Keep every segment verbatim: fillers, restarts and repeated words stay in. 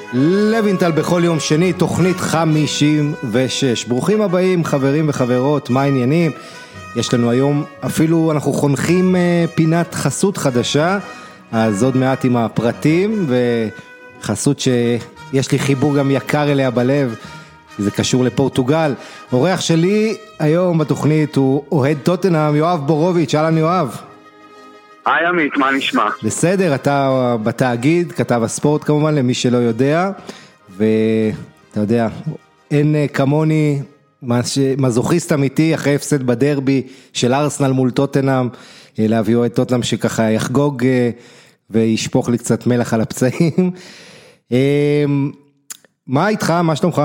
לוינטל בכל יום שני, תוכנית חמישים ושש. ברוכים הבאים חברים וחברות, מה העניינים? יש לנו היום, אפילו אנחנו חונכים פינת חסות חדשה, אז עוד מעט עם הפרטים, וחסות שיש לי חיבור גם יקר אליה בלב, זה קשור לפורטוגל. אורח שלי היום בתוכנית הוא אוהד טוטנהאם, יואב בורוביץ'. אהלן יואב. היי עמית, מה נשמע? בסדר, אתה בתאגיד, כתב הספורט כמובן, למי שלא יודע, ואתה יודע, אין כמוני מזוכיסט אמיתי אחרי הפסד בדרבי של ארסנל מול טוטנהאם, להביא אוהד טוטנהאם שככה יחגוג וישפוך לי קצת מלח על הפצעים. מה איתך? מה שלומך?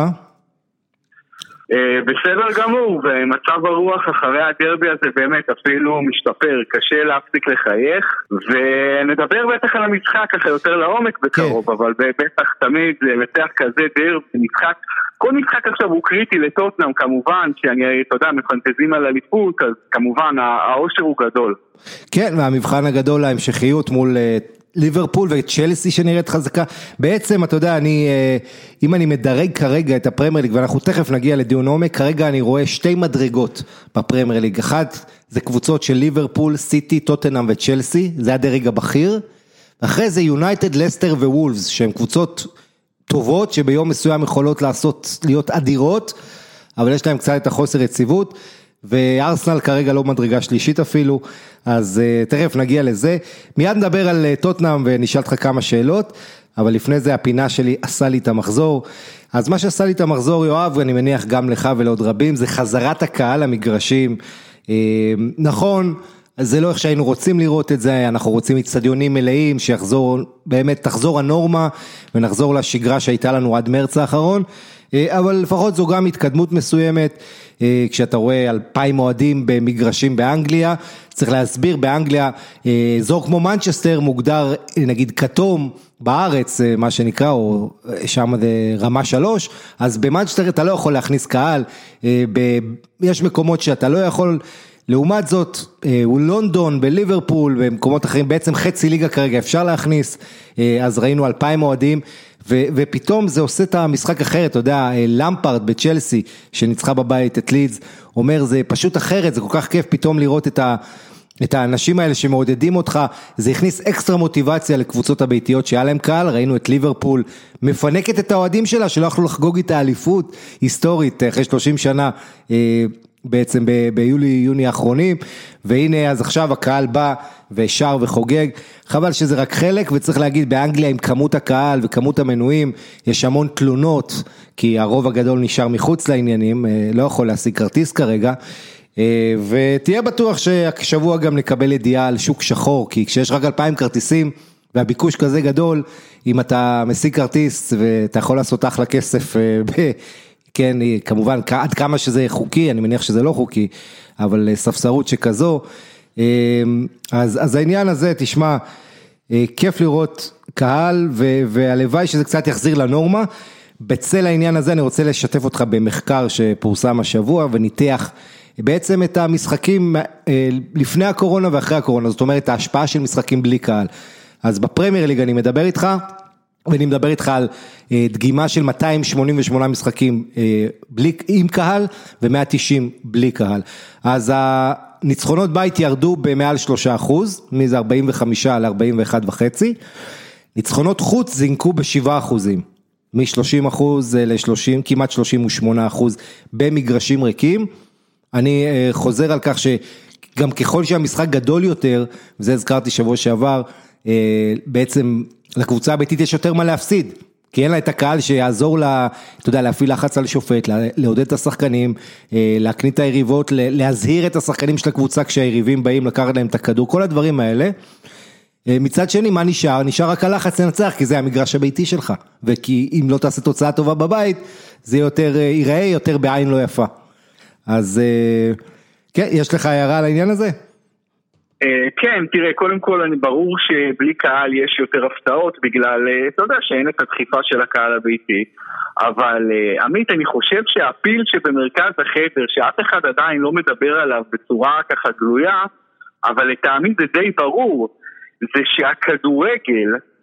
בסדר גמור, ומצב הרוח אחרי הדרבי הזה באמת אפילו משתפר, קשה להפסיק לחייך, ונדבר בטח על המשחק אחרי יותר לעומק בקרוב, אבל בטח תמיד לצח כזה דרבי, משחק, כל משחק עכשיו הוא קריטי לטוטנהאם כמובן, שאני, אתה יודע, מפנטזים על אליפות, אז כמובן העושר הוא גדול. כן, והמבחן הגדול, ההמשכיות מול ליברפול וצ'לסי שנראית חזקה. בעצם, אתה יודע, אני, אם אני מדרג כרגע את הפרמייר ליג, ואנחנו תכף נגיע לדיון עומק, כרגע אני רואה שתי מדרגות בפרמייר ליג. אחת, זה קבוצות של ליברפול, סיטי, טוטנהאם וצ'לסי, זה הדרג הבכיר. אחרי זה יונייטד, לסטר ווולפס, שהן קבוצות טובות, שביום מסוים יכולות לעשות, להיות אדירות, אבל יש להם קצת את החוסר יציבות, וארסנל כרגע לא מדרגה שלישית אפילו, אז uh, תכף נגיע לזה. מיד נדבר על uh, טוטנהאם ונשאל אותך כמה שאלות, אבל לפני זה הפינה שלי עשה לי את המחזור. אז מה שעשה לי את המחזור, יואב, ואני מניח גם לך ולעוד רבים, זה חזרת הקהל למגרשים. Uh, נכון, זה לא איך שהיינו רוצים לראות את זה, אנחנו רוצים אצטדיונים מלאים, שיחזור, באמת תחזור הנורמה, ונחזור לשגרה שהייתה לנו עד מרץ האחרון, אבל לפחות זו גם התקדמות מסוימת, כשאתה רואה אלפיים מועדים במגרשים באנגליה, צריך להסביר, באנגליה, אזור כמו מנצ'סטר מוגדר, נגיד כתום בארץ, מה שנקרא, או שם זה רמה שלוש, אז במנצ'סטר אתה לא יכול להכניס קהל, יש מקומות שאתה לא יכול, לעומת זאת, הוא לונדון, בליברפול, במקומות אחרים, בעצם חצי ליגה כרגע אפשר להכניס, אז ראינו אלפיים מועדים, ו- ופתאום זה עושה את המשחק אחרת, אתה יודע, למפרד בצ'לסי, שניצחה בבית את לידס, אומר זה פשוט אחרת, זה כל כך כיף פתאום לראות את ה... את האנשים האלה שמעודדים אותך, זה הכניס אקסטרה מוטיבציה לקבוצות הביתיות שהיה להם קהל, ראינו את ליברפול מפנקת את האוהדים שלה, שלא יכלו לחגוג את האליפות היסטורית, אחרי שלושים שנה, בעצם ביולי-יוני האחרונים, והנה אז עכשיו הקהל בא ושר וחוגג, חבל שזה רק חלק, וצריך להגיד באנגליה עם כמות הקהל וכמות המנויים, יש המון תלונות, כי הרוב הגדול נשאר מחוץ לעניינים, לא יכול להשיג כרטיס כרגע, ותהיה בטוח שהשבוע גם נקבל ידיעה על שוק שחור, כי כשיש רק אלפיים כרטיסים, והביקוש כזה גדול, אם אתה משיג כרטיס, ואתה יכול לעשות אחלה כסף, כן, כמובן, עד כמה שזה חוקי, אני מניח שזה לא חוקי, אבל ספסרות שכזו, אז, אז העניין הזה, תשמע, כיף לראות קהל, והלוואי שזה קצת יחזיר לנורמה, בצל העניין הזה אני רוצה לשתף אותך במחקר שפורסם השבוע, וניתח בעצם את המשחקים לפני הקורונה ואחרי הקורונה, זאת אומרת ההשפעה של משחקים בלי קהל. אז בפרמייר ליג אני מדבר איתך, ואני מדבר איתך על דגימה של מאתיים שמונים ושמונה משחקים בלי, עם קהל, ו-מאה ותשעים בלי קהל. אז הניצחונות בית ירדו במעל שלושה אחוז, מזה ארבעים וחמישה ל-ארבעים ואחת וחצי, ניצחונות חוץ זינקו ב-שבעה אחוזים, מ-שלושים אחוז ל-שלושים, כמעט שלושים ושמונה אחוז במגרשים ריקים. אני חוזר על כך שגם ככל שהמשחק גדול יותר, וזה הזכרתי שבוע שעבר, בעצם לקבוצה הביתית יש יותר מה להפסיד, כי אין לה את הקהל שיעזור לה, אתה יודע, להפעיל לחץ על שופט, לעודד את השחקנים, להקנית את היריבות, להזהיר את השחקנים של הקבוצה כשהיריבים באים לקחת להם את הכדור, כל הדברים האלה. מצד שני, מה נשאר? נשאר רק הלחץ לנצח, כי זה המגרש הביתי שלך, וכי אם לא תעשה תוצאה טובה בבית, זה יותר ייראה, יותר בעין לא יפה. אז כן, יש לך הערה על העניין הזה? כן, תראה, קודם כל אני ברור שבלי קהל יש יותר הפתעות, בגלל, אתה יודע, שאין את הדחיפה של הקהל הביתי, אבל עמית, אני חושב שהפיל שבמרכז החדר, שאף אחד עדיין לא מדבר עליו בצורה ככה גלויה, אבל לטעמי זה די ברור, זה שהכדורגל,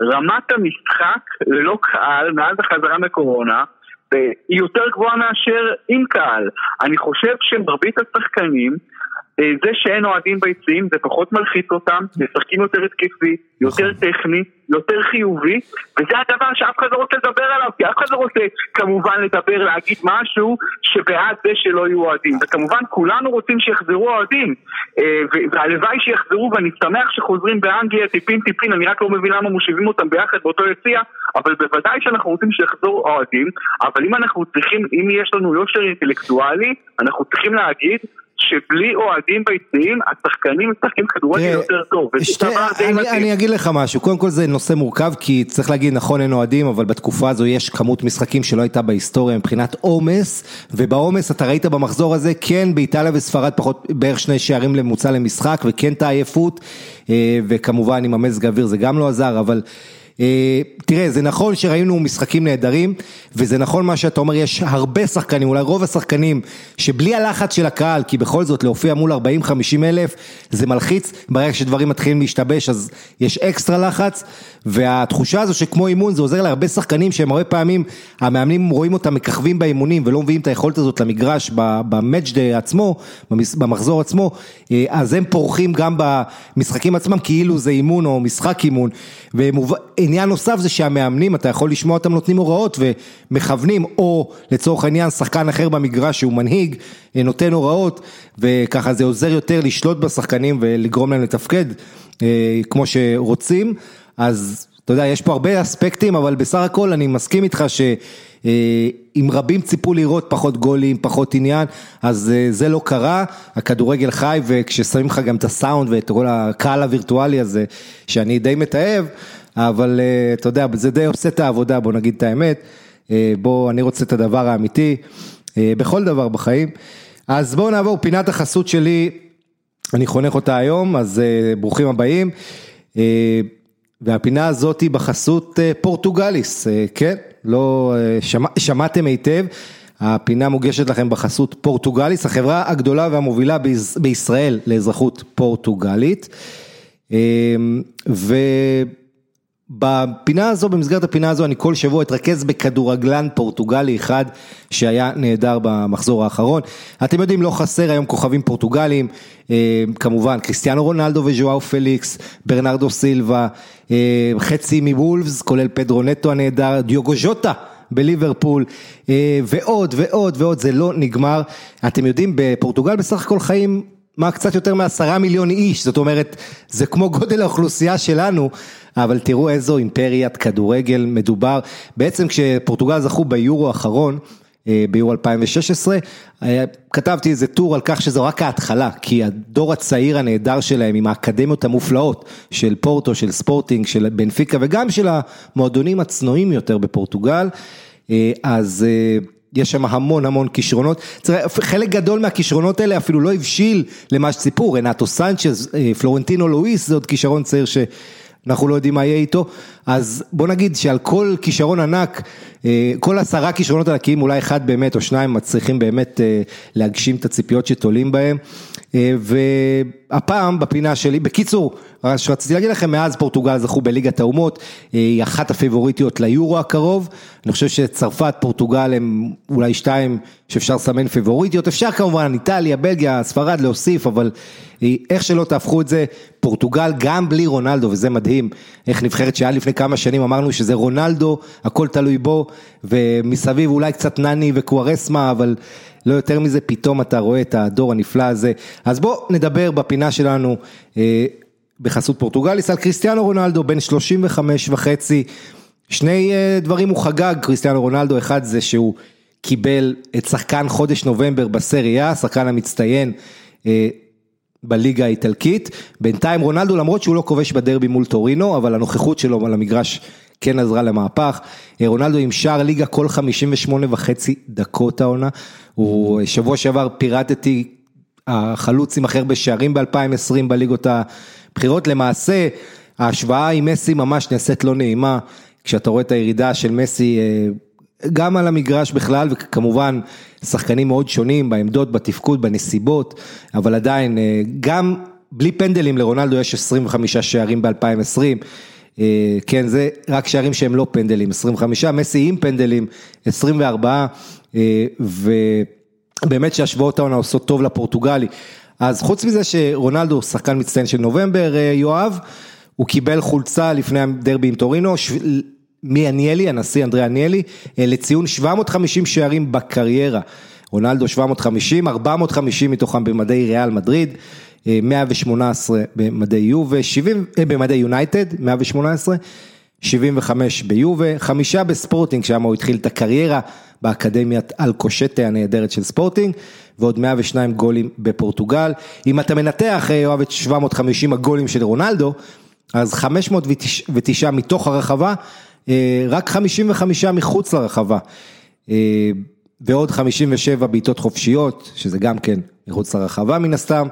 רמת המשחק ללא קהל מאז החזרה מקורונה היא יותר גבוהה מאשר עם קהל. אני חושב שמרבית השחקנים, זה שאין אוהדים ביציעים זה פחות מלחיץ אותם, משחקים יותר התקפי, יותר טכני, יותר חיובי, וזה הדבר שאף אחד לא רוצה לדבר עליו, כי אף אחד לא רוצה כמובן לדבר, להגיד משהו שבעד זה שלא יהיו אוהדים, וכמובן כולנו רוצים שיחזרו אוהדים, והלוואי שיחזרו, ואני שמח שחוזרים באנגליה טיפין טיפין, אני רק לא מבין למה מושיבים אותם ביחד באותו יציע, אבל בוודאי שאנחנו רוצים שיחזרו אוהדים, אבל אם אנחנו צריכים, אם יש לנו יושר אינטלקטואלי, אנחנו צריכים להגיד שבלי אוהדים ביציעים, השחקנים משחקים כדורגל יותר טוב. אני אגיד לך משהו, קודם כל זה נושא מורכב, כי צריך להגיד נכון אין אוהדים, אבל בתקופה הזו יש כמות משחקים שלא הייתה בהיסטוריה מבחינת עומס, ובעומס אתה ראית במחזור הזה, כן באיטליה וספרד פחות בערך שני שערים לממוצע למשחק, וכן את העייפות, וכמובן עם המזג האוויר זה גם לא עזר, אבל תראה, זה נכון שראינו משחקים נהדרים, וזה נכון מה שאתה אומר, יש הרבה שחקנים, אולי רוב השחקנים, שבלי הלחץ של הקהל, כי בכל זאת להופיע מול ארבעים חמישים אלף, זה מלחיץ, ברגע שדברים מתחילים להשתבש, אז יש אקסטרה לחץ, והתחושה הזו שכמו אימון, זה עוזר להרבה שחקנים, שהם הרבה פעמים, המאמנים רואים אותם מככבים באימונים, ולא מביאים את היכולת הזאת למגרש, במאץ' דיי עצמו, במחזור עצמו, אז הם פורחים גם במשחקים עצמם, כאילו זה אימון או משחק אימון, ועניין נוסף זה שהמאמנים, אתה יכול לשמוע אותם נותנים הוראות ומכוונים, או לצורך העניין שחקן אחר במגרש שהוא מנהיג, נותן הוראות, וככה זה עוזר יותר לשלוט בשחקנים ולגרום להם לתפקד כמו שרוצים. אז אתה יודע, יש פה הרבה אספקטים, אבל בסך הכל אני מסכים איתך שאם רבים ציפו לראות פחות גולים, פחות עניין, אז זה לא קרה, הכדורגל חי, וכששמים לך גם את הסאונד ואת כל הקהל הווירטואלי הזה, שאני די מתאהב, אבל אתה יודע, זה די עושה את העבודה, בוא נגיד את האמת, בוא, אני רוצה את הדבר האמיתי, בכל דבר בחיים. אז בואו נעבור, פינת החסות שלי, אני חונך אותה היום, אז ברוכים הבאים, והפינה הזאת היא בחסות פורטוגליס, כן, לא שמע, שמעתם היטב, הפינה מוגשת לכם בחסות פורטוגליס, החברה הגדולה והמובילה בישראל לאזרחות פורטוגלית, ובפינה הזו, במסגרת הפינה הזו, אני כל שבוע אתרכז בכדורגלן פורטוגלי אחד שהיה נהדר במחזור האחרון. אתם יודעים, לא חסר היום כוכבים פורטוגליים, כמובן, קריסטיאנו רונלדו וז'ואאו פליקס, ברנרדו סילבה, חצי מוולפס, כולל פדרו נטו הנהדר, דיוגו ז'וטה בליברפול, ועוד ועוד ועוד, זה לא נגמר. אתם יודעים, בפורטוגל בסך הכל חיים מה קצת יותר מעשרה מיליון איש, זאת אומרת, זה כמו גודל האוכלוסייה שלנו, אבל תראו איזו אימפריית כדורגל מדובר. בעצם כשפורטוגל זכו ביורו האחרון, ביורו אלפיים ושש עשרה, כתבתי איזה טור על כך שזו רק ההתחלה, כי הדור הצעיר הנהדר שלהם, עם האקדמיות המופלאות, של פורטו, של ספורטינג, של בנפיקה, וגם של המועדונים הצנועים יותר בפורטוגל, אז יש שם המון המון כישרונות, חלק גדול מהכישרונות האלה אפילו לא הבשיל למה שציפור, רנאטו סנצ'ז, פלורנטינו לואיס, זה עוד כישרון צעיר שאנחנו לא יודעים מה יהיה איתו, אז בוא נגיד שעל כל כישרון ענק, כל עשרה כישרונות ענקיים, אולי אחד באמת או שניים מצליחים באמת להגשים את הציפיות שתולים בהם, והפעם בפינה שלי, בקיצור, שרציתי להגיד לכם, מאז פורטוגל זכו בליגת האומות, היא אחת הפייבוריטיות ליורו הקרוב, אני חושב שצרפת, פורטוגל הם אולי שתיים שאפשר לסמן פייבוריטיות, אפשר כמובן איטליה, בלגיה, ספרד להוסיף, אבל איך שלא תהפכו את זה, פורטוגל גם בלי רונלדו, וזה מדהים, איך נבחרת שהיה לפני כמה שנים אמרנו שזה רונלדו, הכל תלוי בו, ומסביב אולי קצת נני וקוארסמה, אבל לא יותר מזה, פתאום אתה רואה את הדור הנפלא הזה. אז בוא נדבר בפינה שלנו אה, בחסות פורטוגליס על קריסטיאנו רונלדו, בן שלושים וחמש וחצי, שני אה, דברים הוא חגג, קריסטיאנו רונלדו, אחד זה שהוא קיבל את שחקן חודש נובמבר בסריה, שחקן המצטיין אה, בליגה האיטלקית, בינתיים רונלדו, למרות שהוא לא כובש בדרבי מול טורינו, אבל הנוכחות שלו על המגרש כן עזרה למהפך, רונלדו עם שער ליגה כל חמישים ושמונה וחצי דקות העונה, הוא שבוע שעבר פירטתי החלוץ עם אחר בשערים ב-אלפיים ועשרים בליגות הבחירות, למעשה ההשוואה עם מסי ממש נעשית לא נעימה, כשאתה רואה את הירידה של מסי גם על המגרש בכלל, וכמובן שחקנים מאוד שונים בעמדות, בתפקוד, בנסיבות, אבל עדיין גם בלי פנדלים לרונלדו יש עשרים וחמישה שערים ב-אלפיים ועשרים, כן, זה רק שערים שהם לא פנדלים, עשרים וחמישה, מסי עם פנדלים, עשרים וארבע, ובאמת שהשוואות העונה עושות טוב לפורטוגלי. אז חוץ מזה שרונלדו שחקן מצטיין של נובמבר, יואב, הוא קיבל חולצה לפני הדרבי עם טורינו, מאניאלי, הנשיא אנדרי אניאלי, לציון שבע מאות וחמישים שערים בקריירה. רונלדו שבע מאות וחמישים, ארבע מאות וחמישים מתוכם במדי ריאל מדריד, מאה ושמונה עשרה במדי יובה, שבעים במדי יונייטד, מאה ושמונה עשרה, שבעים וחמש ביובה, חמישה בספורטינג, שם הוא התחיל את הקריירה באקדמיית אלקושטה הנהדרת של ספורטינג, ועוד מאה ושניים גולים בפורטוגל. אם אתה מנתח, יואב, את שבע מאות וחמישים הגולים של רונלדו, אז חמש מאות ותשע מתוך הרחבה, רק חמישים וחמישה מחוץ לרחבה, ועוד חמישים ושבע בעיטות חופשיות, שזה גם כן מחוץ לרחבה מן הסתם,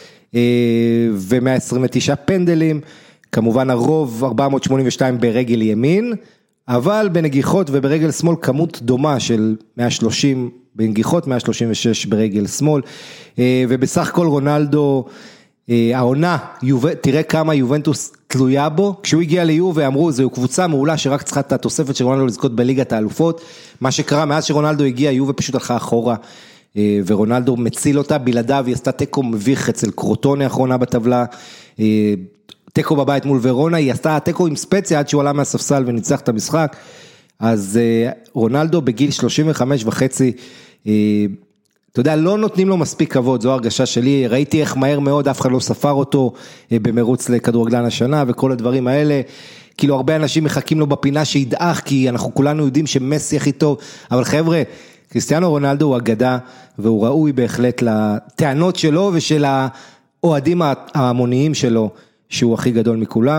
ו-מאה עשרים ותשע פנדלים, כמובן הרוב ארבע מאות שמונים ושתיים ברגל ימין, אבל בנגיחות וברגל שמאל כמות דומה של מאה ושלושים בנגיחות, מאה שלושים ושש ברגל שמאל, ובסך הכל רונלדו, העונה, תראה כמה יובנטוס תלויה בו, כשהוא הגיע ליובה אמרו, זו קבוצה מעולה שרק צריכה את התוספת של רונלדו לזכות בליגת האלופות, מה שקרה מאז שרונלדו הגיע, יובה פשוט הלכה אחורה, ורונלדו מציל אותה, בלעדיו היא עשתה טקו מביך אצל קרוטונה האחרונה בטבלה, טקו בבית מול ורונה, היא עשתה טקו עם ספציה עד שהוא עלה מהספסל וניצח את המשחק, אז רונלדו בגיל שלושים וחמש וחצי, אתה יודע, לא נותנים לו מספיק כבוד, זו הרגשה שלי, ראיתי איך מהר מאוד, אף אחד לא ספר אותו במרוץ לכדורגלן השנה וכל הדברים האלה, כאילו הרבה אנשים מחכים לו בפינה שידעך, כי אנחנו כולנו יודעים שמסי הכי טוב, אבל חבר'ה, קריסטיאנו רונלדו הוא אגדה, והוא ראוי בהחלט לטענות שלו ושל האוהדים ההמוניים שלו, שהוא הכי גדול מכולם,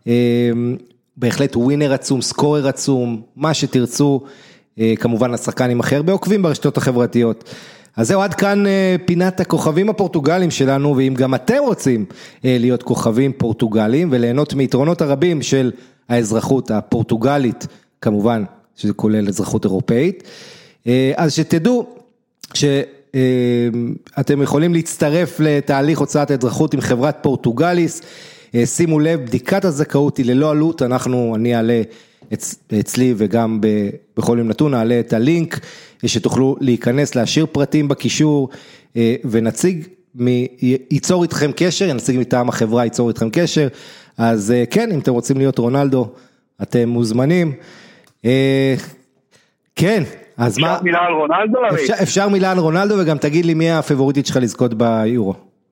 בהחלט ווינר עצום, סקורר עצום, מה שתרצו, כמובן השחקן עם הכי הרבה עוקבים ברשתות החברתיות. אז זהו, עד כאן פינת הכוכבים הפורטוגלים שלנו, ואם גם אתם רוצים להיות כוכבים פורטוגלים, וליהנות מיתרונות הרבים של האזרחות הפורטוגלית, כמובן, שזה כולל אזרחות אירופאית, אז שתדעו שאתם יכולים להצטרף לתהליך הוצאת האזרחות עם חברת פורטוגליס, שימו לב, בדיקת הזכאות היא ללא עלות, אנחנו, אני אעלה אצלי וגם בכל יום נתון, נעלה את הלינק, שתוכלו להיכנס, להשאיר פרטים בקישור, ונציג, ייצור איתכם קשר, נציג מטעם החברה ייצור איתכם קשר, אז כן, אם אתם רוצים להיות רונלדו, אתם מוזמנים, כן, אז מה? אפשר מילה על רונלדו? אפשר, אפשר מילה על רונלדו, וגם תגיד לי מי הפבוריטית שלך לזכות ביורו.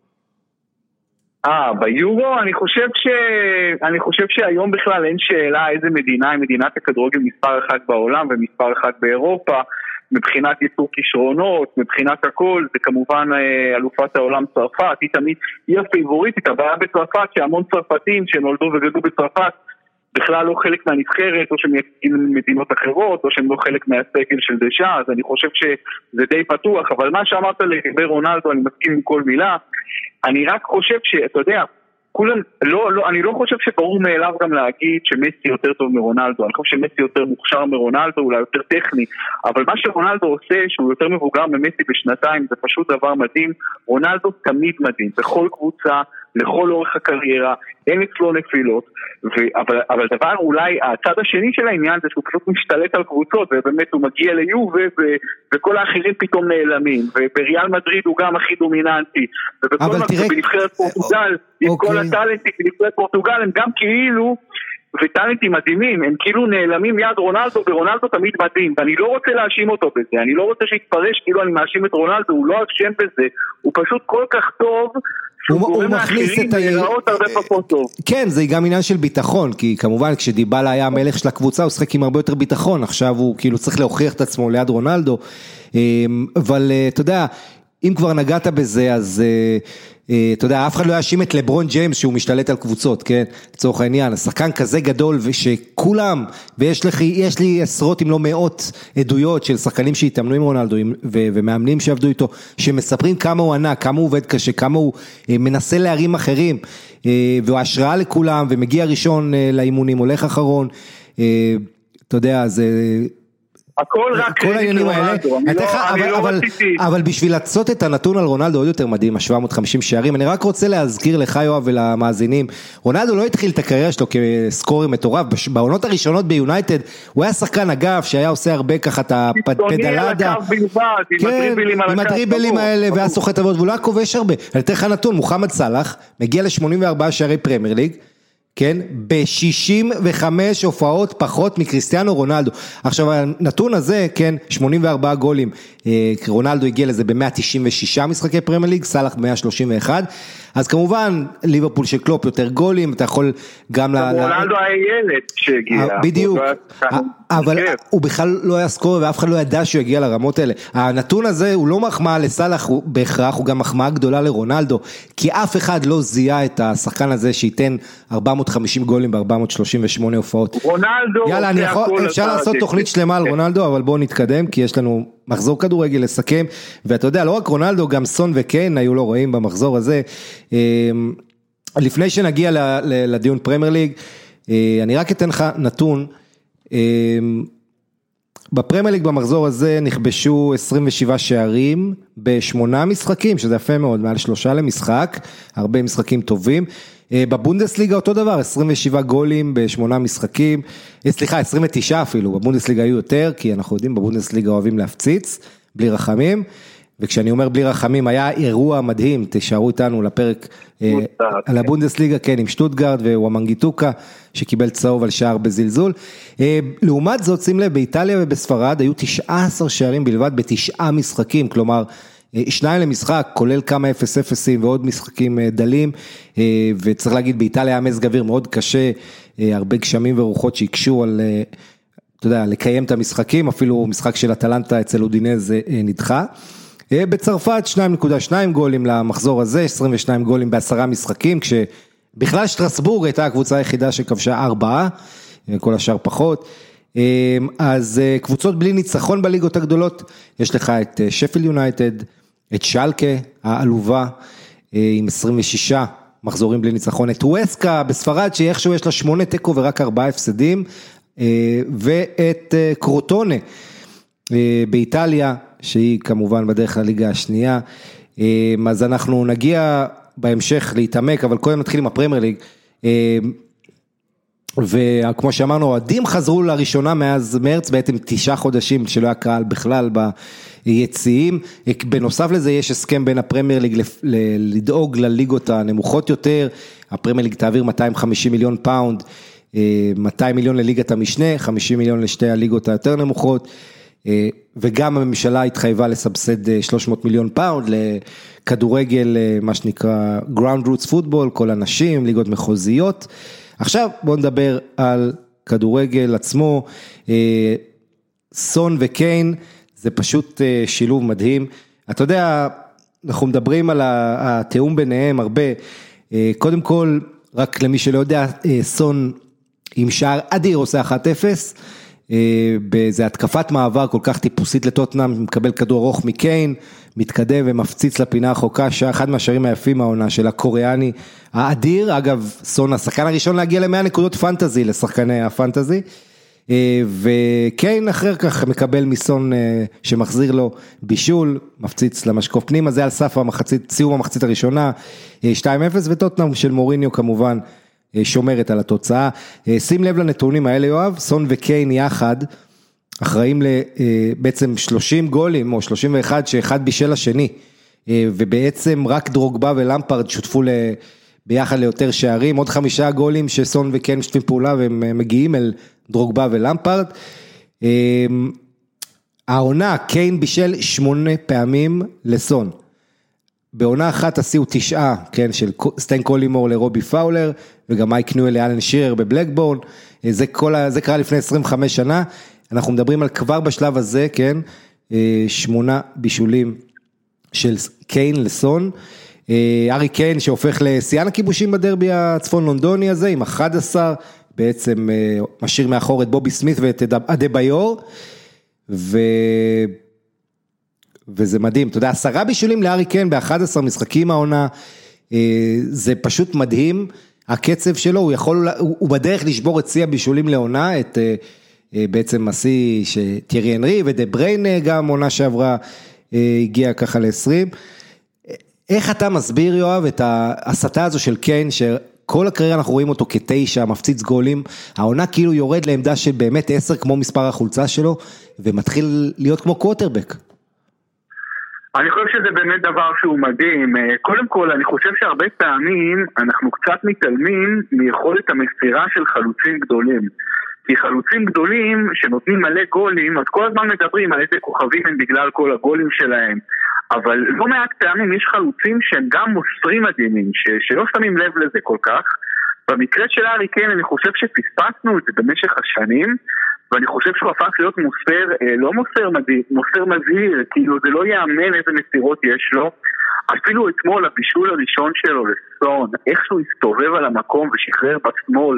אה, ביורו אני חושב ש... אני חושב שהיום בכלל אין שאלה איזה מדינה היא מדינת הכדורגל מספר אחד בעולם ומספר אחד באירופה, מבחינת ייצור כישרונות, מבחינת הכל, זה כמובן אלופת העולם צרפת, היא תמיד, היא הפייבוריטית, הבעיה בצרפת שהמון צרפתים שנולדו וגדלו בצרפת, בכלל לא חלק מהנבחרת, או שהם יקים מדינות אחרות, או שהם לא חלק מהסגל של דשא, אז אני חושב שזה די פתוח, אבל מה שאמרת לגבי רונלדו, אני מסכים עם כל מילה, אני רק חושב שאתה יודע, כולם, לא, לא, אני לא חושב שברור מאליו גם להגיד שמסי יותר טוב מרונלדו, אני חושב שמסי יותר מוכשר מרונלדו, אולי יותר טכני, אבל מה שרונלדו עושה, שהוא יותר מבוגר ממסי בשנתיים, זה פשוט דבר מדהים, רונלדו תמיד מדהים, בכל קבוצה, לכל אורך הקריירה, אין אצלו נפילות, ו- אבל, אבל דבר אולי, הצד השני של העניין זה שהוא פשוט משתלט על קבוצות, ובאמת הוא מגיע ליובה, ו- וכל האחרים פתאום נעלמים, ובריאל מדריד הוא גם הכי דומיננטי, ובכל מה תראה... בנבחרת פורטוגל, עם אוקיי. כל הטלנטים בנבחרת פורטוגל, הם גם כאילו, וטלנטים מדהימים, הם כאילו נעלמים מיד רונלדו, ורונלדו תמיד מדהים, ואני לא רוצה להאשים אותו בזה, אני לא רוצה שיתפרש כאילו אני מאשים את רונלדו, הוא לא אשם בזה, הוא פשוט כל כך טוב, הוא מכניס את היראות הרבה פחות טוב. כן, זה גם עניין של ביטחון, כי כמובן כשדיבלה היה המלך של הקבוצה, הוא שחק עם הרבה יותר ביטחון, עכשיו הוא כאילו צריך להוכיח את עצמו ליד רונלדו, אבל אתה יודע, אם כבר נגעת בזה, אז אתה יודע, אף אחד לא יאשים את לברון ג'יימס שהוא משתלט על קבוצות, כן? לצורך העניין, השחקן כזה גדול ושכולם, ויש לי, יש לי עשרות אם לא מאות עדויות של שחקנים שהתאמנו עם רונלדו ומאמנים שעבדו איתו, שמספרים כמה הוא ענק, כמה הוא עובד קשה, כמה הוא מנסה להרים אחרים, והוא השראה לכולם ומגיע ראשון לאימונים, הולך אחרון, אתה יודע, זה... הכל רק כל העניינים האלה, אבל בשביל לעשות את הנתון על רונלדו עוד יותר מדהים, ה-שבע מאות וחמישים שערים, אני רק רוצה להזכיר לך יואב ולמאזינים, רונלדו לא התחיל את הקריירה שלו כסקורר מטורף, בעונות הראשונות ביונייטד, הוא היה שחקן אגף שהיה עושה הרבה ככה את הפדלדה, עם הדריבלים האלה, והיה סוחט עבוד, והוא לא היה כובש הרבה, אני אתן לך נתון, מוחמד סלאח, מגיע ל-שמונים וארבעה שערי פרמייר ליג, כן, ב-שישים וחמש הופעות פחות מקריסטיאנו רונלדו. עכשיו, הנתון הזה, כן, שמונים וארבעה גולים, רונלדו הגיע לזה ב-מאה תשעים ושישה משחקי פרמייר ליג, סלאח ב-מאה שלושים ואחת, אז כמובן, ליברפול של קלופ יותר גולים, אתה יכול גם... רונלדו היה ילד שהגיע. בדיוק, אבל הוא בכלל לא היה סקורר, ואף אחד לא ידע שהוא יגיע לרמות האלה. הנתון הזה הוא לא מחמאה לסלאח בהכרח, הוא גם מחמאה גדולה לרונלדו, כי אף אחד לא זיהה את השחקן הזה שייתן ארבע מאות וחמישים גולים ב-ארבע מאות שלושים ושמונה הופעות. רונלדו... יאללה, אני יכול, אפשר לעשות תוכנית שלמה על רונלדו, אבל בואו נתקדם, כי יש לנו מחזור כדורגל לסכם, ואתה יודע, לא רק רונלדו, גם סון וקיין היו לא רואים במחזור הזה. לפני שנגיע לדיון פרמייר ליג, אני רק אתן לך נתון, בפרמייר ליג במחזור הזה נכבשו עשרים ושבעה שערים בשמונה משחקים, שזה יפה מאוד, מעל שלושה למשחק, הרבה משחקים טובים. בבונדסליגה אותו דבר, עשרים ושבעה גולים בשמונה משחקים, סליחה, עשרים ותשע אפילו, בבונדסליגה היו יותר, כי אנחנו יודעים, בבונדסליגה אוהבים להפציץ, בלי רחמים, וכשאני אומר בלי רחמים, היה אירוע מדהים, תשארו איתנו לפרק על הבונדסליגה, כן, עם שטוטגרד ווואמנגיטוקה, שקיבל צהוב על שער בזלזול. לעומת זאת, שים לב, באיטליה ובספרד, היו תשעה עשר שערים בלבד בתשעה משחקים, כלומר, שניים למשחק, כולל כמה אפס אפסים ועוד משחקים דלים, וצריך להגיד, באיטליה היה מזג אוויר מאוד קשה, הרבה גשמים ורוחות שהקשו על, אתה יודע, לקיים את המשחקים, אפילו משחק של אטלנטה אצל אודינז נדחה. בצרפת שניים נקודה שתיים גולים למחזור הזה, עשרים ושניים גולים בעשרה משחקים, כשבכלל שטרסבורג הייתה הקבוצה היחידה שכבשה ארבעה, כל השאר פחות. אז קבוצות בלי ניצחון בליגות הגדולות, יש לך את שפיל יונייטד, את שלקה העלובה, עם עשרים ושישה מחזורים בלי ניצחון, את ווסקה בספרד, שאיכשהו יש לה שמונה תיקו ורק ארבעה הפסדים, ואת קרוטונה באיטליה, שהיא כמובן בדרך לליגה השנייה, אז אנחנו נגיע בהמשך להתעמק, אבל קודם נתחיל עם הפרמייר ליג, וכמו שאמרנו, אוהדים חזרו לראשונה מאז מרץ, בעצם תשעה חודשים שלא היה קהל בכלל ביציעים, בנוסף לזה יש הסכם בין הפרמייר ליג לדאוג לליגות הנמוכות יותר, הפרמייר ליג תעביר מאתיים וחמישים מיליון פאונד, מאתיים מיליון לליגת המשנה, חמישים מיליון לשתי הליגות היותר נמוכות, וגם הממשלה התחייבה לסבסד שלוש מאות מיליון פאונד לכדורגל, מה שנקרא ground roots football, כל הנשים, ליגות מחוזיות. עכשיו בואו נדבר על כדורגל עצמו, סון וקיין, זה פשוט שילוב מדהים. אתה יודע, אנחנו מדברים על התאום ביניהם הרבה, קודם כל, רק למי שלא יודע, סון עם שער אדיר עושה אחת אפס, באיזה התקפת מעבר כל כך טיפוסית לטוטנאם, מקבל כדור ארוך מקיין, מתקדם ומפציץ לפינה החוקה, שאחד מהשערים היפים העונה של הקוריאני האדיר, אגב סון השחקן הראשון להגיע ל-מאה נקודות פנטזי לשחקני הפנטזי, וקיין אחר כך מקבל מסון שמחזיר לו בישול, מפציץ למשקוף פנימה, זה על סף המחצית, סיום המחצית הראשונה, שתיים אפס, וטוטנאם של מוריניו כמובן, שומרת על התוצאה. שים לב לנתונים האלה יואב, סון וקיין יחד, אחראים בעצם שלושים גולים, או שלושים ואחת, שאחד בישל השני, ובעצם רק דרוגבה ולמפרד שותפו ביחד ליותר שערים, עוד חמישה גולים שסון וקיין משתפים פעולה, והם מגיעים אל דרוגבה ולמפרד. העונה, קיין בישל שמונה פעמים לסון, בעונה אחת עשיו תשעה, כן, של סטיין קולימור לרובי פאולר, וגם מייק ניואל לאלן שירר בבלקבורן, זה, כל, זה קרה לפני עשרים וחמש שנה, אנחנו מדברים על כבר בשלב הזה, כן, שמונה בישולים של קיין לסון, ארי קיין שהופך לשיאן הכיבושים בדרבי הצפון לונדוני הזה, עם אחד עשר, בעצם משאיר מאחור את בובי סמית ואת אדבאיור, ו... וזה מדהים, אתה יודע, עשרה בישולים לארי קיין ב-אחד עשר משחקים העונה, זה פשוט מדהים, הקצב שלו, הוא יכול, הוא בדרך לשבור את שיא הבישולים לעונה, את בעצם מסי שטיירי אנרי ודה בריין גם עונה שעברה הגיע ככה ל-עשרים. איך אתה מסביר, יואב, את ההסתה הזו של קיין, שכל הקריירה אנחנו רואים אותו כתשע, מפציץ גולים, העונה כאילו יורד לעמדה של באמת עשר כמו מספר החולצה שלו, ומתחיל להיות כמו קווטרבק. אני חושב שזה באמת דבר שהוא מדהים. קודם כל, אני חושב שהרבה פעמים אנחנו קצת מתעלמים מיכולת המסירה של חלוצים גדולים. כי חלוצים גדולים שנותנים מלא גולים, אז כל הזמן מדברים על איזה כוכבים הם בגלל כל הגולים שלהם. אבל לא מעט פעמים יש חלוצים שהם גם מוסרים מדהימים, ש- שלא שמים לב לזה כל כך. במקרה של הארי קיין אני חושב שפספסנו את זה במשך השנים, ואני חושב שהוא הפך להיות מוסר, לא מוסר מדהים, מוסר מזהיר, כאילו זה לא יאמן איזה מסירות יש לו. אפילו אתמול הבישול הראשון שלו לסון, איך שהוא הסתובב על המקום ושחרר בשמאל,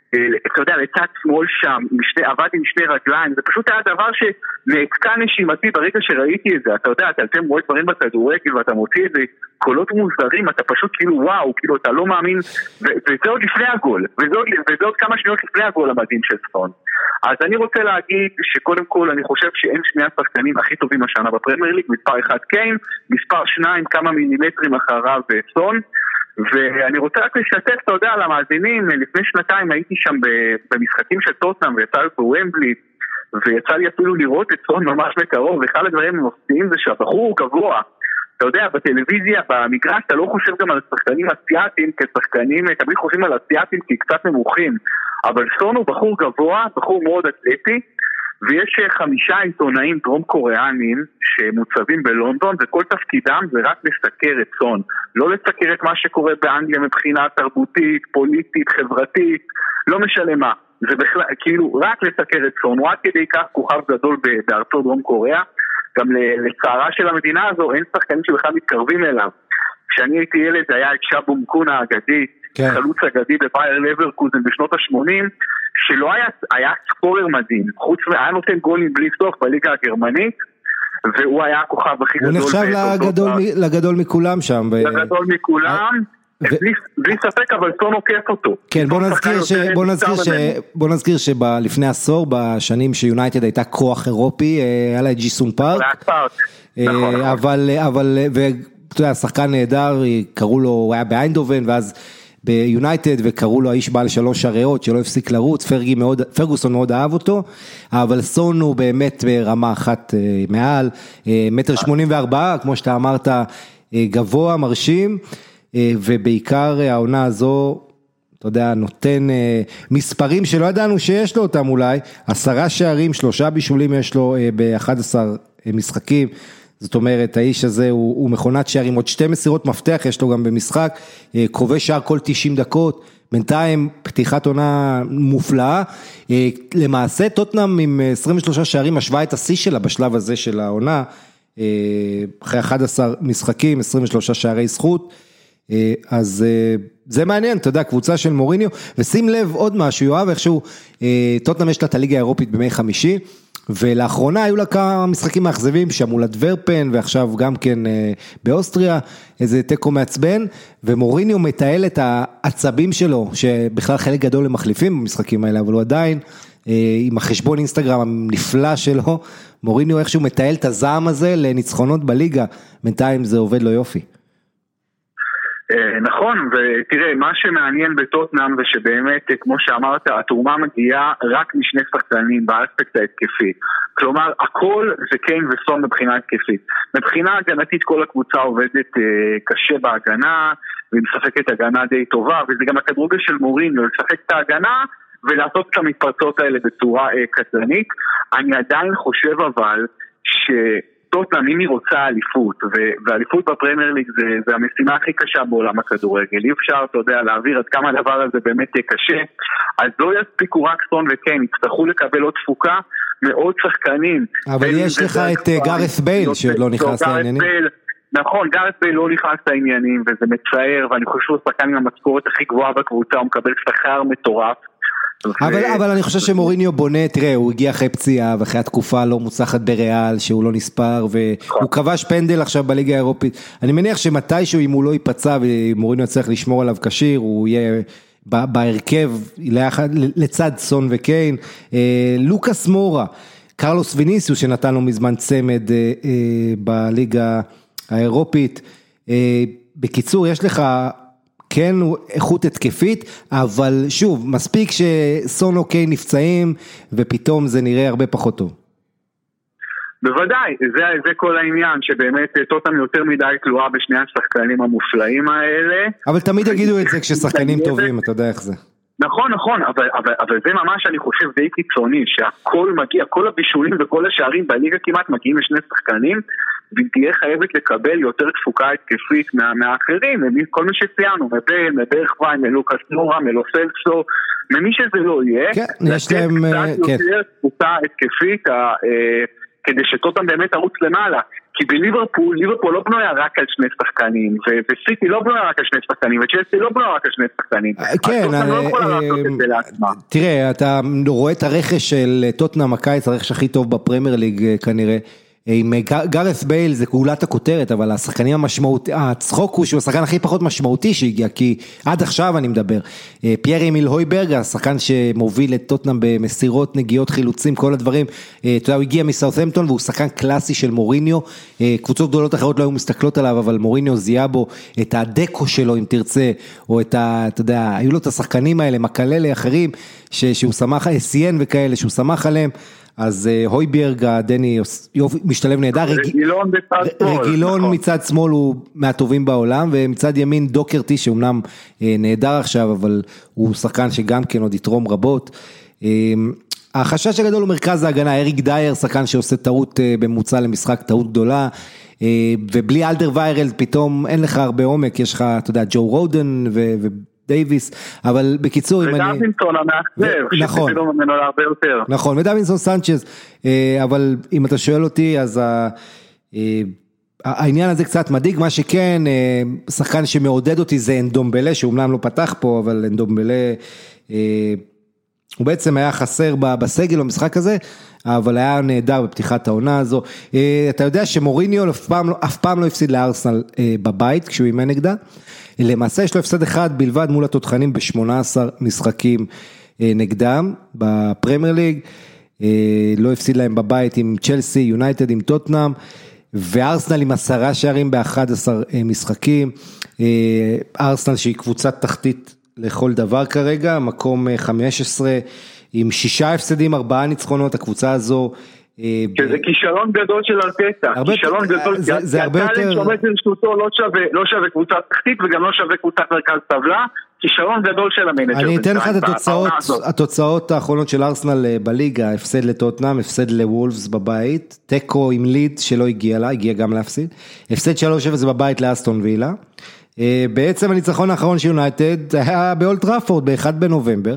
אתה יודע, לצד שמאל שם, משני, עבד עם שני רגליים, זה פשוט היה דבר שנעקה נשימתי ברגע שראיתי את זה. אתה יודע, אתה אתם רואה דברים בכדורגל ואתה מוציא את זה, קולות מוזרים, אתה פשוט כאילו וואו, כאילו אתה לא מאמין, ו- וזה עוד לפני הגול, וזה עוד, וזה עוד כמה שניות לפני הגול המדהים של סון. אז אני רוצה להגיד שקודם כל אני חושב שאין שני השחקנים הכי טובים השנה בפרמייר ליג, מספר אחד קיין, מספר שניים כמה מילימטרים אחריו סון, ואני רוצה רק לשתף, אתה יודע, על המאזינים, לפני שנתיים הייתי שם במשחקים של טוטנהאם ויצא לי בוומבלי, ויצא לי אפילו לראות את סון ממש מקרוב, ואחד הדברים המפתיעים זה שהבחור הוא גבוה. אתה יודע, בטלוויזיה, במגרש, אתה לא חושב גם על שחקנים אסיאטים כשחקנים, תמיד חושבים על אסיאטים כי קצת נמוכים, אבל סון הוא בחור גבוה, בחור מאוד אתלטי, ויש חמישה עיתונאים דרום קוריאנים שמוצבים בלונדון, וכל תפקידם זה רק לסקר את סון, לא לסקר את מה שקורה באנגליה מבחינה תרבותית, פוליטית, חברתית, לא משנה מה, זה בכלל, כאילו רק לסקר את סון, הוא עד כדי כך כוכב גדול בארצות דרום קוריאה, גם לצערה של המדינה הזו אין שחקנים שבכלל מתקרבים אליו. כשאני הייתי ילד היה את שבום קונה האגדי, כן. חלוץ אגדי בבייר לברקוזן בשנות ה-שמונים, שלא היה, היה סקורר מדהים, חוץ היה נותן גולים בלי סוף בליגה הגרמנית, והוא היה הכוכב הכי גדול. הוא נחשב לגדול, מ, לגדול מכולם שם. לגדול ב... מכולם, ו... בלי, בלי ספק, אבל סון עוקף אותו. כן, בוא נזכיר, ש... בוא נזכיר, ש... בוא נזכיר שלפני עשור, בשנים שיונייטד הייתה כוח אירופי, היה לה את ג'יסון פארק, אבל, אבל, ואתה יודע, שחקן נהדר, קראו לו, הוא היה באיינדובן, ואז ביונייטד, וקראו לו האיש בעל שלוש הריאות, שלא הפסיק לרוץ, פרגי מאוד, פרגוסון מאוד אהב אותו, אבל סון הוא באמת ברמה אחת מעל, מטר שמונים וארבע, כמו שאתה אמרת, גבוה, מרשים, ובעיקר העונה הזו, אתה יודע, נותן מספרים שלא ידענו שיש לו אותם אולי, עשרה שערים, שלושה בישולים יש לו ב-אחד עשר משחקים, זאת אומרת, האיש הזה הוא, הוא מכונת שערים, עוד שתי מסירות מפתח, יש לו גם במשחק, כובש שער כל תשעים דקות, בינתיים פתיחת עונה מופלאה, למעשה טוטנהאם עם עשרים ושלושה שערים, השווה את השיא שלה בשלב הזה של העונה, אחרי אחד עשר משחקים, עשרים ושלושה שערי זכות, אז זה מעניין, אתה יודע, קבוצה של מוריניו, ושים לב עוד משהו, יואב, איכשהו, טוטנהאם יש לה את הליגה האירופית בימי חמישי, ולאחרונה היו לה כמה משחקים מאכזבים, שם מול הדוורפן, ועכשיו גם כן באוסטריה, איזה טקו מעצבן, ומוריניו מתעל את העצבים שלו, שבכלל חלק גדול הם מחליפים במשחקים האלה, אבל הוא עדיין, עם החשבון אינסטגרם הנפלא שלו, מוריניו איכשהו מתעל את הזעם הזה לניצחונות בליגה, בינתיים זה עובד לו יופי. נכון, ותראה, מה שמעניין בטוטנהאם זה שבאמת, כמו שאמרת, התרומה מגיעה רק משני שחקנים באספקט ההתקפי. כלומר, הכל זה קיין וסון מבחינה התקפית. מבחינה הגנתית כל הקבוצה עובדת קשה בהגנה, והיא משחקת הגנה די טובה, וזה גם הכדורגל של מוריניו, לשחק את ההגנה ולעשות את המתפרצות האלה בצורה קטלנית. אני עדיין חושב אבל ש... טוטנהאם אם היא רוצה אליפות, ואליפות בפרמייר ליג זה, זה המשימה הכי קשה בעולם הכדורגל, אי אפשר, אתה יודע, להעביר עד כמה הדבר הזה באמת קשה, אז לא יספיקו רק סון וקיין, יצטרכו לקבל עוד תפוקה מאוד שחקנים. אבל יש לך את גארת' בייל שעוד לא נכנס לעניינים. נכון, גארת' בייל לא נכנס לעניינים, וזה מצער, ואני חושב שהוא שחקן עם המשכורת הכי גבוהה בקבוצה, הוא מקבל שכר מטורף. אבל, אבל אני חושב שמוריניו בונה, תראה, הוא הגיע אחרי פציעה, ואחרי התקופה לא מוצחת בריאל, שהוא לא נספר, והוא כבש פנדל עכשיו בליגה האירופית. אני מניח שמתישהו, אם הוא לא ייפצע, ומוריניו צריך לשמור עליו כשיר, הוא יהיה בהרכב, לצד סון וקיין, לוקאס מורה, קרלוס ויניסיוס שנתן לו מזמן צמד בליגה האירופית, בקיצור יש לך כן איכות התקפית, אבל שוב, מספיק שסון או קיין נפצעים, ופתאום זה נראה הרבה פחות טוב. בוודאי, זה, זה כל העניין, שבאמת טוטנהאם יותר מדי תלויה בשני השחקנים המופלאים האלה. אבל תמיד יגידו את זה כששחקנים טובים, אתה יודע איך זה. נכון, נכון, אבל, אבל, אבל זה ממש אני חושב די קיצוני, שהכל מגיע, כל הבישולים וכל השערים בליגה כמעט מגיעים לשני שחקנים, ותהיה חייבת לקבל יותר תפוקה התקפית מה, מהאחרים, כל מי שציינו, מבין, מברך ויין, מלוקאס מורה, מלוסלסו, ממי שזה לא יהיה, כן, יש להם, קצת יותר תפוקה התקפית, כדי שטוטנהאם באמת ערוץ למעלה, כי בליברפול, ליברפול לא בנויה רק על שני שחקנים, וסיטי לא בנויה רק על שני שחקנים, וצ'לסי לא בנויה רק על שני שחקנים. כן, טוטנהאם לא יכולה לעשות את זה לעצמה. תראה, אתה רואה את הרכש של טוטנהאם הקיץ, הרכש הכי טוב בפרמייר ליג כנראה, עם גארת' בייל זה גאולת הכותרת, אבל השחקנים המשמעותי, הצחוק הוא שהוא השחקן הכי פחות משמעותי שהגיע, כי עד עכשיו אני מדבר, פייר אמיל הויברג, השחקן שמוביל את טוטנהאם במסירות, נגיעות, חילוצים, כל הדברים, אתה יודע, הוא הגיע מסאות'המפטון, והוא שחקן קלאסי של מוריניו, קבוצות גדולות אחרות לא היו מסתכלות עליו, אבל מוריניו זיהה בו את הדקו שלו, אם תרצה, או את ה, אתה יודע, היו לו את השחקנים האלה, מקללה אחרים, שהוא שמח, סיין וכאלה, שהוא שמח עליהם, אז הויברג הדני משתלב נהדר, רגילון בצד שמאל, רגילון מצד שמאל הוא מהטובים בעולם, ומצד ימין דוקרטי שאומנם נהדר עכשיו, אבל הוא שחקן שגם כן עוד יתרום רבות. החשש הגדול הוא מרכז ההגנה, אריק דייר, שחקן שעושה טעות בממוצע למשחק, טעות גדולה, ובלי אלדר ויירלד פתאום אין לך הרבה עומק, יש לך, אתה יודע, ג'ו רודן ו... דייביס, אבל בקיצור, אם אני... ודווינסון המאכזב, שפתאום ממנו להרבה יותר. נכון, ודווינסון סנצ'ז, אבל אם אתה שואל אותי, אז העניין הזה קצת מדאיג, מה שכן, שחקן שמעודד אותי זה אנדומבלה, שאומנם לא פתח פה, אבל אנדומבלה, הוא בעצם היה חסר בסגל במשחק הזה, אבל היה נהדר בפתיחת העונה הזו. אתה יודע שמוריניו אף פעם, אף פעם לא הפסיד לארסנל בבית, כשהוא אימן נגדה, למעשה יש לו הפסד אחד בלבד מול התותחנים ב-שמונה עשרה משחקים נגדם בפרמייר ליג, לא הפסיד להם בבית עם צ'לסי, יונייטד, עם טוטנהאם, וארסנל עם עשרה שערים ב-אחד עשר משחקים, ארסנל שהיא קבוצת תחתית לכל דבר כרגע, מקום חמש עשרה עם שישה הפסדים, ארבעה ניצחונות, הקבוצה הזו, שזה כישלון גדול של ארטטה, כישלון גדול, זה הרבה יותר... הטאלנט שעומד לרשותו לא שווה קבוצת תחתית וגם לא שווה קבוצת מרכז טבלה, כישלון גדול של המנג'ר. אני אתן לך את התוצאות, התוצאות האחרונות של ארסנל בליגה, הפסד לטוטנהאם, הפסד לוולפס בבית, טקו עם ליד שלא הגיע לה, הגיע גם להפסיד, הפסד שלוש אפס בבית לאסטון וילה, בעצם הניצחון האחרון של יונייטד היה באולד טראפורד ב-אחד בנובמבר,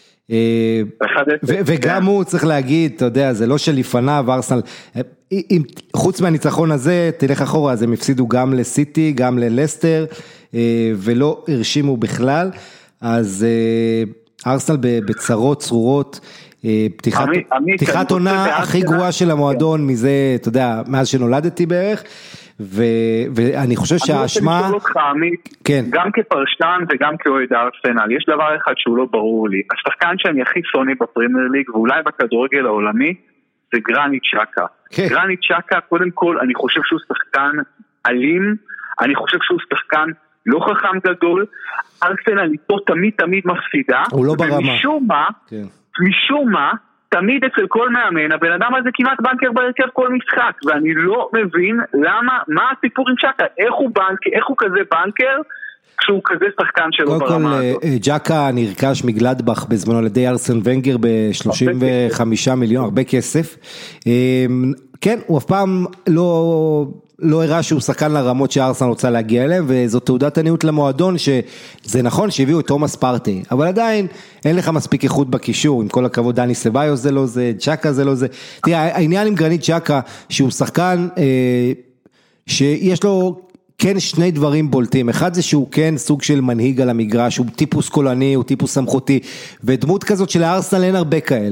וגם הוא צריך להגיד, אתה יודע, זה לא שלפניו ארסנל, חוץ מהניצחון הזה, תלך אחורה, אז הם הפסידו גם לסיטי, גם ללסטר, ולא הרשימו בכלל, אז ארסנל בצרות צרורות, פתיחת עונה הכי גרועה של המועדון מזה, אתה יודע, מאז שנולדתי בערך, ואני חושב שהאשמה... אני רוצה לשאול אותך, עמית, גם כפרשן וגם כאוהד ארסנל, יש דבר אחד שהוא לא ברור לי, השחקן שאני הכי שונא בפרמייר ליג, ואולי בכדורגל העולמי, זה גרניט שקה. גרניט שקה, קודם כל, אני חושב שהוא שחקן אלים, אני חושב שהוא שחקן לא חכם גדול, ארסנל איתו תמיד תמיד מפסידה, הוא לא ברמה. ומשום מה, משום מה, תמיד אצל כל מאמן, הבן אדם הזה כמעט בנקר בהרכב כל משחק, ואני לא מבין למה, מה הסיפור עם שקה, איך הוא בנקר, איך הוא כזה בנקר, כשהוא כזה שחקן שלו ברמה הזאת. ג'קה נרכש מגלדבך בזמנו לידי ארסן ונגר ב-שלושים וחמישה מיליון, הרבה כסף. כן, הוא אף פעם לא... לא הראה שהוא שחקן לרמות שארסנל רוצה להגיע אליהם, וזו תעודת עניות למועדון, שזה נכון שהביאו את תומאס פרטי, אבל עדיין אין לך מספיק איכות בקישור, עם כל הכבוד דני סביוס זה לא זה, צ'קה זה לא זה, תראה, העניין עם גרניט צ'קה, שהוא שחקן אה, שיש לו כן שני דברים בולטים, אחד זה שהוא כן סוג של מנהיג על המגרש, הוא טיפוס קולני, הוא טיפוס סמכותי, ודמות כזאת של הארסנל אין הרבה כאלה,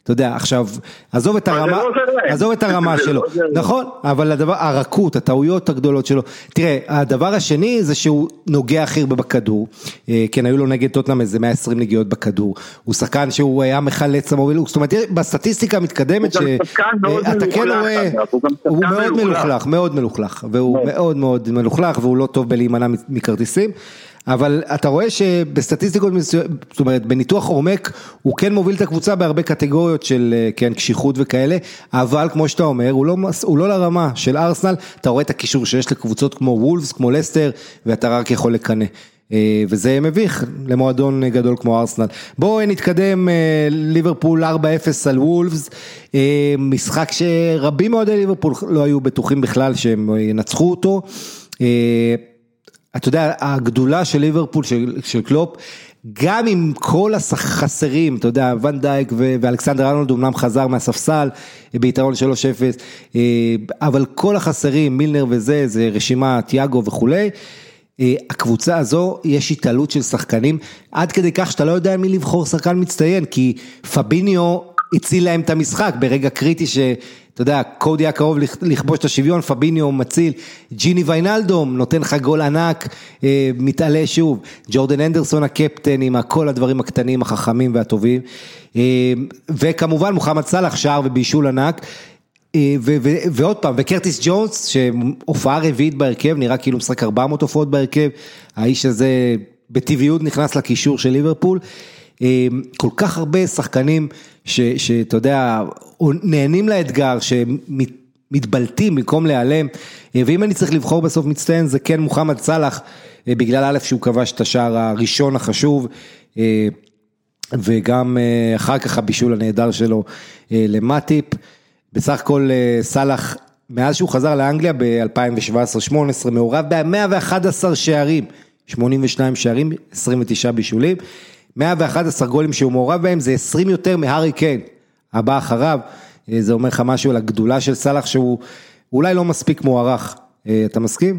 אתה יודע, עכשיו, עזוב את הרמה, עזוב את הרמה שלו, נכון, אבל הדבר, הרכות, הטעויות הגדולות שלו, תראה, הדבר השני זה שהוא נוגע הכי הרבה בכדור, כן, היו לו נגד טוטנהאם איזה מאה ועשרים נגיעות בכדור, הוא שחקן שהוא היה מחלץ המוביל, זאת אומרת, בסטטיסטיקה המתקדמת, שאתה כן רואה, הוא מאוד מלוכלך, מאוד מלוכלך, והוא מאוד מאוד מלוכלך, והוא לא טוב בלהימנע מכרטיסים, אבל אתה רואה שבסטטיסטיקות, זאת אומרת, בניתוח עומק, הוא כן מוביל את הקבוצה בהרבה קטגוריות של, כן, קשיחות וכאלה, אבל כמו שאתה אומר, הוא לא, הוא לא לרמה של ארסנל, אתה רואה את הקישור שיש לקבוצות כמו וולפס, כמו לסטר, ואתה רק יכול לקנה. וזה מביך למועדון גדול כמו ארסנל. בואו נתקדם, ליברפול ארבע אפס על וולפס, משחק שרבים מאוד על ליברפול לא היו בטוחים בכלל שהם ינצחו אותו, אתה יודע, הגדולה של ליברפול, של, של קלופ, גם עם כל החסרים, אתה יודע, ון דייק ואלכסנדר ארנולד אומנם חזר מהספסל, ביתרון שלוש אפס, אבל כל החסרים, מילנר וזה, זה רשימה, תיאגו וכולי, הקבוצה הזו, יש התעלות של שחקנים, עד כדי כך שאתה לא יודע מי לבחור שחקן מצטיין, כי פביניו הציל להם את המשחק, ברגע קריטי ש... אתה יודע, קודי היה קרוב לכבוש את השוויון, פביניו מציל, ג'יני ויינלדום נותן לך גול ענק, מתעלה שוב, ג'ורדן אנדרסון הקפטן עם כל הדברים הקטנים, החכמים והטובים, וכמובן מוחמד סלאח שער ובישול ענק, ועוד פעם, וקרטיס ג'ונס, שהופעה רביעית בהרכב, נראה כאילו משחק ארבע מאות הופעות בהרכב, האיש הזה בטבעיות נכנס לקישור של ליברפול, כל כך הרבה שחקנים שאתה יודע, נהנים לאתגר, שמתבלטים במקום להיעלם, ואם אני צריך לבחור בסוף מצטיין, זה כן מוחמד סלאח, בגלל א' שהוא כבש את השער הראשון החשוב, וגם אחר כך הבישול הנהדר שלו למטיפ, בסך הכל סלאח, מאז שהוא חזר לאנגליה ב-אלפיים שבע עשרה שמונה עשרה, מעורב ב-מאה ואחד עשר שערים, שמונים ושניים שערים, עשרים ותשעה בישולים, מאה ואחד עשר גולים שהוא מעורב בהם, זה עשרים יותר מהרי קיין, הבא אחריו, זה אומר לך משהו על הגדולה של סלאח, שהוא אולי לא מספיק מוערך, אתה מסכים?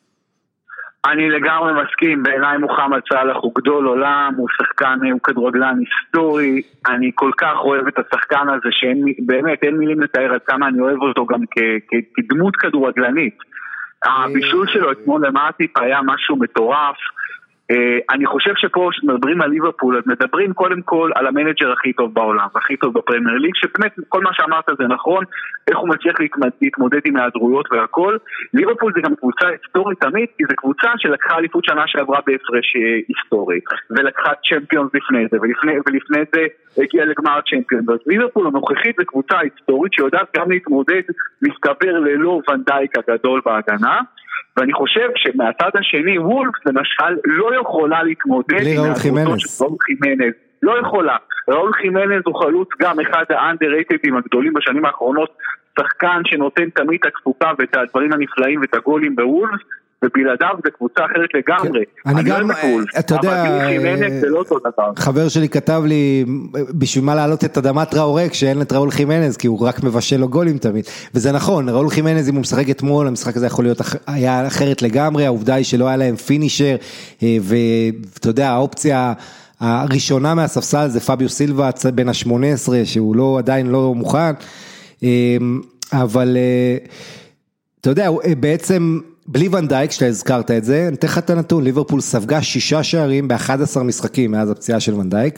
אני לגמרי מסכים, בעיניי מוחמד סלאח הוא גדול עולם, הוא שחקן, הוא כדורגלן היסטורי, אני כל כך אוהב את השחקן הזה, שבאמת אין מילים לתאר עד כמה אני אוהב אותו גם כדמות כדורגלנית, הבישול שלו אתמול למטיפ היה משהו מטורף, אני חושב שפה כשמדברים על ליברפול, אז מדברים קודם כל על המנג'ר הכי טוב בעולם, הכי טוב בפרמייר ליג, שבאמת כל מה שאמרת זה נכון, איך הוא מצליח להתמודד עם ההיעדרויות והכל. ליברפול זה גם קבוצה היסטורית תמיד, כי זו קבוצה שלקחה אליפות שנה שעברה בהפרש היסטורי, ולקחה צ'מפיונס לפני זה, ולפני, ולפני זה הגיעה לגמר צ'מפיונס. אז ליברפול הנוכחית זו קבוצה היסטורית שיודעת גם להתמודד, מסתבר ללא ון דייק הגדול בהגנה, ואני חושב שמהצד השני וולפס למשל לא יכולה להתמודד עם הקבוצות של ראול חימנז, לא יכולה. ראול חימנז הוא חלוץ גם אחד האנדררייטדים הגדולים בשנים האחרונות, שחקן שנותן תמיד את התפוקה ואת הדברים הנפלאים ואת הגולים בוולפס, ובלעדיו זה קבוצה אחרת לגמרי. אני גם, אתה יודע, חבר שלי כתב לי, בשביל מה להעלות את אדמת ראול כשאין את ראול חימנז, כי הוא רק מבשל לו גולים תמיד, וזה נכון, ראול חימנז אם הוא משחק אתמול, המשחק הזה יכול להיות, היה אחרת לגמרי, העובדה היא שלא היה להם פינישר, ואתה יודע, האופציה הראשונה מהספסל זה פביו סילבה, בין ה-שמונה עשרה, שהוא לא, עדיין לא מוכן, אבל, אתה יודע, בעצם, בלי ון דייק, שאתה הזכרת את זה, נתן לך את הנתון, ליברפול ספגה שישה שערים ב-אחד עשר משחקים מאז הפציעה של ון דייק,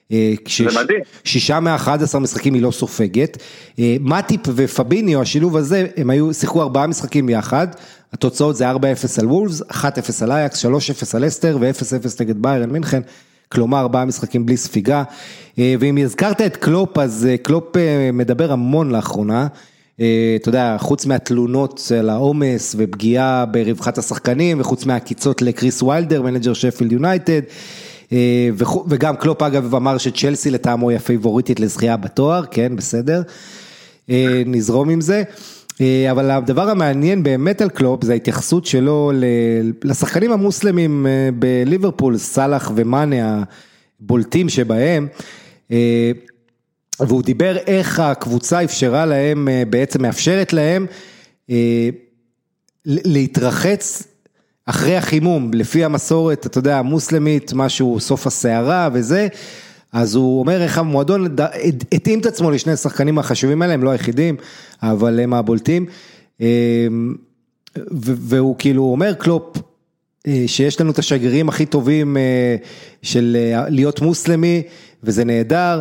שישה מה-אחד עשר משחקים היא לא סופגת, מטיפ ופביניו, השילוב הזה, הם היו, שיחקו ארבעה משחקים יחד, התוצאות זה ארבע אפס על וולפס, אחת אפס על אייקס, שלוש אפס על לסטר, ו-אפס אפס נגד ביירן מינכן, כלומר ארבעה משחקים בלי ספיגה, ואם הזכרת את קלופ, אז קלופ מדבר המון לאחרונה, אתה יודע, חוץ מהתלונות על העומס ופגיעה ברווחת השחקנים, וחוץ מהקיצות לקריס ויילדר, מנג'ר שפילד יונייטד, וגם קלופ אגב אמר שצ'לסי לטעמו היא הפייבוריטית לזכייה בתואר, כן, בסדר, נזרום עם זה, אבל הדבר המעניין באמת על קלופ, זה ההתייחסות שלו לשחקנים המוסלמים בליברפול, סלאח ומאנה, הבולטים שבהם, והוא דיבר איך הקבוצה אפשרה להם, בעצם מאפשרת להם להתרחץ אחרי החימום, לפי המסורת, אתה יודע, המוסלמית, משהו סוף הסערה וזה, אז הוא אומר איך המועדון התאים את עצמו לשני השחקנים החשובים האלה, הם לא היחידים, אבל הם הבולטים, והוא כאילו אומר קלופ, שיש לנו את השגרירים הכי טובים של להיות מוסלמי, וזה נהדר,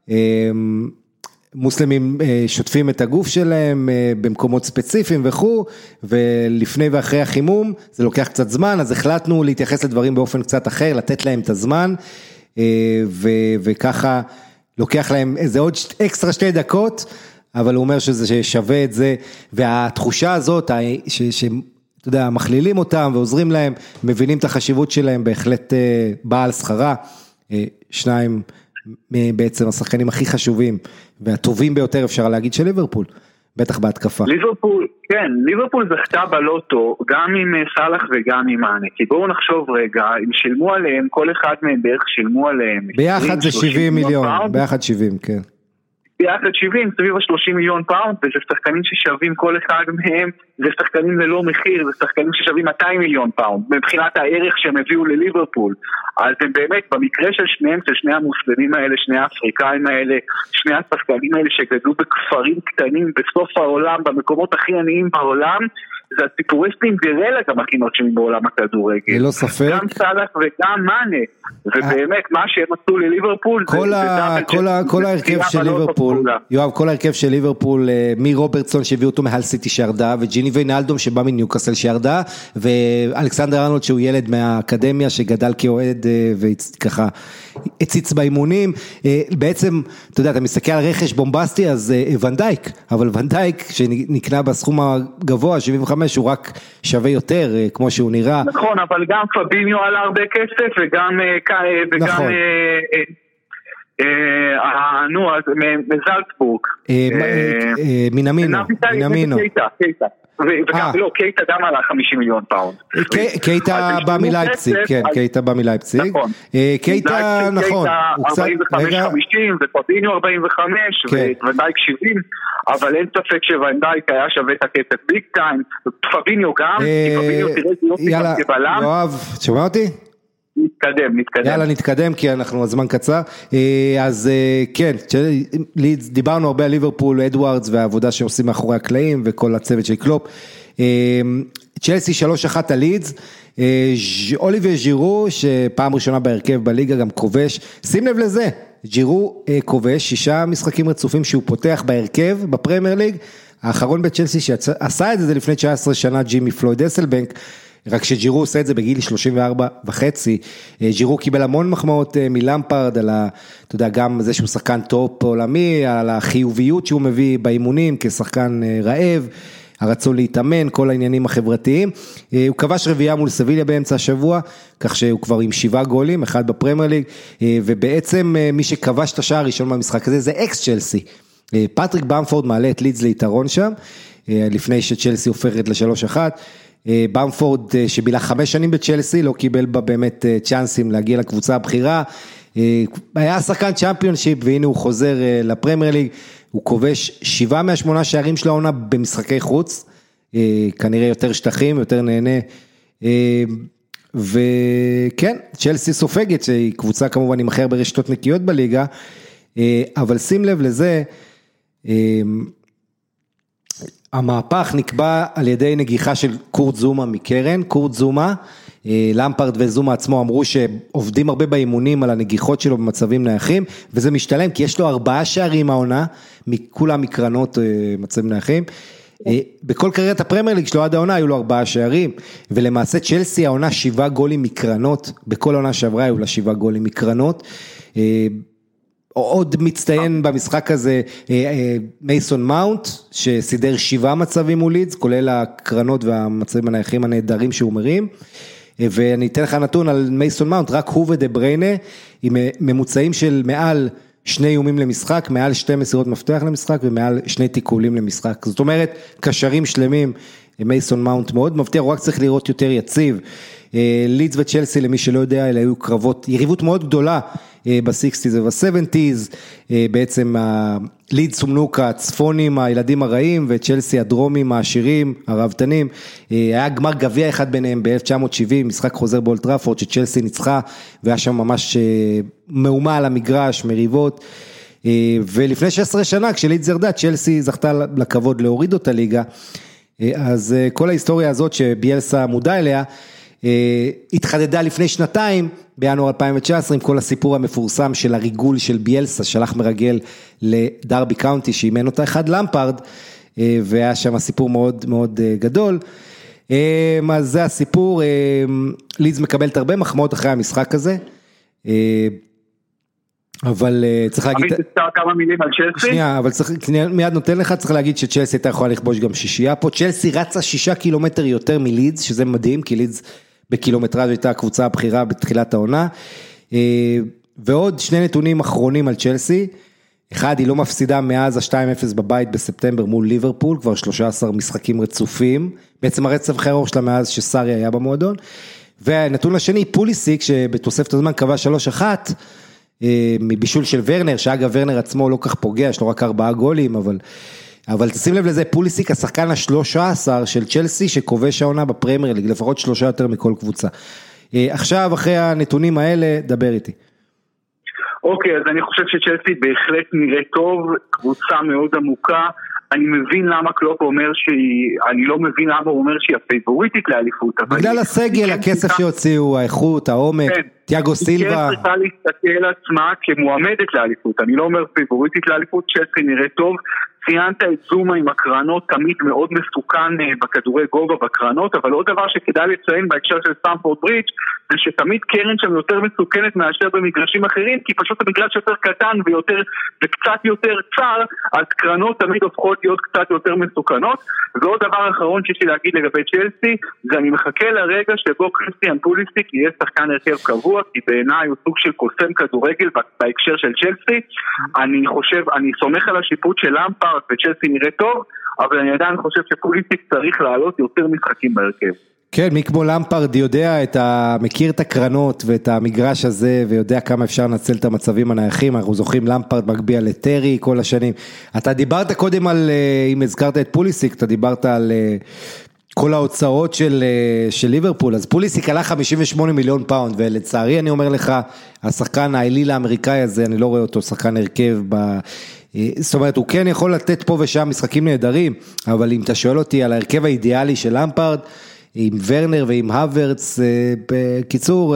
מוסלמים שוטפים את הגוף שלהם במקומות ספציפיים וכו', ולפני ואחרי החימום, זה לוקח קצת זמן, אז החלטנו להתייחס לדברים באופן קצת אחר, לתת להם את הזמן, ו- וככה לוקח להם איזה עוד אקסטרה שתי דקות, אבל הוא אומר שזה שווה את זה, והתחושה הזאת, ש- ש- אתה יודע, מכלילים אותם ועוזרים להם, מבינים את החשיבות שלהם, בהחלט באה על שכרה, שניים בעצם השחקנים הכי חשובים, והטובים ביותר אפשר להגיד של ליברפול, בטח בהתקפה. ליברפול, כן, ליברפול זכתה בלוטו, גם עם סלח וגם עם מאנה, כי בואו נחשוב רגע, אם שילמו עליהם, כל אחד מהם בערך שילמו עליהם. ביחד זה שבעים מיליון, ביחד שבעים, כן. ביחד שבעים, סביב ה-שלושים מיליון פאונד, וזה שחקנים ששווים כל אחד מהם, זה שחקנים ללא מחיר, זה שחקנים ששווים מאתיים מיליון פאונד, מבחינת הערך שהם הביאו לליברפול. אז הם באמת, במקרה של שניהם, של שני המוסלמים האלה, שני האפריקאים האלה, שני השחקנים האלה שגדלו בכפרים קטנים בסוף העולם, במקומות הכי עניים בעולם, זה הסיפורי סינדרלה גם הכי מרשימים בעולם הכדורגל. ללא ספק. גם סלח וגם מאנה. ובאמת, מה שהם עשו לליברפול, כל ההרכב של ליברפול, יואב, כל ההרכב של ליברפול, מי רוברטסון שהביא אותו מהל סיטי שירדה, וג'יני ויינלדום שבא מניוקאסל שירדה, ואלכסנדר ארנולד שהוא ילד מהאקדמיה שגדל כאוהד וככה הציץ באימונים. בעצם, אתה יודע, אתה מסתכל על רכש בומבסטי, אז ונדייק, אבל ונדייק שנקנה בסכום הגבוה, שבעים וחמש, הוא רק שווה יותר, כמו שהוא נראה. נכון, אבל גם פביניו עלה הרבה כסף, וגם וגם נו, אז מזלצבורג מינמינו מינמינו וגם לא, קייטה גם עלה חמישים מיליון פאונד. קייטה בא מלייפציג, כן, קייטה בא מלייפציג. קייטה, נכון, ארבעים וחמש חמישים ופביניו ארבעים וחמש ונדייק שבעים, אבל אין ספק שוונדייק היה שווה את הכסף ביג טיים, פביניו גם, כי פביניו תראה יופי גם כבלם. יואב, שומע אותי? נתקדם, נתקדם. יאללה, נתקדם, כי אנחנו הזמן קצר. אז כן, דיברנו הרבה על ליברפול, אדוארדס, והעבודה שעושים מאחורי הקלעים, וכל הצוות של קלופ. צ'לסי שלוש אחת על לידס, אוליבר ז'ירו, שפעם ראשונה בהרכב בליגה גם כובש, שים לב לזה, ז'ירו כובש, שישה משחקים רצופים שהוא פותח בהרכב, בפרמייר ליג, האחרון בצ'לסי שעשה את זה לפני תשע עשרה שנה, ג'ימי פלויד אסלבנק, רק שג'ירו עושה את זה בגיל שלושים וארבע וחצי, ג'ירו קיבל המון מחמאות מלמפרד, על ה, אתה יודע, גם זה שהוא שחקן טופ עולמי, על החיוביות שהוא מביא באימונים, כשחקן רעב, הרצון להתאמן, כל העניינים החברתיים, הוא כבש רביעייה מול סביליה באמצע השבוע, כך שהוא כבר עם שבעה גולים, אחד בפרמייר ליג, ובעצם מי שכבש את השער הראשון במשחק הזה, זה אקס צ'לסי, פטריק במפורד מעלה את לידס ליתרון שם, לפני שצ'לסי הופכת לשלוש אחת, במפורד שבילה חמש שנים בצ'לסי, לא קיבל בה באמת צ'אנסים להגיע לקבוצה הבכירה, היה שחקן צ'אמפיונשיפ, והנה הוא חוזר לפרמייר ליג, הוא כובש שבעה מהשמונה שערים של העונה במשחקי חוץ, כנראה יותר שטחים, יותר נהנה, וכן, צ'לסי סופגת, שהיא קבוצה כמובן עם הכי הרבה רשתות נקיות בליגה, אבל שים לב לזה, המהפך נקבע על ידי נגיחה של קורט זומה מקרן, קורט זומה, למפרד וזומה עצמו אמרו שעובדים הרבה באימונים על הנגיחות שלו במצבים נייחים, וזה משתלם כי יש לו ארבעה שערים העונה, מכולם מקרנות מצבים נייחים, בכל קריירת הפרמייר ליג שלו עד העונה היו לו ארבעה שערים, ולמעשה צ'לסי העונה שבעה גולים מקרנות, בכל העונה שעברה היו לה שבעה גולים מקרנות, עוד מצטיין במשחק הזה מייסון מאונט, שסידר שבעה מצבים מול לידס, כולל הקרנות והמצבים הנייחים הנהדרים שהוא מרים, ואני אתן לך נתון על מייסון מאונט, רק הוא ודה בריינה, עם ממוצעים של מעל שני איומים למשחק, מעל שתי מסירות מפתח למשחק, ומעל שני תיקולים למשחק, זאת אומרת, קשרים שלמים, מייסון מאונט מאוד מבטיח, הוא רק צריך לראות יותר יציב, לידס וצ'לסי, למי שלא יודע, אלה היו קרבות, יריבות מאוד גדולה ב-סיקסטיז וב-סבנטיז, בעצם לידס סומנו כצפונים, הילדים הרעים, וצ'לסי הדרומים, העשירים, הרעבתנים, היה גמר גביע אחד ביניהם ב-אלף תשע מאות שבעים, משחק חוזר באולד טראפורד, שצ'לסי ניצחה, והיה שם ממש מהומה על המגרש, מריבות, ולפני שש עשרה שנה, כשלידס ירדה, צ'לסי זכתה לכבוד להוריד אותה ליגה, אז כל ההיסטוריה הזאת שביאלסה מודע אליה, התחדדה לפני שנתיים, בינואר אלפיים תשע עשרה, עם כל הסיפור המפורסם של הריגול של ביאלסה, שלח מרגל לדרבי קאונטי, שאימן אותה אחד למפרד, והיה שם סיפור מאוד מאוד גדול, אז זה הסיפור, לידס מקבלת הרבה מחמאות אחרי המשחק הזה, אבל צריך להגיד... עמית תצטר כמה מילים על צ'לסי? שנייה, אבל צריך, מיד נותן לך, צריך להגיד שצ'לסי הייתה יכולה לכבוש גם שישייה פה, צ'לסי רצה שישה קילומטר יותר מלידס, שזה מדהים, כי לידס בקילומטראז' הייתה הקבוצה הבכירה בתחילת העונה, ועוד שני נתונים אחרונים על צ'לסי, אחד, היא לא מפסידה מאז ה-שתיים אפס בבית בספטמבר מול ליברפול, כבר שלושה עשר משחקים רצופים, בעצם הרצף הכי ארוך שלה מאז שסארי היה במועדון, והנתון השני, פוליסיק, שבתוספת הזמן קבע שלוש אחת, מבישול של ורנר, שאגב ורנר עצמו לא כך פוגע, יש לו רק ארבעה גולים, אבל, אבל תשים לב לזה, פוליסיק השחקן ה-שלוש עשרה של צ'לסי, שכובש העונה בפרמייר ליג, לפחות שלושה יותר מכל קבוצה. עכשיו, אחרי הנתונים האלה, דבר איתי. אוקיי, אז אני חושב שצ'לסי בהחלט נראה טוב, קבוצה מאוד עמוקה, אני מבין למה קלופ אומר שהיא, אני לא מבין למה הוא אומר שהיא הפייבוריטית לאליפות. בגלל הסגל, הכסף שיוציאו, האיכות, העומק, תיאגו סילבה. היא צריכה להסתכל על עצמה כמועמדת לאליפות, אני לא אומר פייבוריטית לאליפות, צ'לסי נראה טוב, ציינת את זומה עם הקרנות, תמיד מאוד מסוכן בכדורי גובה בקרנות, אבל עוד דבר שכדאי לציין בהקשר של סטמפורד ברידג' זה שתמיד קרן שם יותר מסוכנת מאשר במגרשים אחרים, כי פשוט המגרש יותר קטן ויותר, וקצת יותר צר, אז קרנות תמיד הופכות להיות קצת יותר מסוכנות, ועוד דבר אחרון שיש לי להגיד לגבי צ'לסי, זה אני מחכה לרגע שבו קריסטיאן פוליסיק יהיה שחקן הרכב קבוע, כי בעיניי הוא סוג של קוסם כדורגל בהקשר של צ'לסי, אני חושב, אני סומך על השיפוט של למפרד וצ'לסי נראה טוב, אבל אני עדיין חושב שפוליסיק צריך לעלות יותר משחקים בהרכב. כן, מי כמו למפרד יודע, את ה... מכיר את הקרנות ואת המגרש הזה, ויודע כמה אפשר לנצל את המצבים הנייחים, אנחנו זוכרים למפרד מגביע לטרי כל השנים. אתה דיברת קודם על, אם הזכרת את פוליסיק, אתה דיברת על כל ההוצאות של, של ליברפול, אז פוליסיק עלה חמישים ושמונה מיליון פאונד, ולצערי אני אומר לך, השחקן האליל האמריקאי הזה, אני לא רואה אותו שחקן הרכב ב... זאת אומרת, הוא כן יכול לתת פה ושם משחקים נהדרים, אבל אם אתה שואל אותי על ההרכב האידיאלי של למפרד, עם ורנר ועם הוורץ, בקיצור...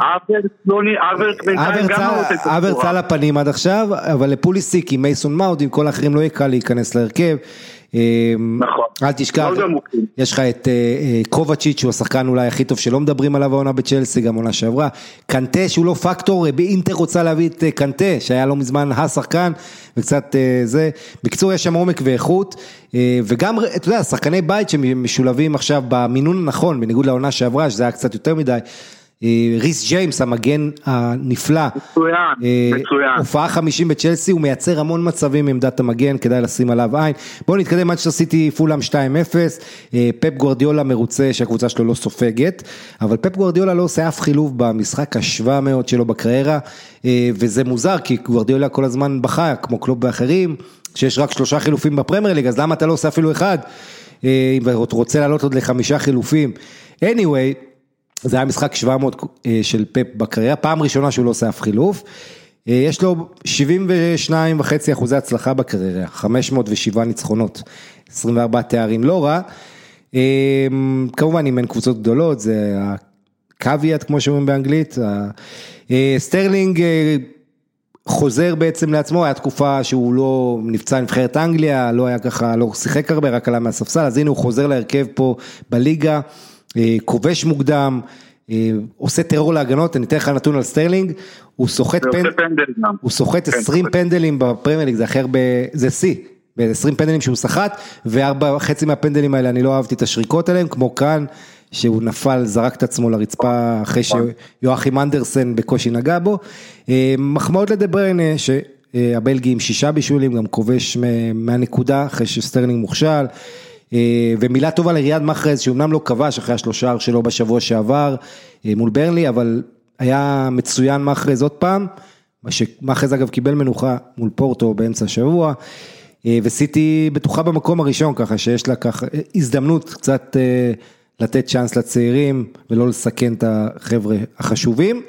הוורץ על הפנים עד עכשיו, אבל לפוליסיק עם מייסון מאוט, עם כל האחרים לא יהיה קל להיכנס להרכב, נכון. אל תשכח, יש לך את קובצ'יץ' שהוא השחקן אולי הכי טוב שלא מדברים עליו העונה בצ'לסי, גם עונה שעברה, קנטה שהוא לא פקטור, באינטר רוצה להביא את קנטה, שהיה לא מזמן השחקן, וקצת זה, בקיצור יש שם עומק ואיכות, וגם, אתה יודע, שחקני בית שמשולבים עכשיו במינון הנכון, בניגוד לעונה שעברה, שזה היה קצת יותר מדי, ריס ג'יימס, המגן הנפלא, מצוין, מצוין. הופעה חמישים בצ'לסי, הוא מייצר המון מצבים מעמדת המגן, כדאי לשים עליו עין. בואו נתקדם, מנצ'סטר סיטי פולהאם שתיים אפס, פפ גוארדיולה מרוצה שהקבוצה שלו לא סופגת, אבל פפ גוארדיולה לא עושה אף חילוף במשחק השבע מאות שלו בקריירה, וזה מוזר, כי גוארדיולה כל הזמן בחיה, כמו קלופ באחרים, שיש רק שלושה חילופים בפרמייר ליג, אז למה אתה לא עושה אפילו אחד? אם אתה רוצה לעלות עוד לחמישה חילופים. anyway, זה היה משחק שבע מאות של פפ בקריירה, פעם ראשונה שהוא לא עושה אף חילוף, יש לו שבעים ושתיים וחצי אחוזי הצלחה בקריירה, חמש מאות ושבע ניצחונות, עשרים וארבעה תארים לא רע, כמובן אם אין קבוצות גדולות, זה הקוויאט כמו שאומרים באנגלית, סטרלינג חוזר בעצם לעצמו, היה תקופה שהוא לא נפצע נבחרת אנגליה, לא היה ככה, לא שיחק הרבה, רק עלה מהספסל, אז הנה הוא חוזר להרכב פה בליגה, כובש מוקדם, עושה טרור להגנות, אני אתן לך נתון על סטרלינג, הוא סוחט הוא סוחט עשרים פנדלים בפרמייר ליג, זה אחר, זה סי, ב-עשרים פנדלים שהוא סחט, וארבע חצי מהפנדלים האלה, אני לא אהבתי את השריקות עליהם, כמו כאן, שהוא נפל, זרק את עצמו לרצפה, אחרי שיואכים אנדרסן בקושי נגע בו, מחמאות לדבריינה, שהבלגי עם שישה בישולים, גם כובש מהנקודה, אחרי שסטרלינג מוכשל, ומילה טובה לריאד מחרז, שאומנם לא כבש אחרי השלושה שלו בשבוע שעבר, מול ברנלי, אבל היה מצוין מחרז עוד פעם, מחרז אגב קיבל מנוחה מול פורטו באמצע השבוע, וסיטי בטוחה במקום הראשון, ככה שיש לה ככה הזדמנות קצת לתת צ'אנס לצעירים, ולא לסכן את החבר'ה החשובים.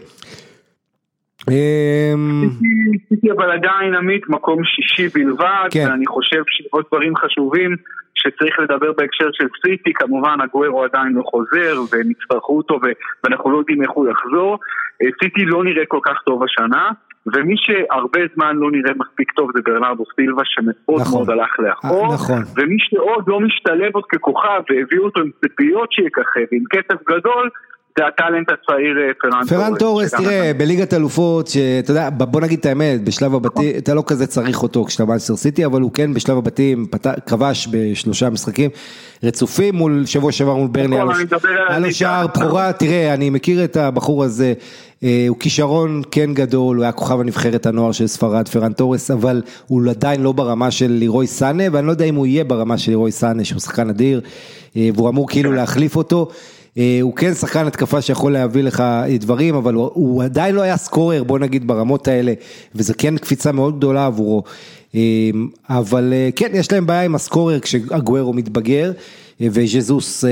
סיטי אבל עדיין עמית מקום שישי בלבד, ואני חושב שעוד דברים חשובים שצריך לדבר בהקשר של סיטי, כמובן הגוארו עדיין לא חוזר והם יצטרכו אותו ואנחנו לא יודעים איך הוא יחזור. סיטי לא נראה כל כך טוב השנה, ומי שהרבה זמן לא נראה מספיק טוב זה ברנרדו סילבה שמאוד נכון. מאוד הלך לאחור, נכון. ומי שעוד לא משתלב עוד ככוכב והביאו אותו עם ציפיות שיככב עם כסף גדול, זה הטלנט הצעיר פרן, פרן טורס, תראה, בליגת אלופות, שאתה יודע, בוא נגיד את האמת, בשלב הבתים, אתה לא כזה צריך אותו כשאתה מנצ'סטר סיטי, אבל הוא כן בשלב הבתים, כבש בשלושה משחקים רצופים, מול שבוע שעבר מול ברנלי, היה לו שער בחורה, תראה, אני מכיר את הבחור הזה, הוא כישרון כן גדול, הוא היה כוכב הנבחרת הנוער של ספרד, פרן טורס, אבל הוא עדיין לא ברמה של לירוי סאנה, ואני לא יודע אם הוא יהיה ברמה של לירוי סאנה, שהוא שחקן אדיר, והוא אמור כאילו להחליף אותו, הוא כן שחקן התקפה שיכול להביא לך דברים, אבל הוא, הוא עדיין לא היה סקורר, בוא נגיד ברמות האלה, וזה כן קפיצה מאוד גדולה עבורו, אבל כן, יש להם בעיה עם הסקורר כשהגוארו מתבגר, וז'זוס,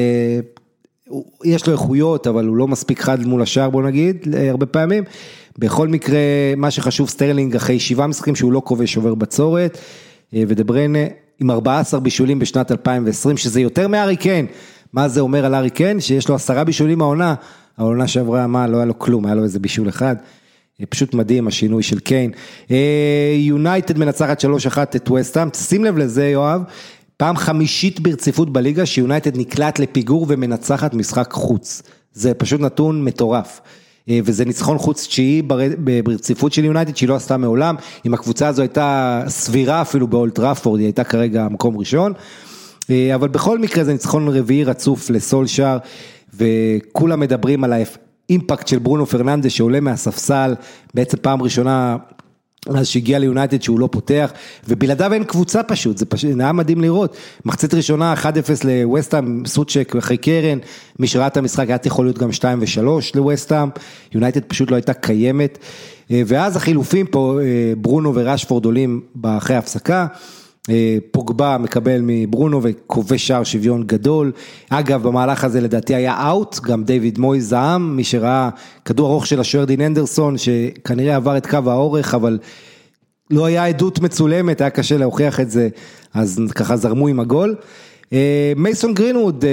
יש לו איכויות, אבל הוא לא מספיק חד מול השאר, בוא נגיד, הרבה פעמים. בכל מקרה, מה שחשוב, סטרלינג אחרי שבעה משחקים שהוא לא כובש שובר בצורת, ודבריינה עם ארבעה עשר בישולים בשנת אלפיים ועשרים, שזה יותר מהארי קיין. מה זה אומר על הארי קיין? שיש לו עשרה בישולים העונה, העונה שעברה, מה, לא היה לו כלום, היה לו איזה בישול אחד, פשוט מדהים השינוי של קיין. יונייטד מנצחת שלוש אחת את ווסטהאם, שים לב לזה יואב, פעם חמישית ברציפות בליגה, שיונייטד נקלט לפיגור ומנצחת משחק חוץ, זה פשוט נתון מטורף, וזה ניצחון חוץ תשיעי ברציפות של יונייטד, שהיא לא עשתה מעולם, אם הקבוצה הזו הייתה סבירה אפילו באולד טראפורד, היא הייתה כרגע מקום ראשון, אבל בכל מקרה זה ניצחון רביעי רצוף לסולשר, וכולם מדברים על האימפקט של ברונו פרננדס שעולה מהספסל, בעצם פעם ראשונה אז שהגיע ליונייטד שהוא לא פותח, ובלעדיו אין קבוצה פשוט, זה פשוט נהיה מדהים לראות, מחצית ראשונה אחת אפס לווסטהאם, סוצ'ק אחרי קרן, מי שראה את המשחק היה יכול להיות גם שתיים ושלוש לווסטהאם, יונייטד פשוט לא הייתה קיימת, ואז החילופים פה, ברונו ורשפורד עולים אחרי ההפסקה, פוגבה מקבל מברונו וכובש שער שוויון גדול, אגב במהלך הזה לדעתי היה אאוט, גם דיוויד מויז זעם, מי שראה כדור ארוך של השוער דין אנדרסון שכנראה עבר את קו האורך, אבל לא היה עדות מצולמת, היה קשה להוכיח את זה, אז ככה זרמו עם הגול. מייסון גרינווד,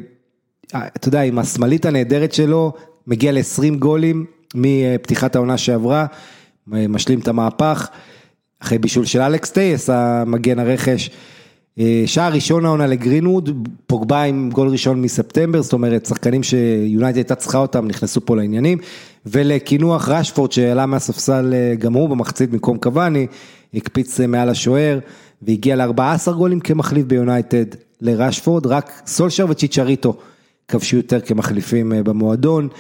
אתה יודע, עם השמאלית הנהדרת שלו, מגיע ל-עשרים גולים מפתיחת העונה שעברה, משלים את המהפך, אחרי בישול של אלכס טייס, המגן הרכש, שער ראשון העונה לגרינווד, פוגבה עם גול ראשון מספטמבר, זאת אומרת, שחקנים שיונייטד הייתה צריכה אותם, נכנסו פה לעניינים, ולכינוח רשפורד, שעלה מהספסל גם הוא במחצית במקום קוואני, הקפיץ מעל השוער, והגיע ל-ארבעה עשר גולים כמחליף ביונייטד לרשפורד, רק סולשר וצ'יצ'ריטו כבשו יותר כמחליפים במועדון,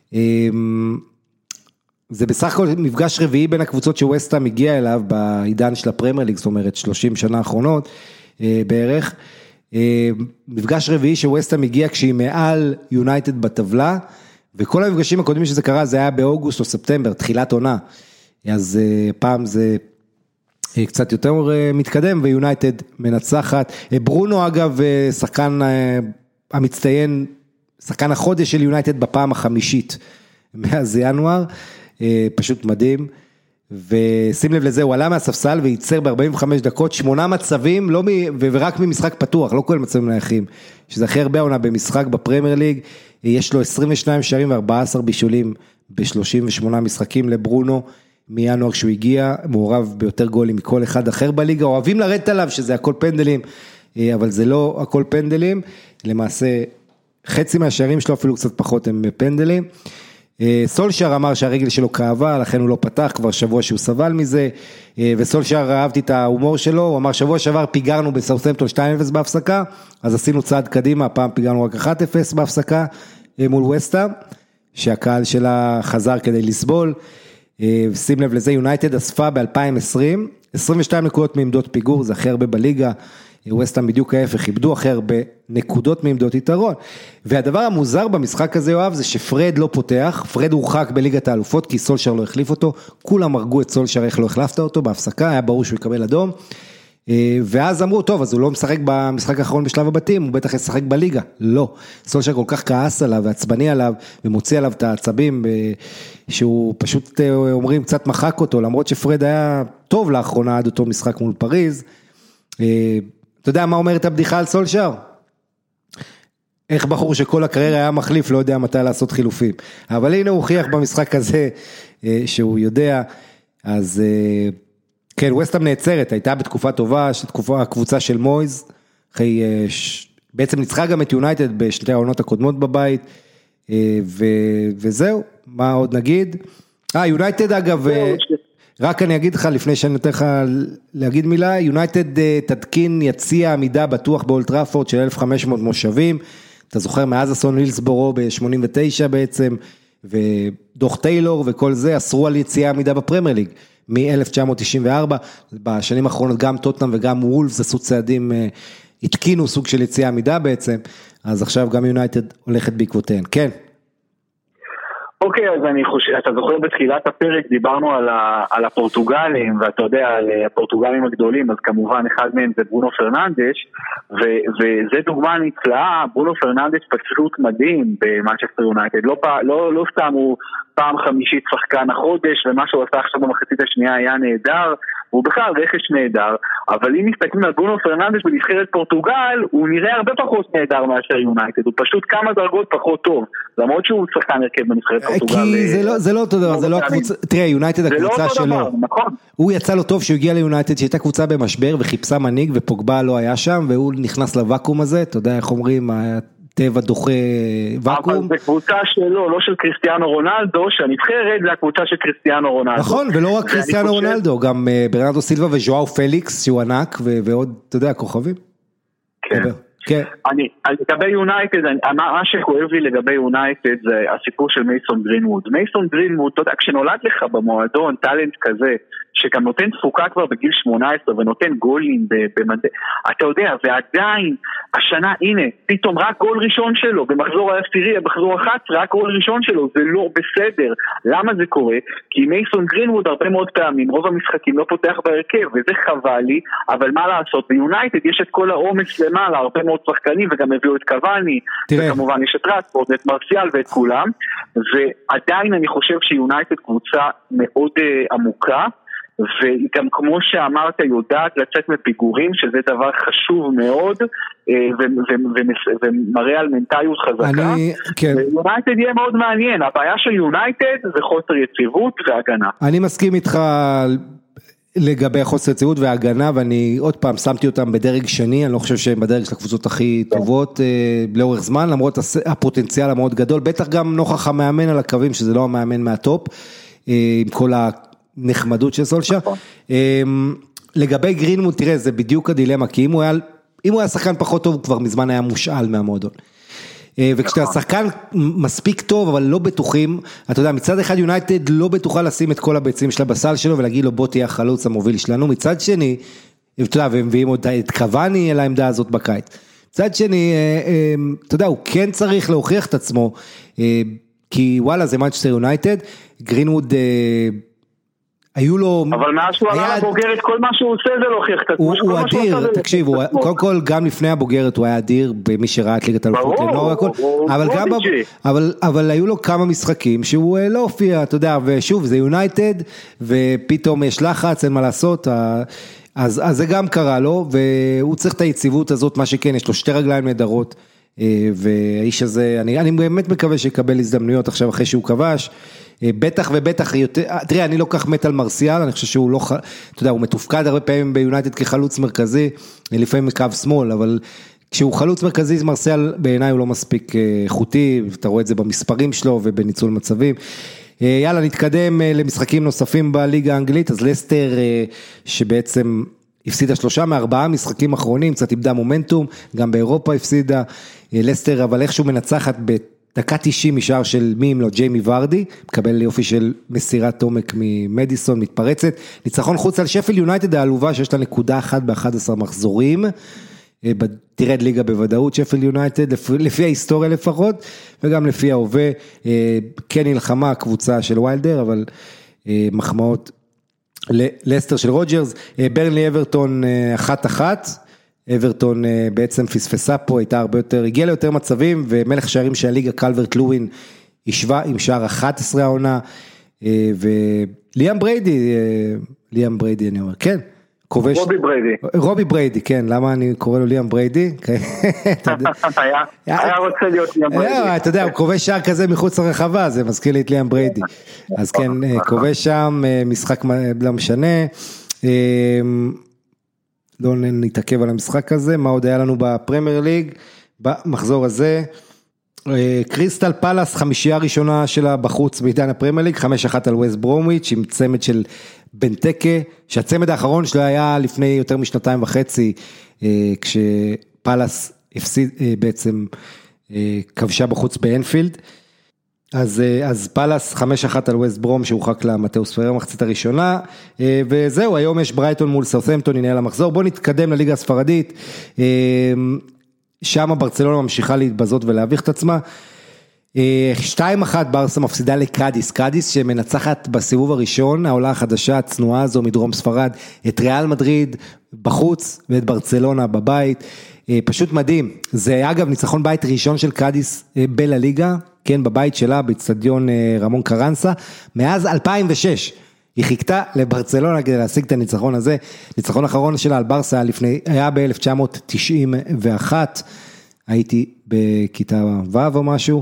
זה בסך הכל מפגש רביעי בין הקבוצות שווסטהאם הגיע אליו בעידן של הפרמייר ליג, זאת אומרת שלושים שנה האחרונות בערך, מפגש רביעי שווסטהאם הגיע כשהיא מעל יונייטד בטבלה, וכל המפגשים הקודמים שזה קרה זה היה באוגוסט או ספטמבר, תחילת עונה, אז פעם זה קצת יותר מתקדם ויונייטד מנצחת, ברונו אגב שחקן המצטיין, שחקן החודש של יונייטד בפעם החמישית מאז ינואר, פשוט מדהים, ושים לב לזה, הוא עלה מהספסל וייצר ב-ארבעים וחמש דקות, שמונה מצבים, לא מ... ורק ממשחק פתוח, לא כל מצבים נייחים, שזה הכי הרבה עונה במשחק בפרמייר ליג, יש לו עשרים ושניים שערים ו-ארבעה עשר בישולים ב-שלושים ושמונה משחקים לברונו, מינואר כשהוא הגיע, מעורב ביותר גולים מכל אחד אחר בליגה, אוהבים לרדת עליו שזה הכל פנדלים, אבל זה לא הכל פנדלים, למעשה חצי מהשערים שלו אפילו קצת פחות הם פנדלים, סולשר אמר שהרגל שלו כאבה, לכן הוא לא פתח, כבר שבוע שהוא סבל מזה, וסולשר אהבתי את ההומור שלו, הוא אמר שבוע שעבר פיגרנו בסאות'המפטון שתיים אפס בהפסקה, אז עשינו צעד קדימה, הפעם פיגרנו רק אחת אפס בהפסקה מול ווסטהאם, שהקהל שלה חזר כדי לסבול, שים לב לזה, יונייטד אספה ב-אלפיים ועשרים, עשרים ושתיים נקודות מעמדות פיגור, זה הכי הרבה בליגה, ווסטהאם בדיוק ההפך, איבדו הכי הרבה נקודות מעמדות יתרון, והדבר המוזר במשחק הזה יואב, זה שפרד לא פותח, פרד הורחק בליגת האלופות, כי סולשר לא החליף אותו, כולם הרגו את סולשר, איך לא החלפת אותו בהפסקה, היה ברור שהוא יקבל אדום, ואז אמרו, טוב, אז הוא לא משחק במשחק האחרון בשלב הבתים, הוא בטח ישחק בליגה, לא, סולשר כל כך כעס עליו, ועצבני עליו, ומוציא עליו את העצבים, שהוא פשוט אומרים, קצת מחק אותו, למרות שפרד היה טוב לאחרונה, עד אותו משחק מול פריז, אתה יודע מה אומרת הבדיחה על סולשר? איך בחור שכל הקריירה היה מחליף, לא יודע מתי לעשות חילופים, אבל הנה הוא הוכיח במשחק הזה, שהוא יודע, אז כן, ווסטהאם נעצרת, הייתה בתקופה טובה, תקופה, הקבוצה של מויז, אחרי, בעצם ניצחה גם את יונייטד בשתי העונות הקודמות בבית, ו, וזהו, מה עוד נגיד? אה, יונייטד אגב, רק אני אגיד לך, לפני שאני נותן לך להגיד מילה, יונייטד תדקין יציע עמידה בטוח באולד טראפורד של אלף וחמש מאות מושבים, אתה זוכר מאז אסון הילסבורו ב-שמונים ותשע בעצם, ודוח טיילור וכל זה, אסרו על יציאה עמידה בפרמייר ליג, מ-אלף תשע מאות תשעים וארבע, בשנים האחרונות גם טוטנהאם וגם וולפס עשו צעדים, התקינו סוג של יציאה עמידה בעצם, אז עכשיו גם יונייטד הולכת בעקבותיהן, כן. אוקיי, אז אני חושב, אתה זוכר בתחילת הפרק דיברנו על, ה, על הפורטוגלים, ואתה יודע, על הפורטוגלים הגדולים, אז כמובן אחד מהם זה ברונו פרננדש, ו, וזה דוגמה נפלאה, ברונו פרננדש פשוט מדהים במנצ'סטר יונייטד, לא, לא, לא סתם הוא פעם חמישית שחקן החודש, ומה שהוא עשה עכשיו במחצית השנייה היה נהדר, הוא בכלל רכש נהדר, אבל אם מסתכלים על ברונו פרננדש בנבחרת פורטוגל, הוא נראה הרבה פחות נהדר מאשר יונייטד, הוא פשוט כמה דרגות פחות טוב, למרות שהוא שחקן הרכב בנבחרת פורטוגל. כי זה לא, זה לא אותו דבר, זה לא הקבוצה, תראה, יונייטד הקבוצה שלו, הוא יצא לו טוב שהוא הגיע ליונייטד, שהייתה קבוצה במשבר וחיפשה מנהיג, ופוגבה לא היה שם, והוא נכנס לוואקום הזה, אתה יודע איך אומרים, טבע דוחה ואקום. אבל זה קבוצה שלו, לא של קריסטיאנו רונלדו, שהנבחרת זה הקבוצה של קריסטיאנו רונלדו. נכון, ולא רק קריסטיאנו רונלדו, גם ברנרדו סילבה וז'ואאו פליקס, שהוא ענק, ועוד, אתה יודע, כוכבים. כן. כן. אני, לגבי יונייטד, מה שכואב לי לגבי יונייטד זה הסיפור של מייסון גרינווד. מייסון גרינווד, אתה יודע, כשנולד לך במועדון טלנט כזה, שגם נותן תפוקה כבר בגיל שמונה עשרה ונותן גולים במדע, אתה יודע, ועדיין השנה, הנה, פתאום רק גול ראשון שלו, במחזור העשירי, במחזור אחת, רק גול ראשון שלו, זה לא בסדר. למה זה קורה? כי מייסון גרינווד הרבה מאוד פעמים, רוב המשחקים לא פותח בהרכב, וזה חבל לי, אבל מה לעשות? ביונייטד יש את כל האומץ למעלה, הרבה מאוד שחקנים, וגם הביאו את קוואני, וכמובן יש את רצפורד, את מרסיאל ואת כולם, ועדיין אני חושב שיונייטד קבוצה מאוד uh, עמוקה, וגם כמו שאמרת יודעת לצאת מפיגורים, שזה דבר חשוב מאוד, ומראה על מנטליות חזקה. יונייטד יהיה מאוד מעניין, הבעיה של יונייטד זה חוסר יציבות והגנה. אני מסכים איתך לגבי חוסר יציבות והגנה, ואני עוד פעם שמתי אותם בדרג שני, אני לא חושב שהם בדרג של הקבוצות הכי טובות לאורך זמן, למרות הפוטנציאל המאוד גדול, בטח גם נוכח המאמן על הקווים, שזה לא המאמן מהטופ, עם כל הנחמדות של סולשר. לגבי גרינווד, תראה, זה בדיוק הדילמה, כי אם הוא היה, אם הוא היה שחקן פחות טוב, הוא כבר מזמן היה מושאל מהמועדון. וכשאתה שחקן מספיק טוב, אבל לא בטוחים, אתה יודע, מצד אחד יונייטד לא בטוחה לשים את כל הביצים שלה בסל שלו, ולהגיד לו בוא תהיה החלוץ המוביל שלנו, מצד שני, אתה יודע, והם מביאים את קוואני אל העמדה הזאת בקיץ, מצד שני, אתה יודע, הוא כן צריך להוכיח את עצמו, כי וואלה, זה מנצ'סטר יונייטד, גרינווד היו לו... אבל מאז שהוא עלה לבוגרת, כל מה שהוא עושה זה להוכיח את עצמו. הוא אדיר, תקשיב, קודם כל גם לפני הבוגרת הוא היה אדיר, במי שראה את ליגת האלופות לנוער והכל, אבל היו לו כמה משחקים שהוא לא הופיע, אתה יודע, ושוב, זה יונייטד, ופתאום יש לחץ, אין מה לעשות, אז זה גם קרה לו, והוא צריך את היציבות הזאת, מה שכן, יש לו שתי רגליים נהדרות, והאיש הזה, אני, אני באמת מקווה שיקבל הזדמנויות עכשיו אחרי שהוא כבש, בטח ובטח יותר, תראה, אני לא כך מת על מרסיאל, אני חושב שהוא לא, אתה יודע, הוא מתופקד הרבה פעמים ביונייטד כחלוץ מרכזי, לפעמים מקו שמאל, אבל כשהוא חלוץ מרכזי, מרסיאל בעיניי הוא לא מספיק איכותי, אתה רואה את זה במספרים שלו ובניצול מצבים. יאללה, נתקדם למשחקים נוספים בליגה האנגלית, אז לסטר שבעצם הפסידה שלושה מארבעה משחקים אחרונים, קצת איבדה מומנטום, גם באירופה הפסידה, לסטר אבל איכשהו מנצחת בדקה תשעים משער של מי אם לא ג'יימי ורדי, מקבל יופי של מסירת עומק ממדיסון, מתפרצת, ניצחון חוץ על שפיל יונייטד העלובה שיש לה נקודה אחת ב-אחד עשר מחזורים, תרד ליגה בוודאות, שפילד יונייטד, לפי ההיסטוריה לפחות, וגם לפי ההווה, כן נלחמה הקבוצה של ויילדר, אבל מחמאות לסטר של רוג'רס, ברנלי אברטון אחת אחת, אברטון בעצם פספסה פה, הייתה הרבה יותר, הגיעה ליותר מצבים, ומלך שערים של הליגה קלברט לואין, ישבה עם שער אחת עשרה העונה, וליאם בריידי, ליאם בריידי אני אומר, כן, כובש, רובי בריידי. רובי בריידי, כן, למה אני קורא לו ליאם בריידי? היה רוצה להיות ליאם בריידי. אתה יודע, הוא כובש שער כזה מחוץ לרחבה, זה מזכיר לי את ליאם בריידי. אז כן, כובש שם, משחק לא משנה, לא נתעכב על המשחק הזה, מה עוד היה לנו בפרמייר ליג, במחזור הזה, קריסטל פלאס, חמישייה ראשונה שלה בחוץ בעידן הפרמייר ליג, חמש אחת על ווסט ברומוויץ' עם צמד של בנטקה, שהצמד האחרון שלו היה לפני יותר משנתיים וחצי, כשפלאס הפסיד בעצם כבשה בחוץ באנפילד, אז, אז פלאס חמש אחת על ווסט ברום שהורחק למטאוס פרר מחצית הראשונה, וזהו, היום יש ברייטון מול סאות'המפטון, הנה על המחזור, בואו נתקדם לליגה הספרדית, שם ברצלונה ממשיכה להתבזות ולהביך את עצמה, שתיים אחת ברסה מפסידה לקאדיס, קאדיס שמנצחת בסיבוב הראשון, העולה החדשה הצנועה הזו מדרום ספרד, את ריאל מדריד בחוץ ואת ברצלונה בבית, פשוט מדהים, זה אגב ניצחון בית ראשון של קאדיס בלליגה, כן, בבית שלה, באצטדיון רמון קרנסה, מאז אלפיים ושש, היא חיכתה לברצלונה כדי להשיג את הניצחון הזה, ניצחון האחרון שלה על ברסה היה, לפני, היה ב-אלף תשע מאות תשעים ואחת, הייתי בכיתה ו' או משהו,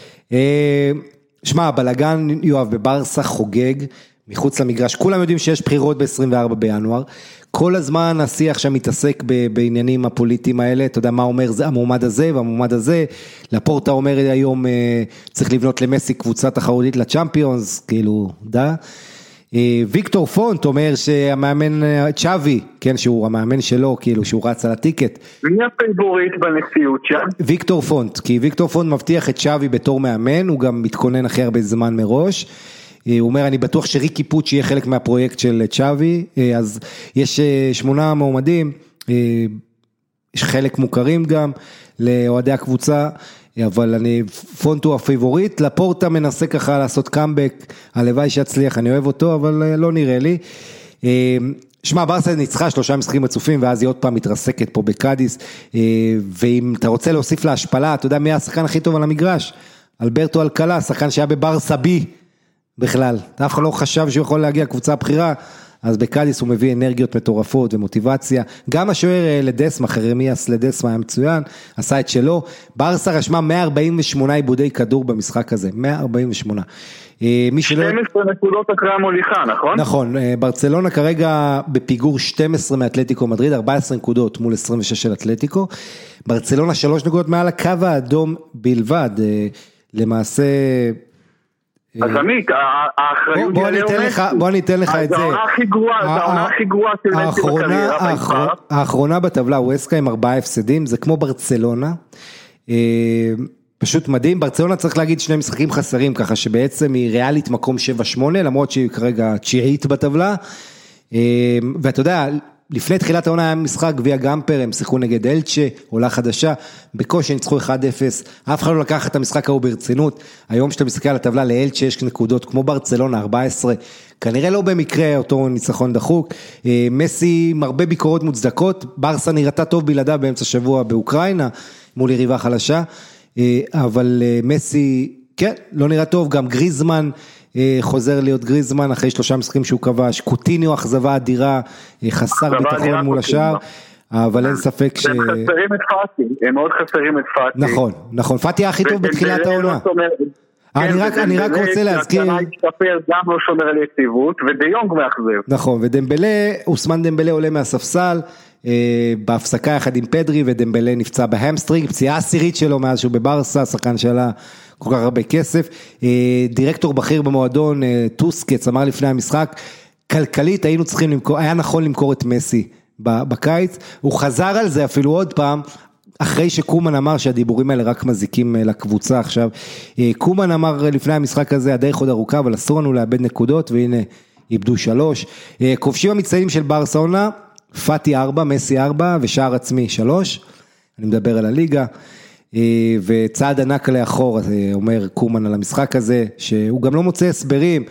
שמע, הבלגן יואב בברסה חוגג, מחוץ למגרש, כולם יודעים שיש בחירות ב-עשרים וארבעה בינואר, כל הזמן השיח שם מתעסק בעניינים הפוליטיים האלה, אתה יודע מה אומר המועמד הזה והמועמד הזה, לפורטה אומר היום צריך לבנות למסי קבוצה תחרותית לצ'אמפיונס, כאילו, דה, ויקטור פונט אומר שהמאמן צ'אבי, כן, שהוא המאמן שלו, כאילו שהוא רץ על הטיקט. מי הפייבוריט בנשיאות שם? ויקטור פונט, כי ויקטור פונט מבטיח את צ'אבי בתור מאמן, הוא גם מתכונן אחרי הרבה זמן מראש, הוא אומר, אני בטוח שריקי פוץ' יהיה חלק מהפרויקט של צ'אבי, אז יש שמונה מועמדים, יש חלק מוכרים גם לאוהדי הקבוצה, אבל אני, פונט הוא הפייבוריט, לפורטה מנסה ככה לעשות קאמבק, הלוואי שיצליח, אני אוהב אותו, אבל לא נראה לי. שמע, ברסה ניצחה שלושה משחקים רצופים, ואז היא עוד פעם מתרסקת פה בקאדיס, ואם אתה רוצה להוסיף להשפלה, אתה יודע מי השחקן הכי טוב על המגרש? אלברטו אלקלה, שחקן שהיה בברסה בי, בכלל, אף אחד לא חשב שהוא יכול להגיע קבוצה הבחירה, אז בקאדיס הוא מביא אנרגיות מטורפות ומוטיבציה, גם השוער לדסמה, חרמיאס לדסמה היה מצוין, עשה את שלו, ברסה רשמה מאה ארבעים ושמונה עיבודי כדור במשחק הזה, מאה ארבעים ושמונה. שתים עשרה נקודות אחרי המוליכה, נכון? נכון, ברצלונה כרגע בפיגור שתים עשרה מאתלטיקו מדריד, ארבע עשרה נקודות מול עשרים ושש של אתלטיקו, ברצלונה שלוש נקודות מעל הקו האדום בלבד, למעשה... אז עמית, האחריות בוא ניתן לך, בוא ניתן לך את זה. זה העונה הכי גרועה, זה העונה הכי גרועה של מסי בקריירה. האחרונה בטבלה, ווסקה עם ארבעה הפסדים, זה כמו ברצלונה, פשוט מדהים, ברצלונה צריך להגיד שני משחקים חסרים, ככה שבעצם היא ריאלית מקום שבע שמונה, למרות שהיא כרגע תשיעית בטבלה, ואתה יודע, לפני תחילת העונה היה משחק גביע גמפר, הם שיחקו נגד אלצ'ה, עולה חדשה, בקושי ניצחו אחד אפס, אף אחד לא לקח את המשחק ההוא ברצינות, היום שאתה מסתכל על הטבלה לאלצ'ה יש נקודות כמו ברצלונה, ארבע עשרה, כנראה לא במקרה אותו ניצחון דחוק, מסי עם הרבה ביקורות מוצדקות, ברסה נראתה טוב בלעדיו באמצע שבוע באוקראינה, מול יריבה חלשה, אבל מסי, כן, לא נראה טוב, גם גריזמן, חוזר להיות גריזמן אחרי שלושה משחקים שהוא כבש, קוטיניו אכזבה אדירה, חסר ביטחון מול השאר, אבל אין ספק ש... הם חסרים את פאטי, הם מאוד חסרים את פאטי. נכון, נכון, פאטי הכי טוב בתחילת העונה. אני רק רוצה להזכיר... גם לא שומר על יציבות, ודיונג מאכזב. נכון, ודמבלה, אוסמן דמבלה עולה מהספסל, בהפסקה יחד עם פדרי, ודמבלה נפצע בהמסטרינג, פציעה עשירית שלו מאז שהוא בברסה, שחקן שלה כל כך הרבה כסף, דירקטור בכיר במועדון, טוסקץ, אמר לפני המשחק, כלכלית היינו צריכים למכור, היה נכון למכור את מסי בקיץ, הוא חזר על זה אפילו עוד פעם, אחרי שקומן אמר שהדיבורים האלה רק מזיקים לקבוצה עכשיו, קומן אמר לפני המשחק הזה, הדרך עוד ארוכה, אבל אסור לנו לאבד נקודות, והנה איבדו שלוש, כובשים המצטיינים של ברסה עונה, פאטי ארבע, מסי ארבע ושער עצמי שלוש, אני מדבר על הליגה, וצעד ענק לאחור, אומר קומן על המשחק הזה, שהוא גם לא מוצא הסברים,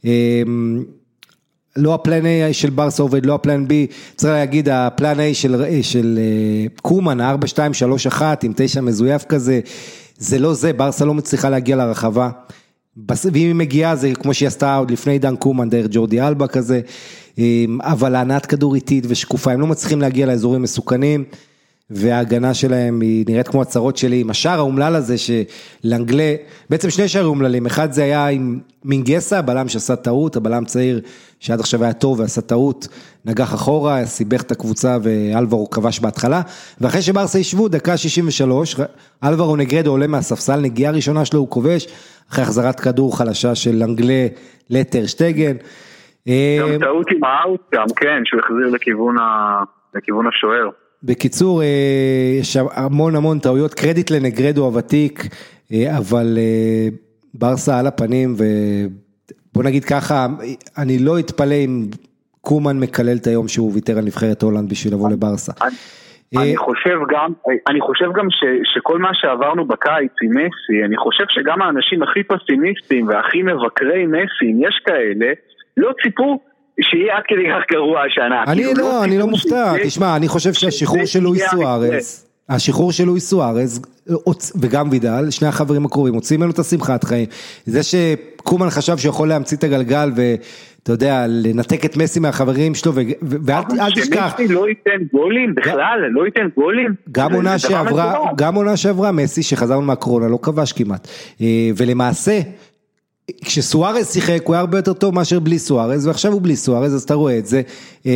לא הפלן A של ברסה עובד, לא הפלן B, צריך להגיד, הפלן A של, של קומן, ארבע שתיים שלוש אחת, עם תשע מזויף כזה, זה לא זה, ברסה לא מצליחה להגיע לרחבה, ואם היא מגיעה, זה כמו שהיא עשתה עוד לפני דן קומן, דרך ג'ורדי אלבה כזה, אבל הענת כדור איטית ושקופה, הם לא מצליחים להגיע לאזורים מסוכנים, וההגנה שלהם היא נראית כמו הצרות שלי, עם השער האומלל הזה שלנגלה, בעצם שני שערים אומללים, אחד זה היה עם מינגסה, הבלם שעשה טעות, הבלם צעיר שעד עכשיו היה טוב ועשה טעות, נגח אחורה, סיבך את הקבוצה ואלברו כבש בהתחלה, ואחרי שברסה ישבו, דקה שישים ושלוש, אלברו נגרדו עולה מהספסל, נגיעה ראשונה שלו הוא כובש, אחרי החזרת כדור חלשה של לנגלה לטר שטגן. גם טעות עם האוט, גם כן, שהוא החזיר לכיוון, ה... לכיוון השוער. בקיצור, יש המון המון טעויות, קרדיט לנגרדו הוותיק, אבל ברסה על הפנים, ובוא נגיד ככה, אני לא אתפלא אם קומן מקלל את היום שהוא ויתר על נבחרת הולנד בשביל לבוא לברסה. אני חושב גם, אני חושב גם ש, שכל מה שעברנו בקיץ עם מסי, אני חושב שגם האנשים הכי פסימיסטים והכי מבקרי מסי, אם יש כאלה, לא ציפו שיהיה עד כדי כך גרוע השנה. אני לא, אני לא מופתע, תשמע, אני חושב שהשחרור של לואיס סוארז, השחרור של לואיס סוארז, וגם וידל, שני החברים הקרובים, הוצאים ממנו את השמחת חיים, זה שקומן חשב שיכול להמציא את הגלגל, ואתה יודע, לנתק את מסי מהחברים שלו, ואל תשכח. שמסי לא ייתן גולים, בכלל, לא ייתן גולים. גם עונה שעברה, מסי שחזרנו מהקורונה, לא כבש כמעט, ולמעשה, כשסוארז שיחק, הוא היה הרבה יותר טוב מאשר בלי סוארז, ועכשיו הוא בלי סוארז, אז אתה רואה את זה.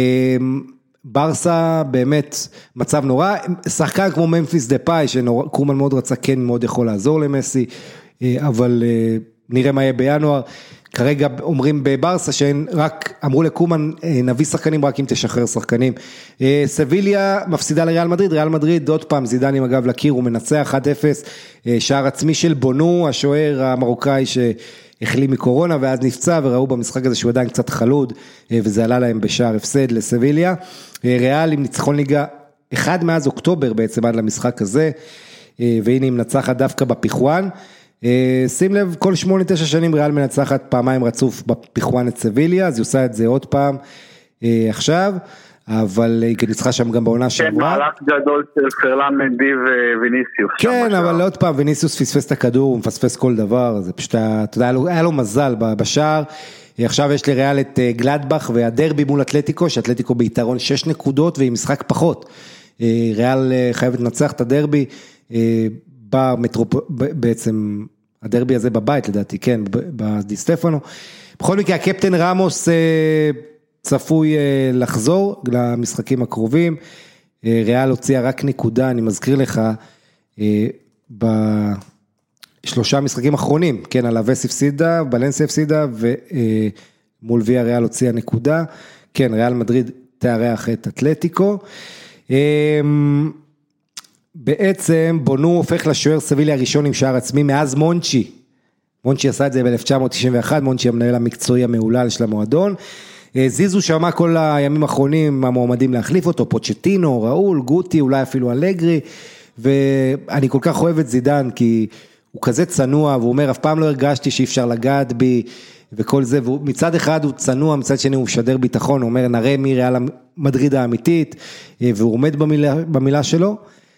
ברסה באמת מצב נורא, שחקן כמו ממפיס דפאי, שקומן מאוד רצה, כן מאוד יכול לעזור למסי, אבל נראה מה יהיה בינואר. כרגע אומרים בברסה, שרק אמרו לקומן, נביא שחקנים רק אם תשחרר שחקנים. סביליה מפסידה לריאל מדריד, ריאל מדריד, עוד פעם, זידן עם הגב לקיר, הוא מנצח אחד אפס, שער עצמי של בונו, השוער המרוקאי שהחלים מקורונה, ואז נפצע, וראו במשחק הזה שהוא עדיין קצת חלוד, וזה עלה להם בשער הפסד לסביליה. ריאל עם ניצחון ליגה, אחד מאז אוקטובר בעצם עד למשחק הזה, והנה היא מנצחת דווקא בפיחואן. שים לב, כל שמונה תשע שנים ריאל מנצחת פעמיים רצוף בפיחואן את סביליה, אז היא עושה את זה עוד פעם עכשיו, אבל היא ניצחה שם גם בעונה שעברה. כן, מהלך גדול של פרלן מנדי וויניסיוס. כן, אבל עוד פעם, ויניסיוס פספס את הכדור, הוא מפספס כל דבר, זה פשוט, אתה יודע, היה לו מזל בשער, עכשיו יש לריאל את גלדבך והדרבי מול אתלטיקו, שאתלטיקו ביתרון שש נקודות והיא משחק פחות. ריאל חייבת לנצח את הדרבי, במטרופ... בעצם הדרבי הזה בבית לדעתי, כן, בדי סטפנו. בכל מקרה, הקפטן רמוס צפוי לחזור למשחקים הקרובים, ריאל הוציאה רק נקודה, אני מזכיר לך, בשלושה משחקים אחרונים, כן, על אבס הפסידה, בלנסיה הפסידה, ומול ויה ריאל הוציאה נקודה, כן, ריאל מדריד תארח את אתלטיקו, בעצם בונו הופך לשוער סביליה הראשון עם שער עצמי מאז מונצ'י, מונצ'י עשה את זה ב-אלף תשע מאות תשעים ואחת, מונצ'י המנהל המקצועי המעולל של המועדון, זיזו שמה כל הימים האחרונים המועמדים להחליף אותו, פוצ'טינו, ראול, גוטי, אולי אפילו אלגרי, ואני כל כך אוהב את זידן, כי הוא כזה צנוע, והוא אומר, אף פעם לא הרגשתי שאי אפשר לגעת בי, וכל זה, ומצד אחד הוא צנוע, מצד שני הוא משדר ביטחון, הוא אומר, נראה מי ריאל מדריד האמיתית, והוא עומד במילה, במילה שלו,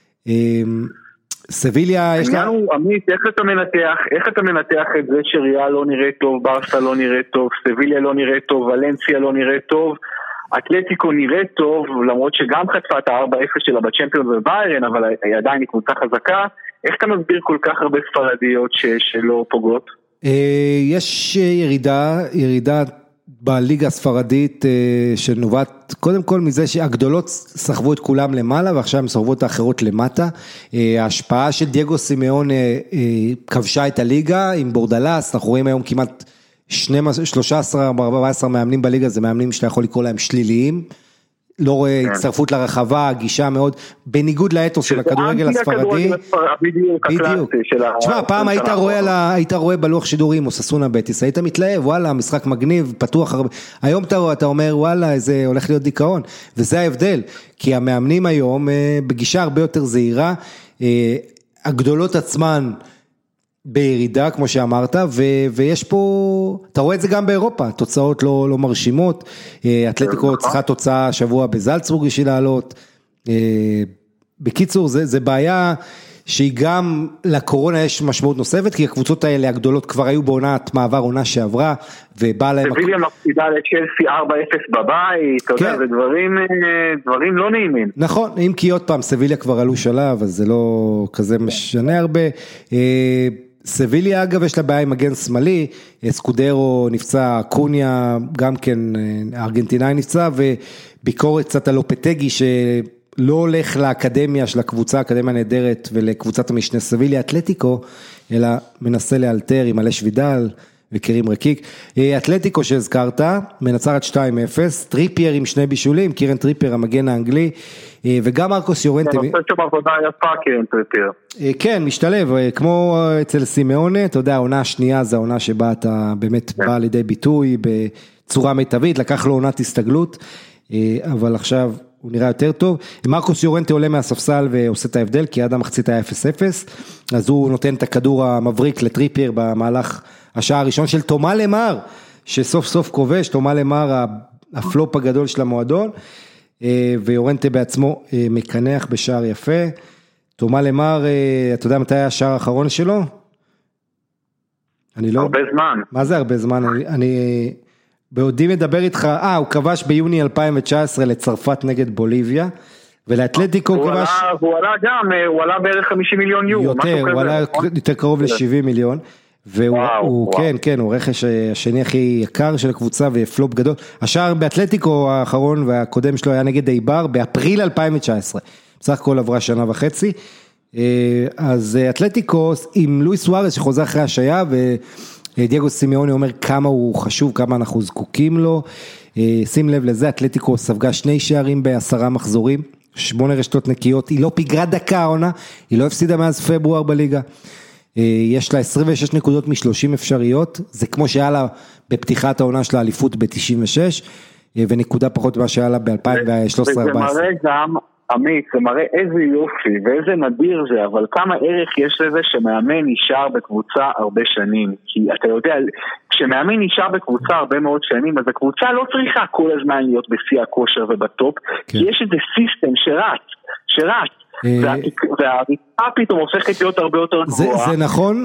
סביליה יש לה... העניין הוא, עמית, איך אתה מנתח, איך אתה מנתח את זה שריאל לא נראה טוב, ברסה לא נראה טוב, סביליה לא נראה טוב, ולנסיה לא נראה טוב, אתלטיקו נראה טוב, למרות שגם חטפה את ה-ארבע אפס שלה בצ'מפיונס וביירן, אבל היא עדיין היא קבוצה חזקה, איך אתה מסביר כל כך הרבה ספרדיות שלא פוגעות? יש ירידה, ירידה בליגה הספרדית שנובעת קודם כל מזה שהגדולות סחבו את כולם למעלה ועכשיו הם סחבו את האחרות למטה, ההשפעה של דייגו סימאון כבשה את הליגה עם בורדלס, אנחנו רואים היום כמעט שלושה עשר ארבע עשרה מאמנים בליגה, זה מאמנים שאתה יכול לקרוא להם שליליים, לא רואה הצטרפות לרחבה, גישה מאוד, בניגוד לאתוס של הכדורגל הספרדי. בדיוק. תשמע, פעם היית רואה בלוח שידורים, אוססונה בטיס, היית מתלהב, וואלה, משחק מגניב, פתוח הרבה. היום אתה אומר, וואלה, זה הולך להיות דיכאון, וזה ההבדל, כי המאמנים היום, בגישה הרבה יותר זהירה, הגדולות עצמן, בירידה, כמו שאמרת, ו- ויש פה, אתה רואה את זה גם באירופה, תוצאות לא, לא מרשימות, אתלטיקו צריכה תוצאה שבוע בזלצבורג בשביל לעלות, בקיצור, זה, זה בעיה שהיא גם לקורונה יש משמעות נוספת, כי הקבוצות האלה הגדולות כבר היו בעונת מעבר עונה שעברה, ובא להם... סביליה מפסידה לצ'לסי ארבע אפס בבית, אתה יודע, זה דברים, דברים לא נעימים. נכון, אם כי עוד פעם, סביליה כבר עלו שלב, אז זה לא כזה משנה הרבה, סביליה אגב יש לה בעיה עם מגן שמאלי, סקודרו נפצע, קוניה גם כן, ארגנטינאי נפצע, וביקורת קצת על לופטגי שלא הולך לאקדמיה של הקבוצה, אקדמיה נהדרת, ולקבוצת המשנה סביליה אתלטיקו, אלא מנסה לאלתר עם אלש וידל וקרים רקיק. אתלטיקו שהזכרת, מנצחת שתיים אפס, טריפייר עם שני בישולים, קירן טריפייר המגן האנגלי, וגם מרקוס יורנטה. אני חושב שבעבודה יפה קירן טריפייר. כן, משתלב, כמו אצל סימאונה, אתה יודע, העונה השנייה זה העונה שבה אתה באמת בא לידי ביטוי בצורה מיטבית, לקח לו עונת הסתגלות, אבל עכשיו הוא נראה יותר טוב. מרקוס יורנטה עולה מהספסל ועושה את ההבדל, כי עד המחצית היה אפס אפס, אז הוא נותן את הכדור המבריק לטריפייר במהלך השעה הראשון של תומה למר, שסוף סוף כובש, תומה למר הפלופ הגדול של המועדון, ויורנטה בעצמו מקנח בשער יפה. תומה למר, אתה יודע מתי היה השער האחרון שלו? אני לא... הרבה זמן. מה זה הרבה זמן? אני, אני בעודי מדבר איתך, אה, הוא כבש ביוני אלפיים תשע עשרה לצרפת נגד בוליביה, ולאתלטיקו הוא כבש... הוא עלה גם, הוא עלה בערך חמישים מיליון יורו. יותר, הוא עלה יותר קרוב ל-שבעים מיליון. והוא, הוא, כן, כן, הוא רכש השני הכי יקר של הקבוצה ופלופ גדול. השער באתלטיקו האחרון והקודם שלו היה נגד איבר באפריל אלפיים תשע עשרה. בסך הכל עברה שנה וחצי. אז אתלטיקו עם לואיס סוארז שחוזר אחרי השעיה, ודייגו סימיוני אומר כמה הוא חשוב, כמה אנחנו זקוקים לו. שים לב לזה, אתלטיקו ספגה שני שערים בעשרה מחזורים, שמונה רשתות נקיות, היא לא פיגרה דקה העונה, היא לא הפסידה מאז פברואר בליגה. יש לה עשרים ושש נקודות מ-שלושים אפשריות, זה כמו שהיה לה בפתיחת העונה של האליפות ב-תשעים ושש, ונקודה פחות מה שהיה לה ב-אלפיים ושלוש עשרה ארבע עשרה. וזה מראה גם, עמית, זה מראה איזה יופי ואיזה נדיר זה, אבל כמה ערך יש לזה שמאמן נשאר בקבוצה הרבה שנים, כי אתה יודע, כשמאמן נשאר בקבוצה הרבה מאוד שנים, אז הקבוצה לא צריכה כל הזמן להיות בשיא הכושר ובטופ, כי יש איזה סיסטם שרץ, שרץ, והריצה פתאום הופכת להיות הרבה יותר גבוהה. זה נכון.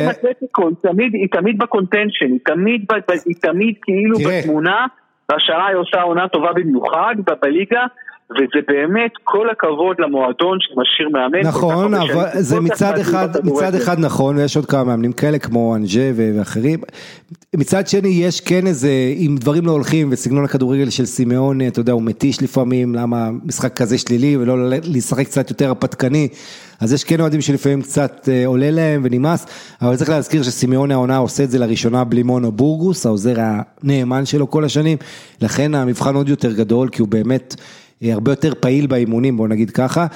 היא תמיד בקונטנשן, היא תמיד כאילו בתמונה, והשעה היא עושה עונה טובה במיוחד בליגה, וזה באמת כל הכבוד למועדון שמשאיר מאמן. נכון, אבל זה מצד אחד, מצד אחד נכון, ויש עוד כמה מאמנים כאלה כמו אנג'ה ואחרים. מצד שני יש כן איזה, אם דברים לא הולכים, וסגנון הכדורגל של סימאון, אתה יודע, הוא מתיש לפעמים, למה משחק כזה שלילי, ולא לשחק קצת יותר הפתקני, אז יש כן אוהדים שלפעמים קצת עולה להם ונמאס, אבל צריך להזכיר שסימאון העונה עושה את זה לראשונה בלי מונו בורגוס, העוזר הנאמן שלו כל השנים, לכן המבחן עוד יותר גדול, כי הוא באמת הרבה יותר פעיל באימונים, בוא נגיד ככה,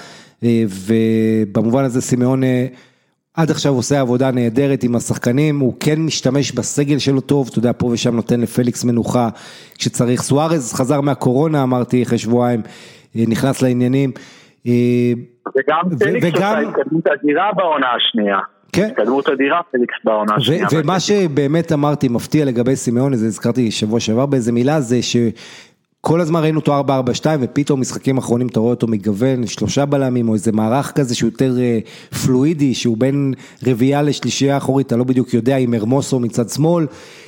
ובמובן הזה סימאון עד עכשיו עושה עבודה נהדרת עם השחקנים, הוא כן משתמש בסגל שלו טוב, אתה יודע, פה ושם נותן לפליקס מנוחה, כשצריך. סוארז חזר מהקורונה, אמרתי, אחרי שבועיים, נכנס לעניינים. וגם פליקס עושה התקדמות אדירה בעונה השנייה. כן. התקדמות אדירה פליקס בעונה השנייה. ומה שבאמת אמרתי, מפתיע לגבי סימאון, זה הזכרתי שבוע שעבר באיזה מילה, זה ש... כל הזמן ראינו אותו ארבע ארבע שתיים, ופתאום משחקים אחרונים אתה רואה אותו מגוון, שלושה בלמים, או איזה מערך כזה שהוא יותר פלואידי, שהוא בין רביעייה לשלישייה אחורית, אתה לא בדיוק יודע אם הרמוסו מצד שמאל,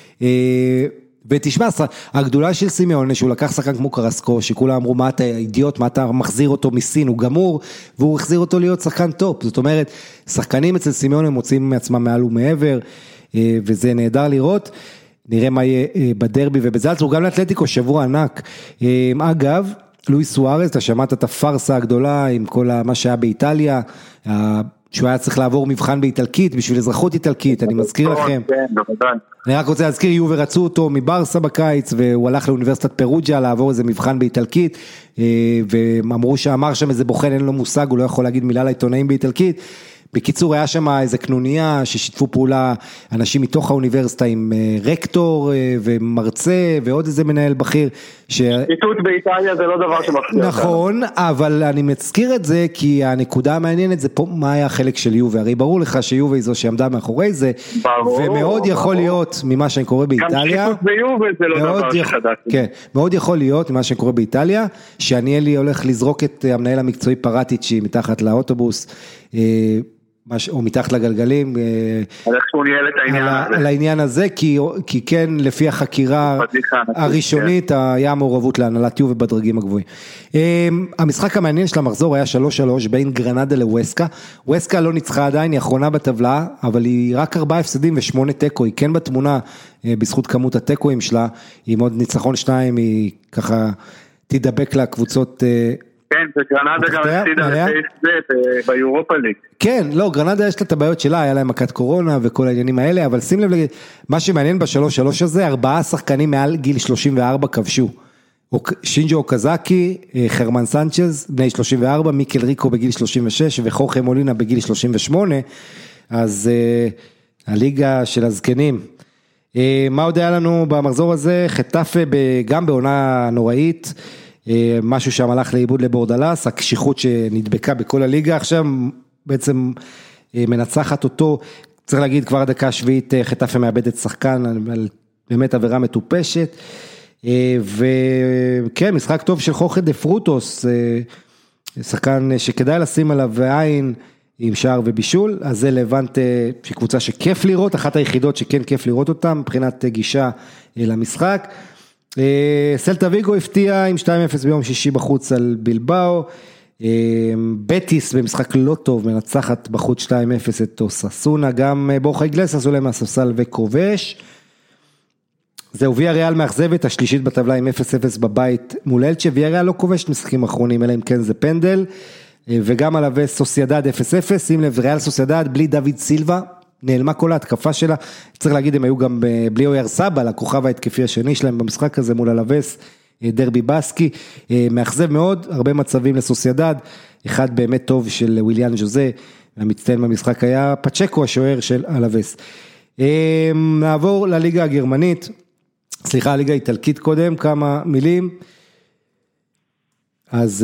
ותשמע, הגדולה של סימאון, שהוא לקח שחקן כמו קרסקו, שכולם אמרו, מה אתה אידיוט, מה אתה מחזיר אותו מסין, הוא גמור, והוא החזיר אותו להיות שחקן טופ, זאת אומרת, שחקנים אצל סימאון הם מוצאים מעצמם מעל ומעבר, וזה נהדר לראות, נראה מה יהיה בדרבי ובזלצבורג, גם לאתלטיקו שבוע ענק. אגב, לואיס סוארז, אתה שמעת את הפרסה הגדולה עם כל מה שהיה באיטליה, שהוא היה צריך לעבור מבחן באיטלקית, בשביל אזרחות איטלקית, אני מזכיר לכם. אני רק רוצה להזכיר, יובה רצו אותו מברסה בקיץ, והוא הלך לאוניברסיטת פירוג'ה, לעבור איזה מבחן באיטלקית, ואמרו שאמר שם איזה בוחן, אין לו מושג, הוא לא יכול להגיד מילה לעיתונאים באיטלקית. בקיצור, היה שם איזה קנוניה, ששיתפו פעולה אנשים מתוך האוניברסיטה, עם רקטור ומרצה, ועוד איזה מנהל בכיר. שיטוט באיטליה זה לא דבר שמפתיע. נכון, אבל אני מזכיר את זה, כי הנקודה המעניינת זה פה, מה היה החלק של יובה, הרי ברור לך שיובה היא זו שעמדה מאחורי זה, ומאוד יכול להיות, ממה שאני קורא באיטליה, גם שיטוט ביובה זה לא דבר שחדש. כן, מאוד יכול להיות, ממה שאני קורא באיטליה, שעניאלי הולך לזרוק את המנהל המקצועי פרטיצ'י, מתחת לאוטובוס, או מתחת לגלגלים, על העניין הזה, כי כן, לפי החקירה הראשונית, היה מעורבות להנהלת יובה בדרגים הגבוהים. המשחק המעניין של המחזור היה שלוש שלוש בין גרנדה לווסקה, ווסקה לא ניצחה עדיין, היא האחרונה בטבלה, אבל היא רק ארבעה הפסדים ושמונה טקו, היא כן בתמונה, בזכות כמות הטקואים שלה, עם עוד ניצחון שניים, היא ככה תדבק לה קבוצות, כן, וגרנדה גם הפסידה ביורופה ליג. כן, לא, גרנדה יש לה את הבעיות שלה, היה להם מכת קורונה וכל העניינים האלה, אבל שים לב, מה שמעניין בשלוש שלוש הזה, ארבעה שחקנים מעל גיל שלושים וארבע כבשו. שינג'ו אוקזקי, חרמן סנצ'ז, בני שלושים וארבע, מיקל ריקו בגיל שלושים ושש, וחוכם מולינה בגיל שלושים ושמונה, אז הליגה של הזקנים. מה עוד היה לנו במחזור הזה? חטאפה גם בעונה נוראית, משהו שם הלך לאיבוד לבורדלס, הקשיחות שנדבקה בכל הליגה, עכשיו בעצם מנצחת אותו, צריך להגיד כבר דקה השביעית, חטאפה מאבדת שחקן, באמת עבירה מטופשת, וכן, משחק טוב של חוכד דה פרוטוס, שחקן שכדאי לשים עליו עין, עם שער ובישול, אז זה לבנט שקבוצה שכיף לראות, אחת היחידות שכן כיף לראות אותם, מבחינת גישה למשחק, סלטה ויגו הפתיע עם שתיים אפס ביום שישי בחוץ על בילבאו, בטיס במשחק לא טוב, מנצחת בחוץ שתיים אפס את אוססונה, גם בורחה איגלסס עולה מהספסל וכובש, זהו ויה ריאל מאכזבת, השלישית בטבלה עם אפס אפס בבית מול אלצ'ה, ויה ריאל לא כובשת משחקים אחרונים, אלא אם כן זה פנדל, וגם על הווה סוסיידד אפס אפס, שים לב ריאל סוסיידד בלי דוד סילבה, נעלמה כל ההתקפה שלה, צריך להגיד, הם היו גם בלי אויר סבא, לכוכב ההתקפי השני שלהם במשחק הזה מול הלווס, דרבי בסקי, מאכזב מאוד, הרבה מצבים לסוסיידד, אחד באמת טוב של וויליאן ז'וזה, המצטיין במשחק היה פצ'קו, השוער של הלווס. נעבור לליגה הגרמנית, סליחה, הליגה האיטלקית קודם, כמה מילים, אז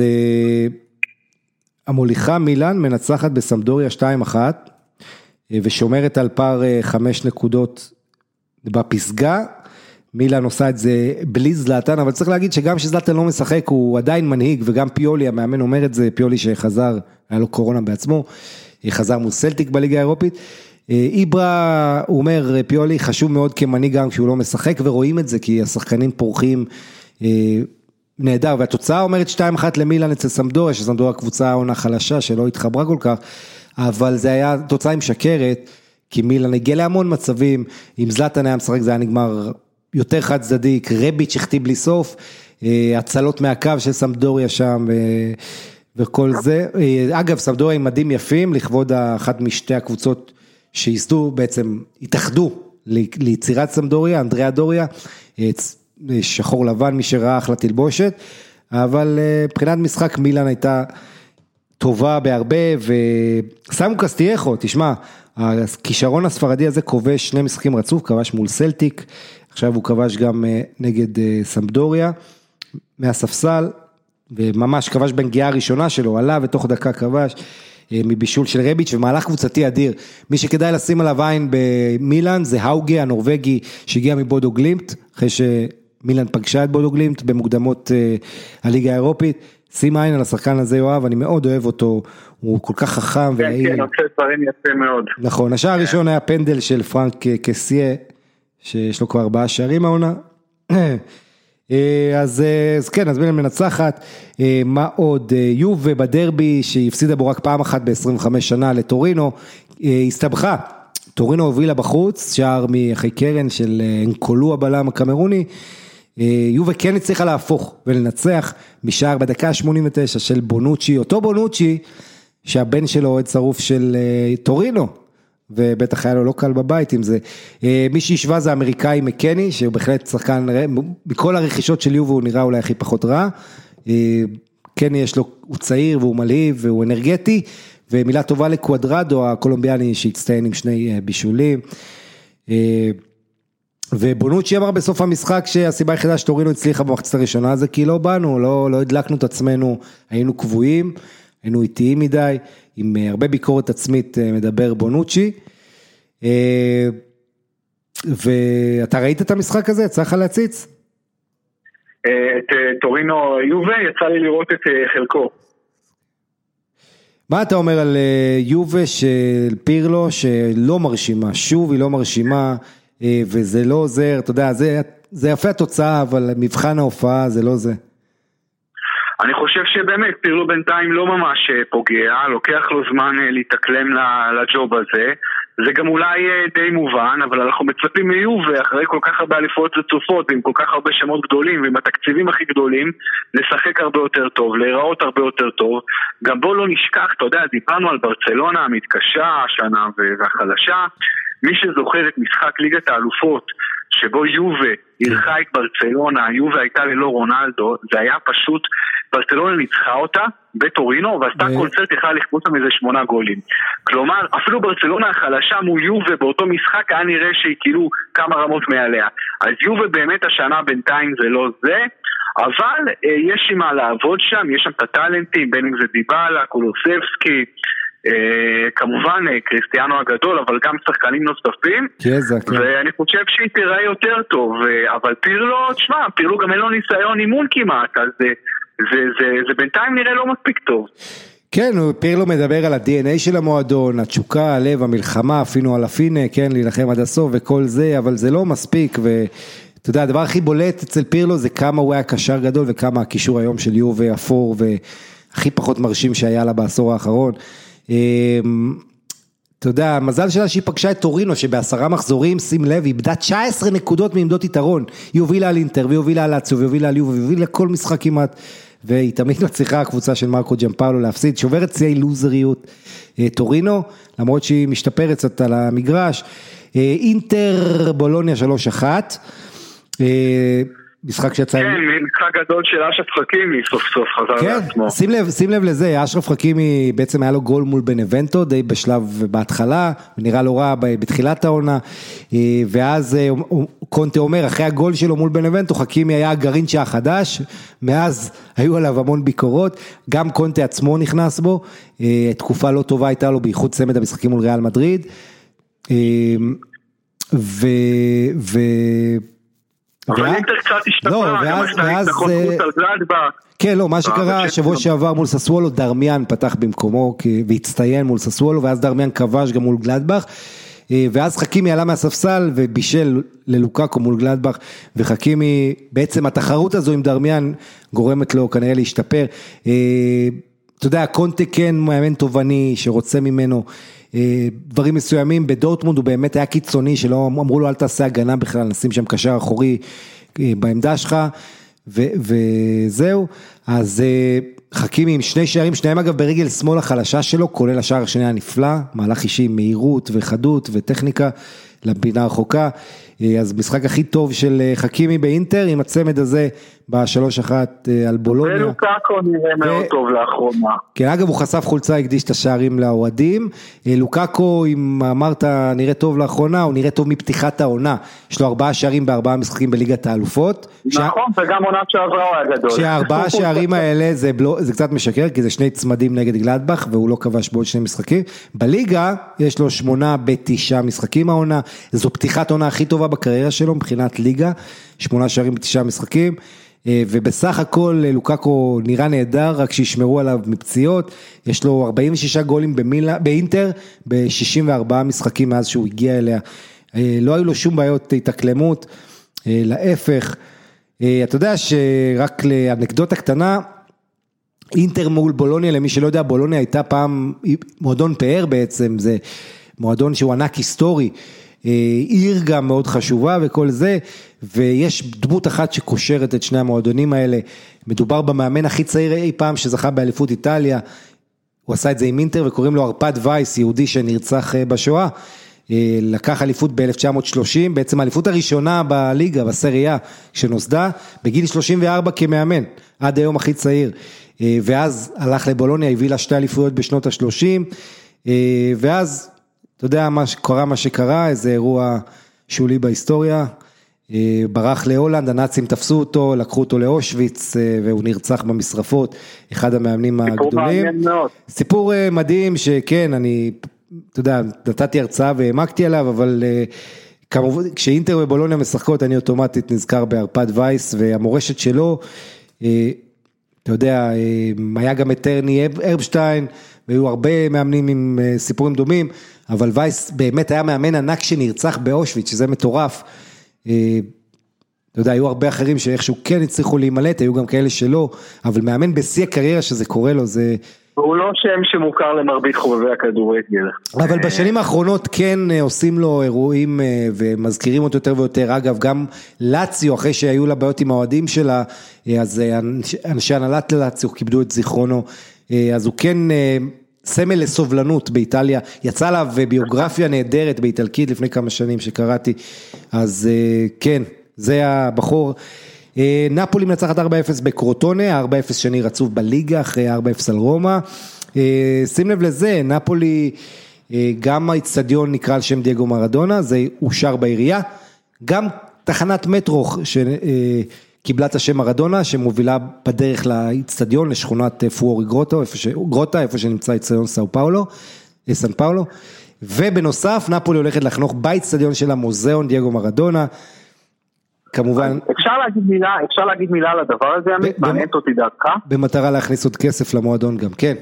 המוליכה מילאן מנצחת בסמדוריה שתיים אחת, ושומרת על פער חמש נקודות בפסגה, מילאן עושה את זה בלי זלטן, אבל צריך להגיד שגם שזלטן לא משחק, הוא עדיין מנהיג, וגם פיולי, המאמן אומר את זה, פיולי שחזר, היה לו קורונה בעצמו, חזר מול סלטיק בליגה האירופית, איברה, הוא אומר, פיולי חשוב מאוד כמנהיג גם כשהוא לא משחק, ורואים את זה, כי השחקנים פורחים נהדר, והתוצאה אומרת שתיים אחת למילאן אצל סמדוריה, שסמדוריה קבוצה עונה חלשה, שלא התחברה כל כך, אבל זה היה תוצאה עם שקרת, כי מילאן הגיע להמון מצבים, אם זלטן היה משחק זה היה נגמר יותר חד צדדי, רביץ' החטיא בלי סוף, הצלות מהקו של סמדוריה שם, וכל זה, אגב סמדוריה עם מדים יפים, לכבוד אחת משתי הקבוצות שיסדו, בעצם התאחדו ליצירת סמדוריה, אנדריה דוריה, שחור לבן מי שראה אחלה תלבושת, אבל מבחינת משחק מילאן הייתה טובה בהרבה, וסמו קסטייחו, תשמע, הכישרון הספרדי הזה כובש שני משחקים רצוף, כבש מול סלטיק, עכשיו הוא כבש גם נגד סמדוריה, מהספסל, וממש כבש בנגיעה הראשונה שלו, עלה ותוך דקה כבש, מבישול של רביץ' ומהלך קבוצתי אדיר, מי שכדאי לשים עליו עין במילאן, זה האוגה הנורווגי, שהגיע מבודו גלימט, אחרי שמילאן פגשה את בודו גלימט, במוקדמות הליגה האירופית, שים עין על השחקן הזה יואב, אני מאוד אוהב אותו, הוא כל כך חכם ונעים. כן, עושה דברים יפה מאוד. נכון, השער הראשון היה פנדל של פרנק קסיה, שיש לו כבר ארבעה שערים העונה. אז, אז כן, אז מילאן מנצחת, מה עוד, יובה בדרבי, שהפסידה בו רק פעם אחת ב-עשרים וחמש שנה לטורינו, הסתבכה, טורינו הובילה בחוץ, שער מאחי קרן של אנקולו הבלם הקמרוני, יובה כן הצליחה להפוך ולנצח משער בדקה ה-שמונים ותשע של בונוצ'י, אותו בונוצ'י שהבן שלו אוהד שרוף של טורינו, ובטח היה לו לא קל בבית עם זה. מי שישווה זה האמריקאי מקני, שהוא בהחלט שחקן, מכל הרכישות של יובה הוא נראה אולי הכי פחות רע, קני יש לו, הוא צעיר והוא מלהיב והוא אנרגטי, ומילה טובה לקואדרדו, הקולומביאני שהצטיין עם שני בישולים, ובונוצ'י אמר בסוף המשחק שהסיבה היחידה שטורינו הצליחה במחצית הראשונה זה כי לא באנו, לא, לא הדלקנו את עצמנו, היינו קבועים, היינו איטיים מדי, עם הרבה ביקורת עצמית מדבר בונוצ'י, ואתה ראית את המשחק הזה? יצא לך להציץ? את טורינו יובה, יצא לי לראות את חלקו. מה אתה אומר על יובה של פירלו שלא מרשימה, שוב היא לא מרשימה, וזה לא עוזר, אתה יודע, זה, זה יפה התוצאה, אבל מבחן ההופעה זה לא זה. אני חושב שבאמת פירלו בינתיים לא ממש פוגע, לוקח לו זמן להתאקלם לג'וב הזה, זה גם אולי די מובן, אבל אנחנו מצפים מיובה אחרי כל כך הרבה אליפויות רצופות, עם כל כך הרבה שמות גדולים, ועם התקציבים הכי גדולים, לשחק הרבה יותר טוב, להיראות הרבה יותר טוב, גם בוא לא נשכח, אתה יודע, דיברנו על ברצלונה המתקשה השנה והחלשה, מי שזוכר את משחק ליגת האלופות, שבו יובה הלכה את ברצלונה, יובה הייתה ללא רונלדו, זה היה פשוט, ברצלונה ניצחה אותה בטורינו, ועשתה קונצרט יכלה לכבוש שם איזה שמונה גולים. כלומר, אפילו ברצלונה החלשה מול יובה באותו משחק, היה נראה שהיא כאילו כמה רמות מעליה. אז יובה באמת השנה בינתיים זה לא זה, אבל אה, יש עם מה לעבוד שם, יש שם את הטלנטים, בין אם זה דיבאלה, קולוסבסקי, Uh, כמובן קריסטיאנו הגדול, אבל גם שחקנים נוספים, ואני חושב שהיא תראה יותר טוב, אבל פירלו, תשמע, פירלו גם אין לו ניסיון אימון כמעט, אז זה, זה, זה, זה בינתיים נראה לא מספיק טוב. כן, פירלו מדבר על ה-די אן איי של המועדון, התשוקה, הלב, המלחמה, אפילו על הפינה, כן, להילחם עד הסוף וכל זה, אבל זה לא מספיק, ואתה יודע, הדבר הכי בולט אצל פירלו זה כמה הוא היה קשר גדול, וכמה הקישור היום של יובה אפור, והכי פחות מרשים שהיה לה בעשור האחרון. אתה יודע, המזל שלה שהיא פגשה את טורינו, שבעשרה מחזורים, שים לב, היא איבדה תשע עשרה נקודות מעמדות יתרון, היא הובילה על אינטר, והיא הובילה על אציו, והיא הובילה על יובה, והיא הובילה כל משחק כמעט, והיא תמיד מצליחה הקבוצה של מרקו ג'מפאולו להפסיד, שוברת שיאי לוזריות טורינו, למרות שהיא משתפרת קצת על המגרש, אינטר בולוניה שלוש אחת, משחק שיצא... כן, משחק גדול של אשרף חכימי, סוף סוף חזר לעצמו. כן, שים לב, שים לב לזה, אשרף חכימי בעצם היה לו גול מול בנבנטו, די בשלב בהתחלה, ונראה לא רע בתחילת העונה, ואז קונטה אומר, אחרי הגול שלו מול בנבנטו, חכימי היה הגרינצ'ה החדש, מאז היו עליו המון ביקורות, גם קונטה עצמו נכנס בו, תקופה לא טובה הייתה לו, בייחוד צמד המשחקים מול ריאל מדריד, ו... ו... אבל אינטר קצת השתפרה, גם עשתה התנחות חוץ על גלאדבך. כן, לא, מה שקרה, שבוע שעבר מול ססוולו, דרמיאן פתח במקומו, והצטיין מול ססוולו, ואז דרמיאן כבש גם מול גלאדבך, ואז חכימי עלה מהספסל, ובישל ללוקאקו מול גלאדבך, וחכימי, בעצם התחרות הזו עם דרמיאן, גורמת לו כנראה להשתפר. אתה יודע, קונטה כן מאמן תובעני, שרוצה ממנו, דברים מסוימים, בדורטמונד הוא באמת היה קיצוני, שלא אמרו לו אל תעשה הגנה בכלל, נשים שם קשר אחורי בעמדה שלך, וזהו, אז חכימי עם שני שערים, שניים אגב ברגל שמאל החלשה שלו, כולל השער השני הנפלא, מהלך אישי, מהירות וחדות וטכניקה, לפינה רחוקה, אז משחק הכי טוב של חכימי באינטר, עם הצמד הזה בשלוש אחת על בולוניה. ולוקאקו נראה מאוד טוב לאחרונה. כן, אגב הוא חשף חולצה, הקדיש את השערים לאוהדים, לוקאקו, אם אמרת נראה טוב לאחרונה, הוא נראה טוב מפתיחת העונה, יש לו ארבעה שערים בארבעה משחקים בליגת האלופות. נכון, וגם עונת שעברה הוא היה גדול. שהארבעה שערים האלה זה, זה קצת משקר, כי זה שני צמדים נגד גלאדבך, והוא לא כבש בעוד שני משחקים. בליגה יש לו שמונה בתשעה משחקים העונה, זו פתיחת העונה הכי טובה בקריירה שלו, מבחינת ליגה, שמונה שערים בתשעה משחקים, ובסך הכל לוקאקו נראה נהדר, רק שישמרו עליו מפציעות, יש לו ארבעים ושישה גולים במילה, באינטר, ב-שישים וארבעה משחקים מאז שהוא הגיע אליה, לא היו לו שום בעיות התאקלמות, להפך, אתה יודע שרק לאנקדוטה קטנה, אינטר מול בולוניה, למי שלא יודע, בולוניה הייתה פעם מועדון פאר בעצם, זה מועדון שהוא ענק היסטורי, עיר גם מאוד חשובה וכל זה, ויש דמות אחת שקושרת את שני המועדונים האלה, מדובר במאמן הכי צעיר אי פעם שזכה באליפות איטליה, הוא עשה את זה עם אינטר, וקוראים לו ארפד וייס, יהודי שנרצח בשואה, לקח אליפות ב-אלף תשע מאות שלושים, בעצם האליפות הראשונה בליגה, בסריה, שנוסדה, בגיל שלושים וארבע כמאמן, עד היום הכי צעיר, ואז הלך לבולוניה, הביא לה שתי אליפויות בשנות ה-שלושים, ואז, אתה יודע, מה, קרה מה שקרה, איזה אירוע שולי בהיסטוריה, ברח להולנד, הנאצים תפסו אותו, לקחו אותו לאושוויץ, והוא נרצח במשרפות, אחד המאמנים הגדולים. סיפור מדהים שכן, אני, אתה יודע, נתתי הרצאה והעמקתי עליו, אבל כמובן, כשאינטר ובולוניה משחקות, אני אוטומטית נזכר בארפד וייס, והמורשת שלו, אתה יודע, היה גם את טרני ארבשטיין, והיו הרבה מאמנים עם סיפורים דומים, אבל וייס באמת היה מאמן ענק שנרצח באושוויץ, שזה מטורף. אתה יודע, היו הרבה אחרים שאיכשהו כן הצליחו להימלט, היו גם כאלה שלא, אבל מאמן בשיא הקריירה שזה קורה לו, זה... הוא לא שם שמוכר למרבית חובבי הכדורגל. אבל בשנים האחרונות כן עושים לו אירועים ומזכירים אותו יותר ויותר. אגב, גם לאציו, אחרי שהיו לה בעיות עם האוהדים שלה, אז אנשי הנהלת לאציו כיבדו את זיכרונו, אז הוא כן סמל לסובלנות באיטליה, יצא לה ביוגרפיה נהדרת באיטלקית לפני כמה שנים שקראתי, אז כן, זה הבחור. נפולי מנצחת ארבע אפס בקרוטונה, ארבע אפס שני רצוף בליגה, אחרי ארבע אפס על רומא. שים לב לזה, נפולי, גם האצטדיון נקרא על שם דייגו מרדונה, זה אושר בעירייה, גם תחנת מטרו שקיבלה את השם מרדונה, שמובילה בדרך לאצטדיון, לשכונת פוארי גרוטה, איפה, ש... גרוטה, איפה שנמצא אצטדיון סאו פאולו, סן פאולו, ובנוסף, נפולי הולכת לחנוך באצטדיון של המוזיאון דייגו מרדונה, כמובן... אפשר להגיד מילה, אפשר להגיד מילה על הדבר הזה, מעניינת אותי דעתך? במטרה להכניס עוד כסף למועדון גם, כן.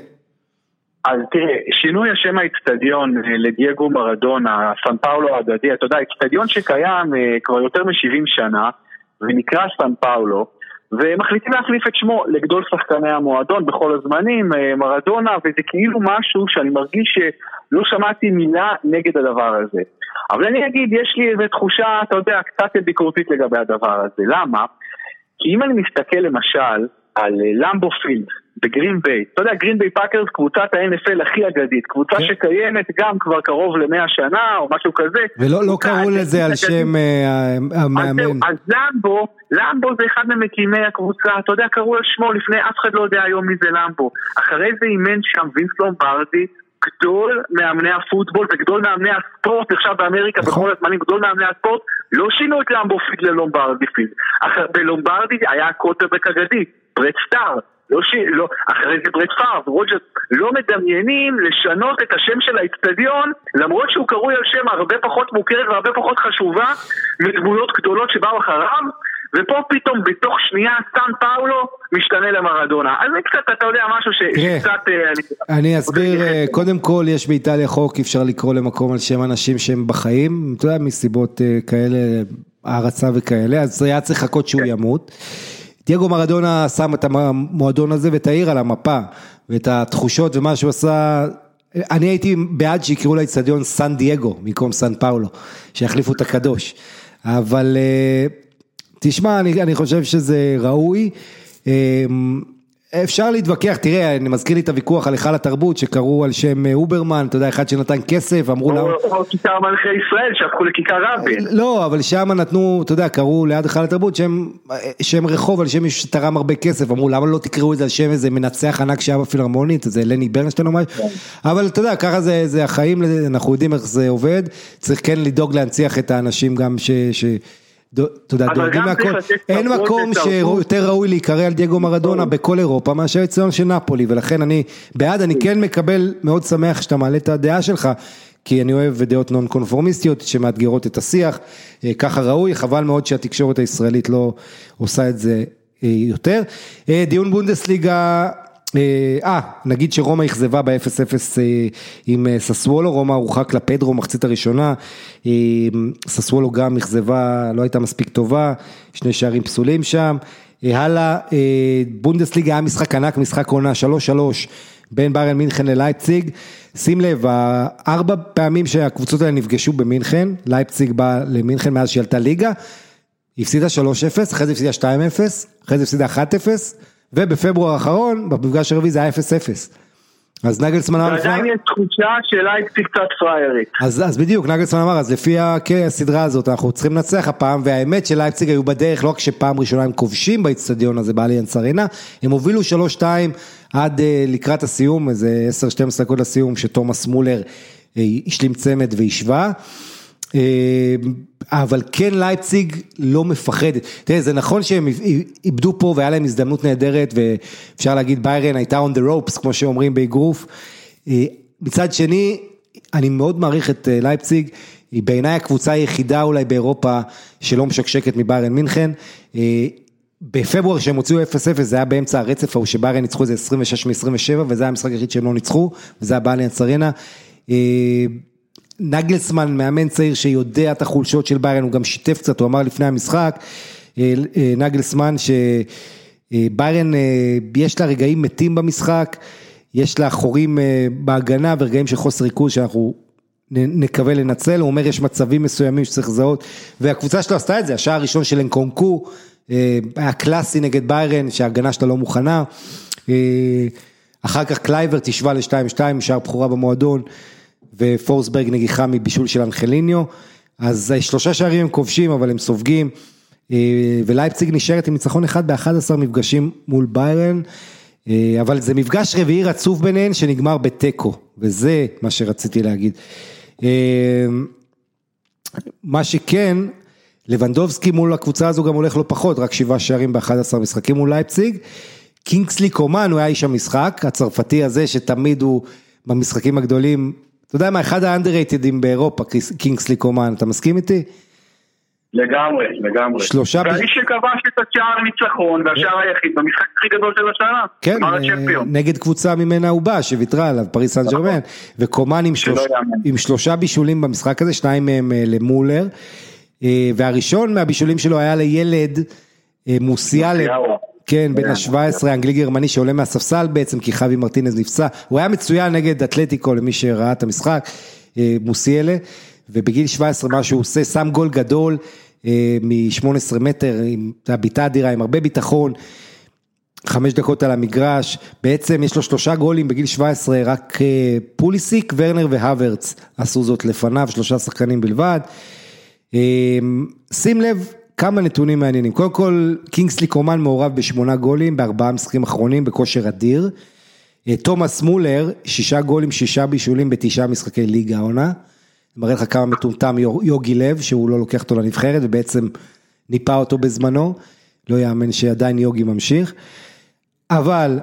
אז תראה, שינוי השם האצטדיון לדייגו מרדונה, סן פאולו הדדי, אתה יודע, אצטדיון שקיים כבר יותר מ-שבעים שנה, ונקרא סן פאולו, ומחליטים להחליף את שמו לגדול שחקני המועדון בכל הזמנים, מרדונה, וזה כאילו משהו שאני מרגיש שלא שמעתי מילה נגד הדבר הזה. אבל אני אגיד, יש לי איזו תחושה, אתה יודע, קצת ביקורתית לגבי הדבר הזה. למה? כי אם אני מסתכל למשל על למבו פילד בגרין ביי, אתה יודע, גרין ביי פאקרס, קבוצת ה-אן אף אל הכי אגדית, קבוצה שקיימת גם כבר קרוב למאה שנה או משהו כזה. ולא קראו לזה על שם המאמן. אז למבו, למבו זה אחד ממקימי הקבוצה, אתה יודע, קראו על שמו לפני, אף אחד לא יודע היום מי זה למבו. אחרי זה אימן שם וינס לומברדי, גדול מאמני הפוטבול וגדול מאמני הספורט, עכשיו באמריקה בכל הזמנים גדול מאמני הספורט, לא שינו את למבו פילד ללומברדי פילד. בלומברדי היה קוטרבק אגדי, ברד סטאר, לא ש... לא, אחרי זה ברד פאר ורוג'ר, לא מדמיינים לשנות את השם של האצטדיון, למרות שהוא קרוי על שם הרבה פחות מוכרת והרבה פחות חשובה מדמויות גדולות שבאו אחריו, ופה פתאום בתוך שנייה סן פאולו משתנה למרדונה. אז זה קצת, אתה יודע, משהו שקצת... אני אסביר, קודם כל יש באיטליה חוק, אפשר לקרוא למקום על שם אנשים שהם בחיים, אתה יודע, מסיבות כאלה, הערצה וכאלה, אז היה צריך לחכות שהוא ימות. דייגו מרדונה שם את המועדון הזה ואת העיר על המפה, ואת התחושות ומה שהוא עשה, אני הייתי בעד שיקראו לאצטדיון סן דייגו, במקום סן פאולו, שיחליפו את הקדוש, אבל תשמע, אני, אני חושב שזה ראוי, אפשר להתווכח, תראה, אני מזכיר לי את הוויכוח על היכל התרבות, שקראו על שם אוברמן, אתה יודע, אחד שנתן כסף, אמרו לה... או כיכר מלכי ישראל, שהפכו לכיכר רבין. לא, אבל שם נתנו, אתה יודע, קראו ליד היכל התרבות, שם רחוב, על שם מישהו שתרם הרבה כסף, אמרו, למה לא תקראו את זה על שם איזה מנצח ענק שהיה בפילהרמונית, זה לני ברנשטיין או משהו, אבל אתה יודע, ככה זה, זה החיים, אנחנו יודעים איך זה עובד, צריך כן לדאוג להנציח את האנשים גם ש... ש... תודה, דואגים מהכל, אין מקום שיותר ראוי להיקרא על דייגו מרדונה בכל אירופה, מאשר אצטדיון של נפולי, ולכן אני בעד, אני כן מקבל, מאוד שמח שאתה מעלה את הדעה שלך, כי אני אוהב דעות נון קונפורמיסטיות, שמאתגרות את השיח, ככה ראוי, חבל מאוד שהתקשורת הישראלית לא עושה את זה יותר. דיון בונדסליגה, אה, נגיד שרומא יחזבה ב-אפס אפס עם ססוולו, רומא הורחק לפדרו מחצית הראשונה, ססוולו גם יחזבה, לא הייתה מספיק טובה, שני שערים פסולים שם, הלאה, בונדסליגה היה משחק ענק, משחק עונה שלוש שלוש, בין ביירן מינכן ללייפציג, שים לב, ארבע פעמים שהקבוצות האלה נפגשו במינכן, לייפציג בא למינכן מאז שעלתה ליגה, הפסידה שלוש אפס, אחרי זה הפסידה שתיים אפס, אחרי זה הפסידה אחת אפס, ובפברואר האחרון, במפגש הרביעי זה היה אפס אפס. אז נגלסמן אמר... ועדיין יש תחושה שלייפציג קצת פריירית. אז, אז בדיוק, נגלסמן אמר, אז לפי הסדרה הזאת אנחנו צריכים לנצח הפעם, והאמת שלייפציג היו בדרך, לא רק שפעם ראשונה הם כובשים באצטדיון הזה, באליאנס ארינה, הם הובילו שלוש שתיים עד uh, לקראת הסיום, איזה עשר שתים עשרה דקות לסיום, שתומאס מולר uh, השלים צמד וישבה, uh, אבל כן לייפציג לא מפחדת. תראה, זה נכון שהם איבדו פה והיה להם הזדמנות נהדרת, ואפשר להגיד ביירן הייתה on the ropes, כמו שאומרים באגרוף. מצד שני, אני מאוד מעריך את לייפציג, היא בעיניי הקבוצה היחידה אולי באירופה שלא משקשקת מביירן מינכן. בפברואר שהם הוציאו אפס אפס, זה היה באמצע הרצף, או שביירן ניצחו איזה עשרים ושש מ-עשרים ושבע, וזה היה המשחק היחיד שהם לא ניצחו, וזה היה באליאנס ארינה. נגלסמן, מאמן צעיר שיודע את החולשות של ביירן, הוא גם שיתף קצת, הוא אמר לפני המשחק, נגלסמן שביירן יש לה רגעים מתים במשחק, יש לה חורים בהגנה ורגעים של חוסר ריכוז שאנחנו נקווה לנצל, הוא אומר יש מצבים מסוימים שצריך לזהות, והקבוצה שלו עשתה את זה, השער הראשון של אנקונקו, היה קלאסי נגד ביירן, שההגנה שלה לא מוכנה, אחר כך קלייבר תשווה ל-שתיים שתיים, שער בחורה במועדון, ופורסברג נגיחה מבישול של אנחליניו, אז שלושה שערים הם כובשים, אבל הם סופגים, ולייפציג נשארת עם ניצחון אחד ב-אחד עשר מפגשים מול ביירן, אבל זה מפגש רביעי רצוף ביניהן, שנגמר בטקו, וזה מה שרציתי להגיד. מה שכן, לבנדובסקי מול הקבוצה הזו גם הולך לא פחות, רק שבעה שערים ב-אחד עשר משחקים מול לייפציג, קינגסלי קומן, הוא היה איש המשחק, הצרפתי הזה שתמיד הוא במשחקים הגדולים, אתה יודע מה, אחד האנדררייטדים באירופה, קינגסלי קומן, אתה מסכים איתי? לגמרי, לגמרי. שלושה... והאיש שכבש את השער ניצחון, והשער היחיד במשחק הכי גדול של השנה. כן, נגד קבוצה ממנה הוא בא, שוויתרה עליו, פריס סן ז'רמן, וקומן עם, שלוש... עם שלושה בישולים במשחק הזה, שניים מהם למולר, והראשון מהבישולים שלו היה לילד מוסיאלה, כן, בין ה-שבע עשרה, אנגלי גרמני שעולה מהספסל בעצם, כי חווי מרטינז נפצע, הוא היה מצוין נגד אתלטיקו, למי שראה את המשחק, מוסיאלה, ובגיל שבע עשרה מה שהוא עושה, שם גול גדול, מ-שמונה עשרה מטר, עם הביטה אדירה, עם הרבה ביטחון, חמש דקות על המגרש, בעצם יש לו שלושה גולים בגיל שבע עשרה, רק פוליסיק, ורנר והוורץ עשו זאת לפניו, שלושה שחקנים בלבד, שים לב, כמה נתונים מעניינים, קודם כל, קינגסלי קומן מעורב בשמונה גולים, בארבעה משחקים אחרונים, בכושר אדיר, תומאס מולר, שישה גולים, שישה בישולים, בתשעה משחקי ליגה העונה, מראה לך כמה מטומטם יוגי לב, שהוא לא לוקח אותו לנבחרת, ובעצם ניפה אותו בזמנו, לא יאמן שעדיין יוגי ממשיך, אבל,